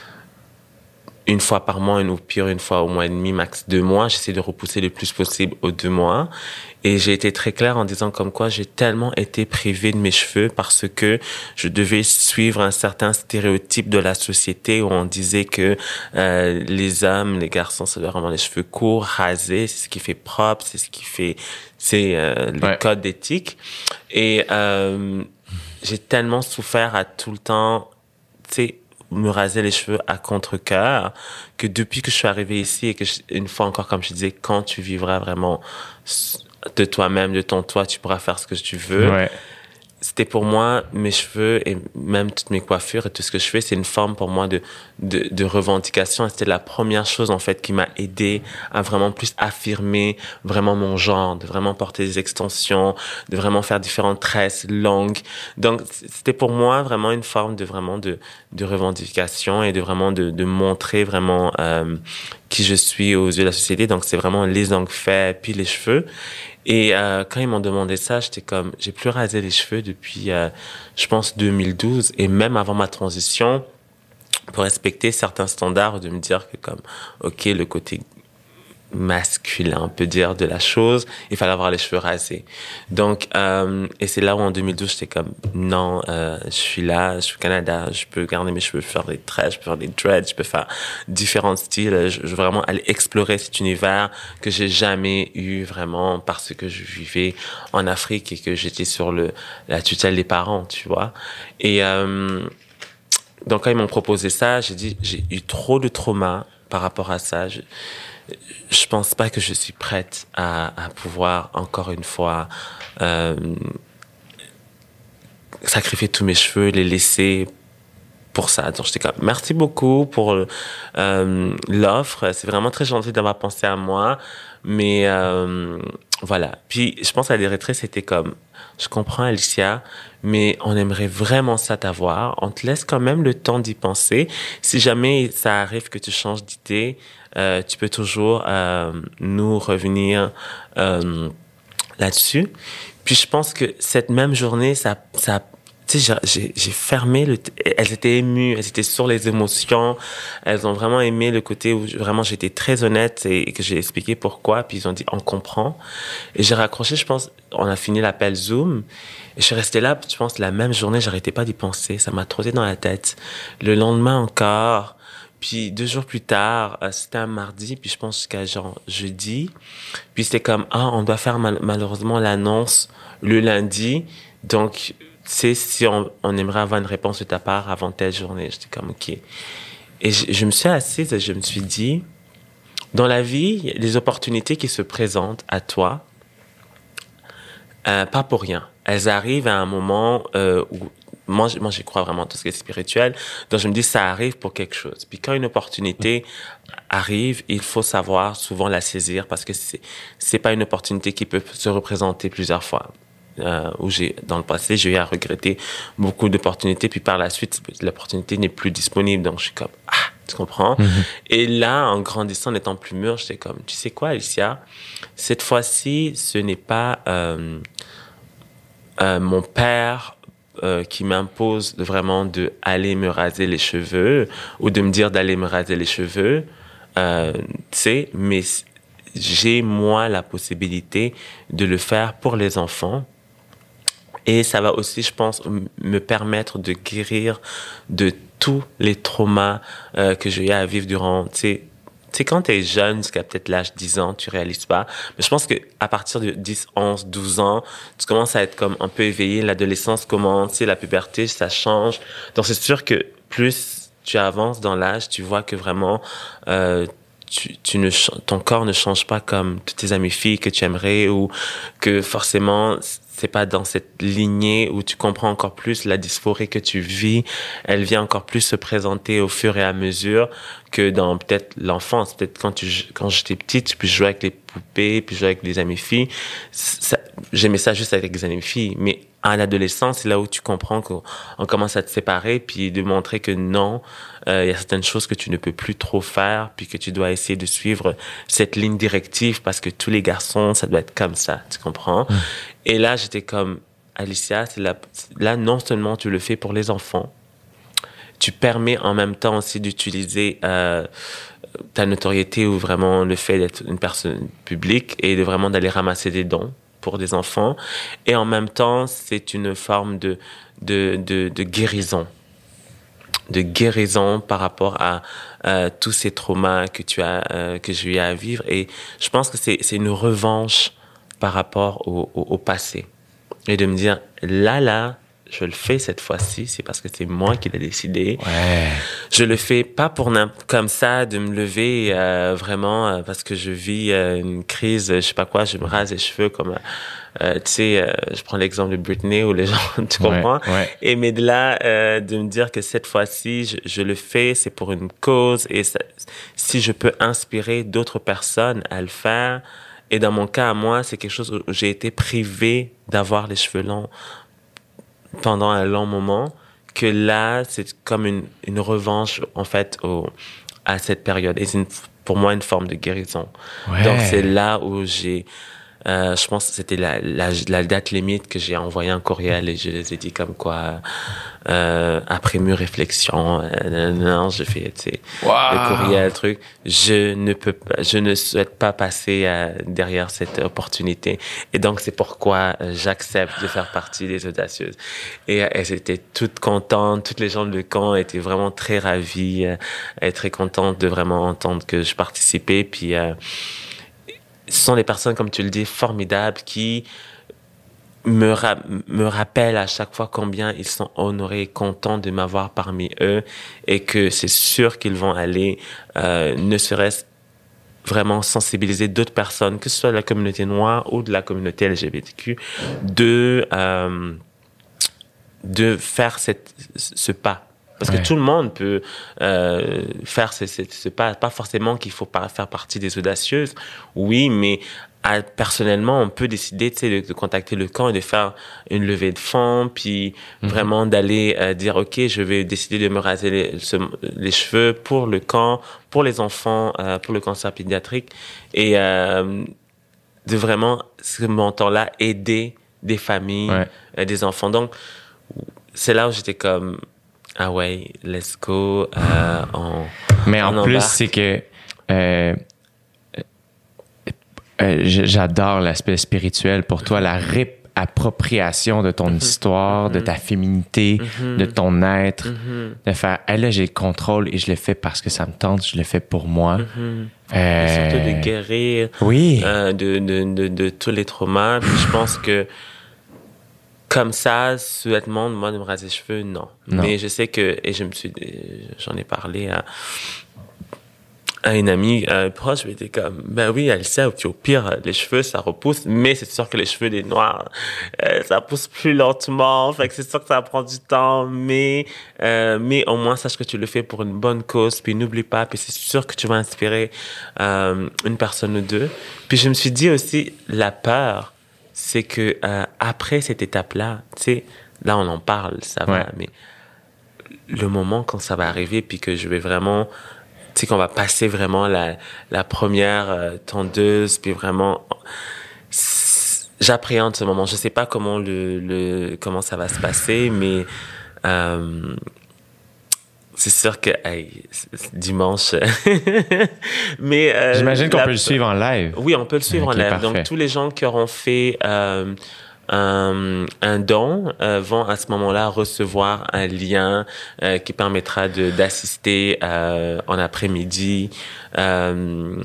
une fois par mois, ou pire, une fois au mois et demi, max deux mois. J'essaie de repousser le plus possible aux deux mois. Et j'ai été très claire en disant comme quoi j'ai tellement été privée de mes cheveux parce que je devais suivre un certain stéréotype de la société où on disait que euh, les hommes, les garçons, ça doit avoir les cheveux courts, rasés, c'est ce qui fait propre, c'est ce qui fait, c'est euh, les ouais. codes d'éthique. Et euh, j'ai tellement souffert à tout le temps, tu sais, me raser les cheveux à contre-cœur, que depuis que je suis arrivée ici et que, je, une fois encore, comme je disais, quand tu vivras vraiment de toi-même, de ton toit, tu pourras faire ce que tu veux. Ouais. C'était pour moi, mes cheveux et même toutes mes coiffures et tout ce que je fais, c'est une forme pour moi de, de, de revendication. Et c'était la première chose, en fait, qui m'a aidé à vraiment plus affirmer vraiment mon genre, de vraiment porter des extensions, de vraiment faire différentes tresses longues. Donc, c'était pour moi vraiment une forme de vraiment de, de revendication et de vraiment de, de montrer vraiment euh, qui je suis aux yeux de la société. Donc, c'est vraiment les ongles faits puis les cheveux. Et euh, quand ils m'ont demandé ça, j'étais comme, j'ai plus rasé les cheveux depuis, euh, je pense, deux mille douze. Et même avant ma transition, pour respecter certains standards, de me dire que comme, OK, le côté masculin, on peut dire, de la chose, il fallait avoir les cheveux rasés. Donc, euh, et c'est là où en deux mille douze, j'étais comme, non, euh, je suis là, je suis au Canada, je peux garder mes cheveux, faire des tresses, je peux faire des dreads, je peux faire différents styles, je, je veux vraiment aller explorer cet univers que j'ai jamais eu vraiment parce que je vivais en Afrique et que j'étais sur le, la tutelle des parents, tu vois. Et, euh, donc quand ils m'ont proposé ça, j'ai dit, j'ai eu trop de trauma par rapport à ça. Je, je pense pas que je suis prête à, à pouvoir, encore une fois, euh, sacrifier tous mes cheveux, les laisser pour ça. Donc, j'étais comme, merci beaucoup pour euh, l'offre. C'est vraiment très gentil d'avoir pensé à moi. Mais euh, voilà. Puis, je pense à des retraits, c'était comme, je comprends, Alicia, mais on aimerait vraiment ça t'avoir. On te laisse quand même le temps d'y penser. Si jamais ça arrive que tu changes d'idée, euh, tu peux toujours euh, nous revenir euh, là-dessus. Puis je pense que cette même journée, ça, ça, tu sais, j'ai, j'ai fermé le. T- elles étaient émues, elles étaient sur les émotions. Elles ont vraiment aimé le côté où vraiment j'étais très honnête et, et que j'ai expliqué pourquoi. Puis ils ont dit on comprend. Et j'ai raccroché. Je pense, on a fini l'appel Zoom. Et je suis restée là. Je pense la même journée, j'arrêtais pas d'y penser. Ça m'a trotté dans la tête. Le lendemain encore. Puis deux jours plus tard, euh, c'était un mardi, puis je pense jusqu'à genre jeudi. Puis c'était comme, ah, on doit faire mal- malheureusement l'annonce le lundi. Donc, tu sais, si on, on aimerait avoir une réponse de ta part avant telle journée. J'étais comme, OK. Et je, je me suis assise et je me suis dit, dans la vie, il y a des opportunités qui se présentent à toi, euh, pas pour rien. Elles arrivent à un moment euh, où Moi, moi, j'y crois vraiment tout ce qui est spirituel. Donc, je me dis, ça arrive pour quelque chose. Puis quand une opportunité arrive, il faut savoir souvent la saisir parce que c'est, c'est pas une opportunité qui peut se représenter plusieurs fois. Euh, où j'ai, dans le passé, j'ai eu à regretter beaucoup d'opportunités. Puis par la suite, l'opportunité n'est plus disponible. Donc, je suis comme, ah, tu comprends? Mm-hmm. Et là, en grandissant, en étant plus mûr, j'étais comme, tu sais quoi, Alicia? Cette fois-ci, ce n'est pas euh, euh, mon père Euh, qui m'impose vraiment de aller me raser les cheveux ou de me dire d'aller me raser les cheveux, euh, tu sais, mais j'ai moi la possibilité de le faire pour les enfants et ça va aussi, je pense, m- me permettre de guérir de tous les traumas euh, que j'ai eu à vivre durant, tu sais, tu sais, quand t'es jeune, jusqu'à peut-être l'âge de dix ans, tu réalises pas. Mais je pense qu'à partir de dix, onze, douze ans, tu commences à être comme un peu éveillé. L'adolescence commence, tu sais, la puberté, ça change. Donc, c'est sûr que plus tu avances dans l'âge, tu vois que vraiment, euh, tu, tu ne, ton corps ne change pas comme toutes tes amies filles que tu aimerais ou que forcément, c'est pas dans cette lignée où tu comprends encore plus la dysphorie que tu vis. Elle vient encore plus se présenter au fur et à mesure que dans peut-être l'enfance. Peut-être quand tu, quand j'étais petite, puis je jouais avec les poupées, puis je jouais avec les amies filles. Ça, j'aimais ça juste avec les amies filles. Mais à l'adolescence, c'est là où tu comprends qu'on on commence à te séparer, puis de montrer que non, il euh, y a certaines choses que tu ne peux plus trop faire, puis que tu dois essayer de suivre cette ligne directive parce que tous les garçons, ça doit être comme ça, tu comprends? Mmh. Et là, j'étais comme, Alicia, c'est là, là, non seulement tu le fais pour les enfants, tu permets en même temps aussi d'utiliser euh, ta notoriété ou vraiment le fait d'être une personne publique et de vraiment d'aller ramasser des dons pour des enfants. Et en même temps, c'est une forme de, de, de, de guérison. de guérison par rapport à euh, tous ces traumas que tu as, euh, que j'ai eu à vivre. Et je pense que c'est, c'est une revanche par rapport au, au, au passé. Et de me dire, là, là, je le fais cette fois-ci, c'est parce que c'est moi qui l'ai décidé. Ouais. Je le fais pas pour comme ça, de me lever euh, vraiment euh, parce que je vis euh, une crise, je sais pas quoi, je me rase les cheveux comme... Euh, tu sais, euh, je prends l'exemple de Britney où les gens, tu comprends? Ouais, ouais. Et mais de là, euh, de me dire que cette fois-ci, je, je le fais, c'est pour une cause. Et ça, si je peux inspirer d'autres personnes à le faire, et dans mon cas à moi, c'est quelque chose où j'ai été privée d'avoir les cheveux longs pendant un long moment, que là, c'est comme une, une revanche, en fait, au, à cette période. Et c'est une, pour moi une forme de guérison. Ouais. Donc, c'est là où j'ai... Euh, je pense que c'était la, la, la date limite que j'ai envoyé un courriel et je les ai dit comme quoi, euh, après mûre réflexion, euh, non, je fais, tu sais, wow. le courriel, truc. Je ne peux pas, je ne souhaite pas passer euh, derrière cette opportunité. Et donc, c'est pourquoi j'accepte de faire partie des Audacieuses. Et elles étaient toutes contentes. Toutes les gens du camp étaient vraiment très ravis euh, et très contentes de vraiment entendre que je participais. Puis, euh, ce sont des personnes, comme tu le dis, formidables qui me, ra- me rappellent à chaque fois combien ils sont honorés et contents de m'avoir parmi eux et que c'est sûr qu'ils vont aller, euh, ne serait-ce vraiment sensibiliser d'autres personnes, que ce soit de la communauté noire ou de la communauté L G B T Q, de, euh, de faire cette, ce pas. Parce ouais. que tout le monde peut euh, faire ce, ce, ce pas. Pas forcément qu'il faut pas faire partie des Audacieuses, oui, mais à, personnellement, on peut décider, tu sais, de, de contacter le camp et de faire une levée de fonds, puis mm-hmm. vraiment d'aller euh, dire, ok, je vais décider de me raser les, ce, les cheveux pour le camp, pour les enfants, euh, pour le cancer pédiatrique, et euh, de vraiment, ce montant-là, aider des familles, ouais. euh, des enfants. Donc, c'est là où j'étais comme, ah ouais, let's go. Euh, on, Mais en on plus, embarque. c'est que euh, euh, j'adore l'aspect spirituel pour toi, la réappropriation de ton mm-hmm. histoire, mm-hmm. de ta féminité, mm-hmm. de ton être, mm-hmm. de faire, hey, là, j'ai le contrôle et je le fais parce que ça me tente, je le fais pour moi. Mm-hmm. Euh... Et surtout de guérir oui. euh, de, de, de, de tous les traumas. Puis je pense que comme ça, souhaitement, moi, de me raser les cheveux, non. non. Mais je sais que, et je me suis, j'en ai parlé à, à une amie euh, proche, je m'étais comme, ben oui, elle sait, au pire, les cheveux, ça repousse, mais c'est sûr que les cheveux des Noirs, euh, ça pousse plus lentement, fait que c'est sûr que ça prend du temps, mais, euh, mais au moins, sache que tu le fais pour une bonne cause, puis n'oublie pas, puis c'est sûr que tu vas inspirer euh, une personne ou deux. Puis je me suis dit aussi, la peur, c'est que euh, après cette étape-là, tu sais, là on en parle, ça va, ouais. mais le moment quand ça va arriver, puis que je vais vraiment, tu sais, qu'on va passer vraiment la, la première euh, tondeuse, puis vraiment, j'appréhende ce moment. Je sais pas comment le, le comment ça va se passer, mais euh, c'est sûr que hey, dimanche. mais euh, j'imagine qu'on la... peut le suivre en live. Oui, on peut le suivre okay, en live. Parfait. Donc tous les gens qui auront fait euh, un, un don euh, vont à ce moment-là recevoir un lien euh, qui permettra de d'assister euh, en après-midi. Euh,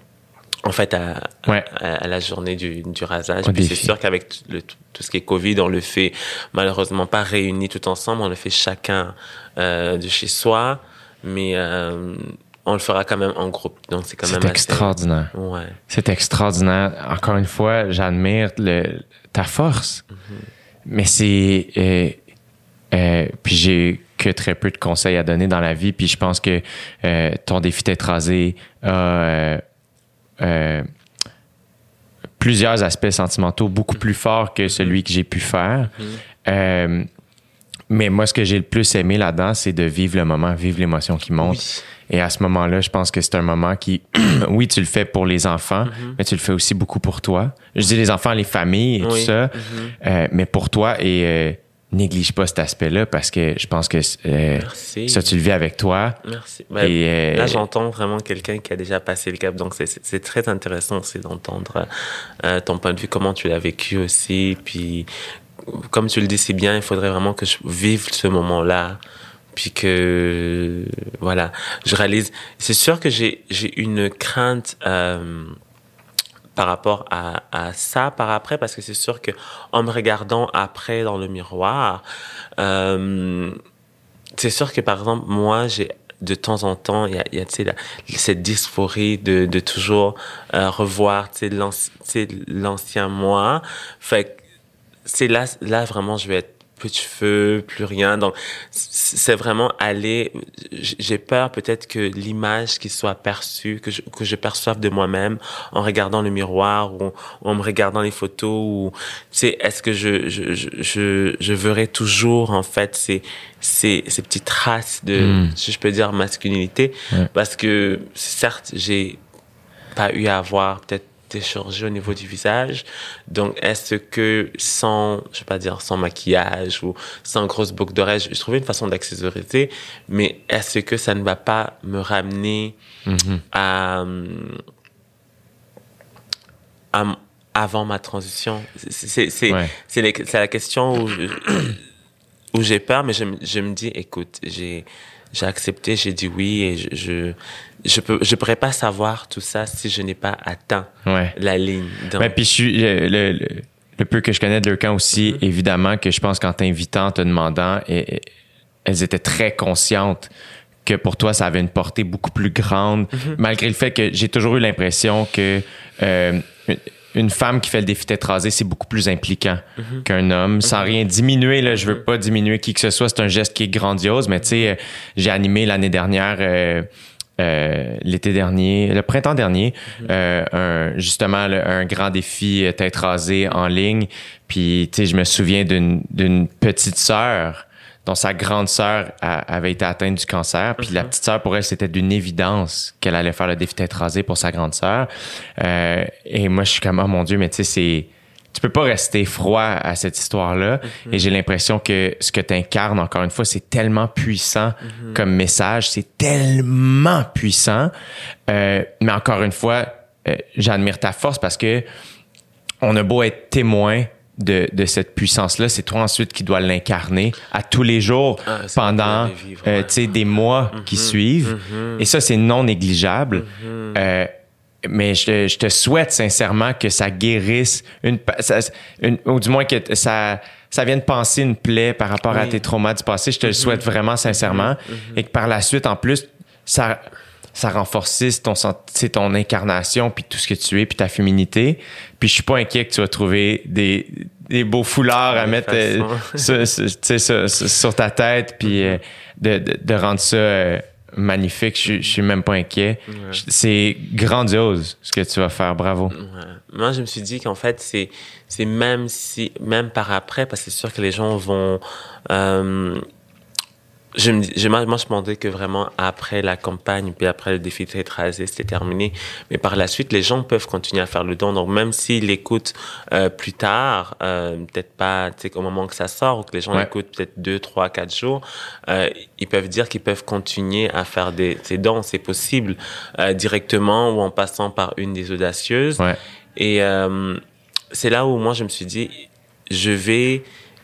En fait, à, ouais. à, à la journée du, du rasage. Puis c'est sûr qu'avec le, tout ce qui est Covid, on le fait malheureusement pas réunis tout ensemble. On le fait chacun euh, de chez soi, mais euh, on le fera quand même en groupe. Donc c'est quand c'est même assez... extraordinaire. Ouais. C'est extraordinaire. Encore une fois, j'admire le, ta force. Mm-hmm. Mais c'est euh, euh, puis j'ai que très peu de conseils à donner dans la vie. Puis je pense que euh, ton défi d'être rasé a euh, Euh, plusieurs aspects sentimentaux beaucoup plus forts que celui que j'ai pu faire. Mm. Euh, mais moi, ce que j'ai le plus aimé là-dedans, c'est de vivre le moment, vivre l'émotion qui monte. Oui. Et à ce moment-là, je pense que c'est un moment qui, oui, tu le fais pour les enfants, mm-hmm. mais tu le fais aussi beaucoup pour toi. Je dis les enfants, les familles et oui. tout ça, mm-hmm. euh, mais pour toi et... Euh, néglige pas cet aspect-là parce que je pense que euh, ça, tu le vis avec toi. Merci. Ben, et, euh, là, j'entends vraiment quelqu'un qui a déjà passé le cap. Donc, c'est, c'est, c'est très intéressant aussi d'entendre euh, ton point de vue, comment tu l'as vécu aussi. Puis, comme tu le dis si bien, il faudrait vraiment que je vive ce moment-là. Puis que, voilà, je réalise... C'est sûr que j'ai, j'ai une crainte... Euh, par rapport à, à ça par après, parce que c'est sûr que en me regardant après dans le miroir, euh, c'est sûr que par exemple moi j'ai de temps en temps il y a, il y a tu sais la, cette dysphorie de de toujours euh, revoir tu sais l'ancien, tu sais, l'ancien moi, fait que c'est là là vraiment je vais être plus de cheveux, plus rien. Donc, c'est vraiment aller... J'ai peur peut-être que l'image qui soit perçue, que je, que je perçoive de moi-même en regardant le miroir ou, ou en me regardant les photos, ou, tu sais, est-ce que je, je, je, je, je verrai toujours, en fait, ces, ces, ces petites traces de, mm. si je peux dire, masculinité. Ouais. Parce que, certes, j'ai pas eu à avoir peut-être déchargé au niveau du visage. Donc, est-ce que sans, je vais pas dire sans maquillage ou sans grosse boucle d'oreille, je, je trouvais une façon d'accessoriser, mais est-ce que ça ne va pas me ramener mm-hmm. à, à, avant ma transition? C'est, c'est, c'est, ouais. c'est, les, c'est la question où, je, où j'ai peur, mais je, je me dis, écoute, j'ai, j'ai accepté, j'ai dit oui, et je, je, je peux, je pourrais pas savoir tout ça si je n'ai pas atteint ouais. la ligne. Donc... Ben, puis je suis, le, le, le, le peu que je connais de leur camp aussi, mm-hmm. évidemment que je pense qu'en t'invitant, te demandant, et, et, elles étaient très conscientes que pour toi, ça avait une portée beaucoup plus grande, mm-hmm. malgré le fait que j'ai toujours eu l'impression que euh, une femme qui fait le défi tête rasée, c'est beaucoup plus impliquant mm-hmm. qu'un homme. Mm-hmm. Sans rien diminuer, là, je veux pas diminuer qui que ce soit. C'est un geste qui est grandiose, mais tu sais, j'ai animé l'année dernière, euh, euh, l'été dernier, le printemps dernier, mm-hmm. euh, un, justement le, un grand défi tête rasée en ligne. Puis, tu sais, je me souviens d'une, d'une petite sœur dont sa grande sœur a, avait été atteinte du cancer. Puis mm-hmm. la petite sœur, pour elle, c'était d'une évidence qu'elle allait faire le défi tête rasée pour sa grande sœur. Euh, et moi, je suis comme, oh mon Dieu, mais tu sais, c'est... Tu peux pas rester froid à cette histoire-là. Mm-hmm. Et j'ai l'impression que ce que tu incarnes, encore une fois, c'est tellement puissant mm-hmm. comme message. C'est tellement puissant. Euh, mais encore une fois, euh, j'admire ta force parce que on a beau être témoin De, de cette puissance-là, c'est toi ensuite qui dois l'incarner à tous les jours ah, pendant vivre, ouais. euh, tu sais, des mois mm-hmm, qui suivent. Mm-hmm. Et ça, c'est non négligeable. Mm-hmm. Euh, mais je, je te souhaite sincèrement que ça guérisse, une, ça, une, ou du moins que ça, ça vienne penser une plaie par rapport oui. à tes traumas du passé. Je te mm-hmm. le souhaite vraiment sincèrement. Mm-hmm. Et que par la suite, en plus, ça... ça renforcisse ton, ton incarnation, puis tout ce que tu es, puis ta féminité. Puis je suis pas inquiet que tu vas trouver des, des beaux foulards à mettre euh, sur, sur, sur, sur ta tête, puis euh, de, de, de rendre ça euh, magnifique. Je, je suis même pas inquiet. Ouais. C'est grandiose ce que tu vas faire. Bravo. Ouais. Moi, je me suis dit qu'en fait, c'est, c'est même si, même par après, parce que c'est sûr que les gens vont... Euh, Je me, je, moi, je me disais que vraiment après la campagne, puis après le défi tête rasée, c'était terminé. Mais par la suite, les gens peuvent continuer à faire le don. Donc, même s'ils l'écoutent euh, plus tard, euh, peut-être pas, tu sais, au moment que ça sort, ou que les gens ouais. l'écoutent peut-être deux, trois, quatre jours, euh, ils peuvent dire qu'ils peuvent continuer à faire des, ces dons. C'est possible, euh, directement ou en passant par une des audacieuses. Ouais. Et euh, c'est là où moi, je me suis dit, je vais...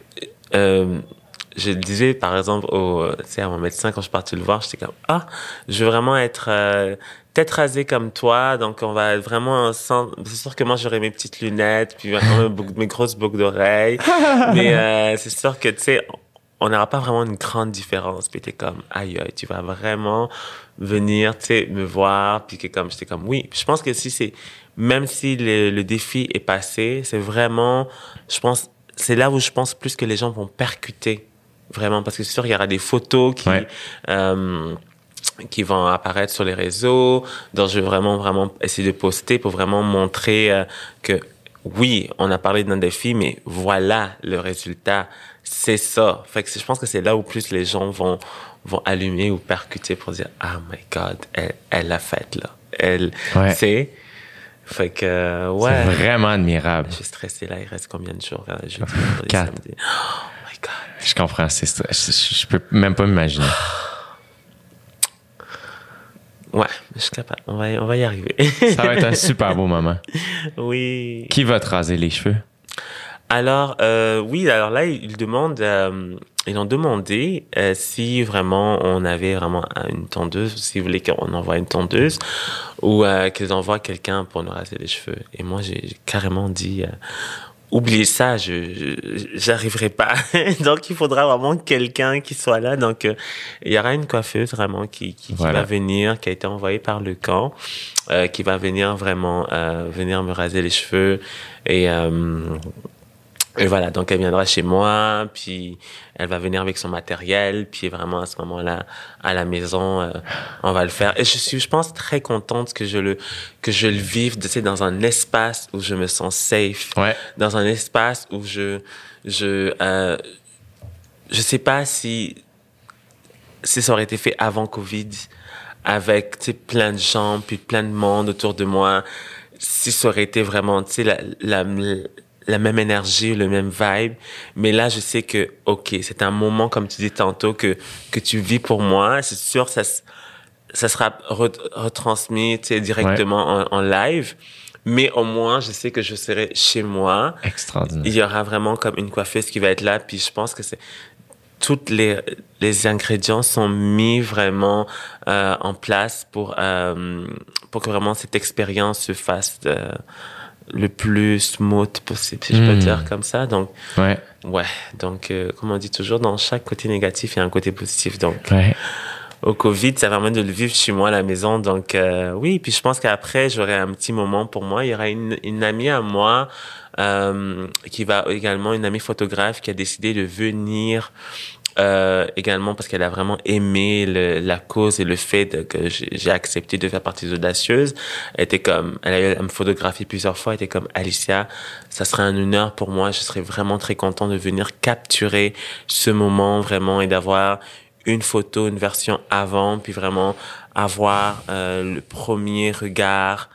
Euh, Je disais, par exemple, au, tu sais, à mon médecin, quand je suis partie le voir, j'étais comme, ah, je veux vraiment être euh, tête rasée comme toi, donc on va vraiment... Sans... C'est sûr que moi, j'aurais mes petites lunettes, puis mes grosses boucles d'oreilles, mais euh, c'est sûr que, tu sais, on n'aura pas vraiment une grande différence. Puis t'es comme, aïe, aïe, tu vas vraiment venir, tu sais, me voir, puis que comme, j'étais comme, oui. Puis je pense que si c'est... Même si le, le défi est passé, c'est vraiment... Je pense... C'est là où je pense plus que les gens vont percuter. Vraiment, parce que c'est sûr, il y aura des photos qui, ouais. euh, qui vont apparaître sur les réseaux, donc je vais vraiment, vraiment essayer de poster pour vraiment montrer euh, que, oui, on a parlé d'un défi, mais voilà le résultat, c'est ça. Fait que je pense que c'est là où plus les gens vont, vont allumer ou percuter pour dire, ah my God, elle, elle l'a fait, là. Elle, ouais. c'est... Fait que, ouais. C'est vraiment admirable. Je suis stressé, là, il reste combien de jours? Jeudi, Quatre. Samedi. Oh my God. Je comprends, c'est ça. Je, je peux même pas m'imaginer. Ouais, je suis capable. On va, on va y arriver. Ça va être un super beau moment. Oui. Qui va te raser les cheveux? Alors, euh, oui, alors là, ils demandent, euh, ils ont demandé euh, si vraiment on avait vraiment une tondeuse, s'ils voulaient qu'on envoie une tondeuse ou euh, qu'ils envoient quelqu'un pour nous raser les cheveux. Et moi, j'ai, j'ai carrément dit... Euh, oubliez ça, je, je j'arriverai pas. Donc il faudra vraiment quelqu'un qui soit là. Donc euh, il y aura une coiffeuse vraiment qui qui, voilà. qui va venir, qui a été envoyée par le camp, euh, qui va venir vraiment euh, venir me raser les cheveux et euh, et voilà, donc elle viendra chez moi, puis elle va venir avec son matériel, puis vraiment à ce moment-là, à la maison, euh, on va le faire. Et je suis, je pense, très contente que je le, que je le vive, tu sais, dans un espace où je me sens safe, ouais. dans un espace où je, je, euh, je sais pas si, si ça aurait été fait avant Covid, avec, tu sais, plein de gens, puis plein de monde autour de moi. si ça aurait été vraiment, tu sais, la, la, la même énergie, le même vibe. Mais là, je sais que, OK, c'est un moment, comme tu dis tantôt, que, que tu vis pour moi. C'est sûr, ça, ça sera retransmis, tu sais, directement ouais. en, en live. Mais au moins, je sais que je serai chez moi. Extraordinaire. Il y aura vraiment comme une coiffeuse qui va être là. Puis je pense que c'est... Toutes les, les ingrédients sont mis vraiment euh, en place pour, euh, pour que vraiment cette expérience se fasse euh, le plus smooth possible, si mmh. je peux dire comme ça. Donc, ouais. Ouais. Donc, euh, comme on dit toujours, dans chaque côté négatif, il y a un côté positif. Donc, ouais. au Covid, ça permet de le vivre chez moi à la maison. Donc, euh, oui. Puis je pense qu'après, j'aurai un petit moment pour moi. Il y aura une, une amie à moi euh, qui va également, une amie photographe qui a décidé de venir euh, également parce qu'elle a vraiment aimé le, la cause et le fait de, que j'ai, j'ai accepté de faire partie d'Audacieuse. Elle était comme, elle a eu à me photographier plusieurs fois. Elle était comme, Alicia, ça serait un honneur pour moi. Je serais vraiment très content de venir capturer ce moment vraiment et d'avoir une photo, une version avant, puis vraiment avoir euh, le premier regard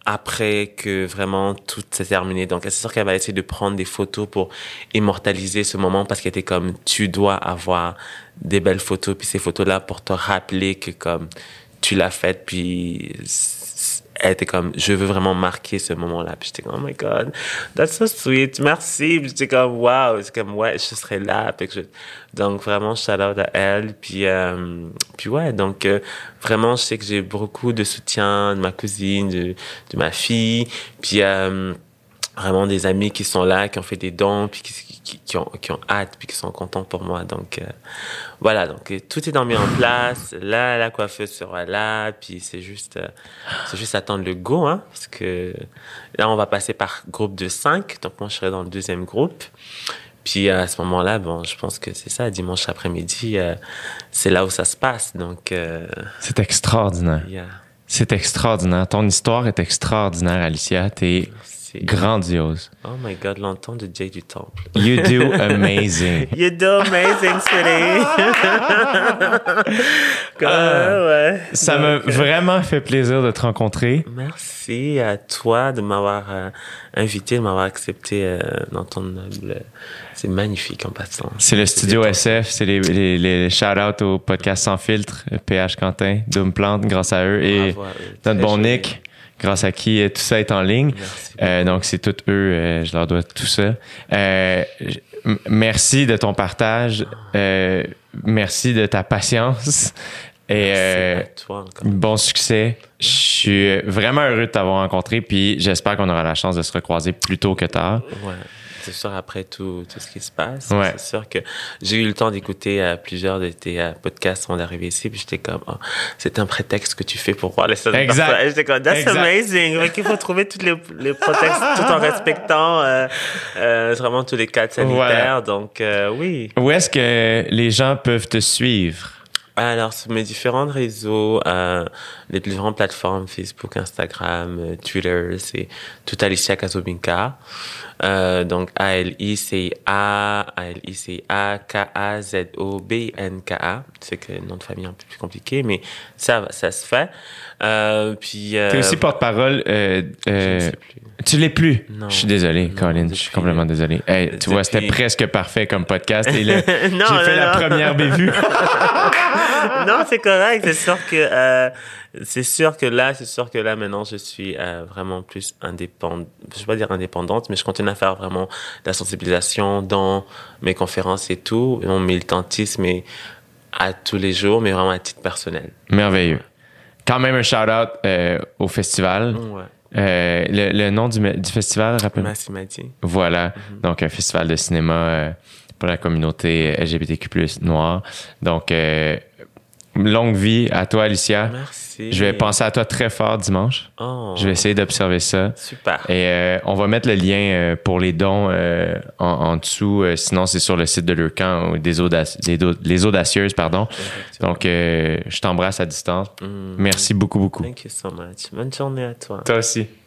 après que vraiment tout s'est terminé. Donc, c'est sûr qu'elle va essayer de prendre des photos pour immortaliser ce moment parce qu'elle était comme, tu dois avoir des belles photos, puis ces photos-là pour te rappeler que comme tu l'as fait, puis elle était comme, je veux vraiment marquer ce moment-là. Puis j'étais comme, oh my God, that's so sweet, merci. Puis j'étais comme, wow, c'est comme, ouais, je serais là. Puis je... Donc vraiment, shout out à elle. Puis, euh, puis ouais, donc euh, vraiment, je sais que j'ai beaucoup de soutien de ma cousine, de, de ma fille. Puis euh, vraiment des amis qui sont là, qui ont fait des dons, puis qui, qui, qui, ont, qui ont hâte, puis qui sont contents pour moi. Donc euh, voilà, donc euh, tout est mis en place. Là, la coiffeuse sera là, puis c'est juste, euh, c'est juste attendre le go, hein, parce que là, on va passer par groupe de cinq. Donc moi, je serai dans le deuxième groupe. Puis à ce moment-là, bon, je pense que c'est ça, dimanche après-midi, euh, c'est là où ça se passe. Donc euh, c'est extraordinaire. Yeah. C'est extraordinaire. Ton histoire est extraordinaire, Alicia. T'es Merci. Grandiose. Oh my God, l'entend de Jay du Temple. You do amazing. You do amazing, City. euh, ouais. Ça m'a vraiment fait plaisir de te rencontrer. Merci à toi de m'avoir euh, invité, de m'avoir accepté euh, dans ton noble. C'est magnifique en passant. C'est le studio S F, c'est les, les, les shout-outs au podcast Sans Filtre, P H Quentin, Doom Plante, grâce à eux, et Bravo, notre bon joli. Nick, grâce à qui tout ça est en ligne. Euh, donc, c'est tous eux, euh, je leur dois tout ça. Euh, merci de ton partage. Euh, merci de ta patience. Et euh, toi, bon succès. Je suis vraiment heureux de t'avoir rencontré, puis j'espère qu'on aura la chance de se recroiser plus tôt que tard. Ouais. C'est sûr, après tout, tout ce qui se passe, ouais. c'est sûr que j'ai eu le temps d'écouter euh, plusieurs de tes euh, podcasts avant d'arriver ici, puis j'étais comme, oh, c'est un prétexte que tu fais pour voir les choses. Exact. J'étais comme, that's exact. Amazing. Donc, il faut trouver tous les, les prétextes tout en respectant euh, euh, vraiment tous les cadres sanitaires. Voilà. Donc, euh, oui. Où est-ce que les gens peuvent te suivre? Alors, sur mes différents réseaux, euh, les différentes plateformes, Facebook, Instagram, euh, Twitter, c'est tout Alicia Kazobinka. Euh, donc, A L I C A, A L I C A, K A Z O B N K A. C'est que le nom de famille est un peu plus compliqué, mais ça, ça se fait. Euh, puis, euh, t'es aussi porte-parole. Euh, euh, je ne sais plus. Tu l'es plus? Non. Je suis désolé, non, Colin. Je suis complètement désolé. Hey, tu depuis... vois, c'était presque parfait comme podcast. Et le... non, j'ai non, fait non. la première bévue. Non, c'est correct. C'est sûr que euh, c'est sûr que là, c'est sûr que là maintenant, je suis euh, vraiment plus indépendante. Je vais pas dire indépendante, mais je continue à faire vraiment de la sensibilisation dans mes conférences et tout, mon militantisme et à tous les jours, mais vraiment à titre personnel. Merveilleux. Quand même un shout-out euh, au festival. Ouais. Euh, le, le nom du, du festival, rappelle-moi. Massimati. Voilà. Mm-hmm. Donc, un festival de cinéma euh, pour la communauté L G B T Q plus, noire. Donc, euh, longue vie à toi, Alicia. Merci. Je vais penser à toi très fort dimanche. Oh. Je vais essayer d'observer ça. Super. Et euh, on va mettre le lien euh, pour les dons euh, en, en dessous. Euh, sinon, c'est sur le site de Lurcan ou des, audaci- des do- les audacieuses, pardon. Exactement. Donc, euh, je t'embrasse à distance. Mm. Merci beaucoup, beaucoup. Thank you so much. Bonne journée à toi. Toi aussi.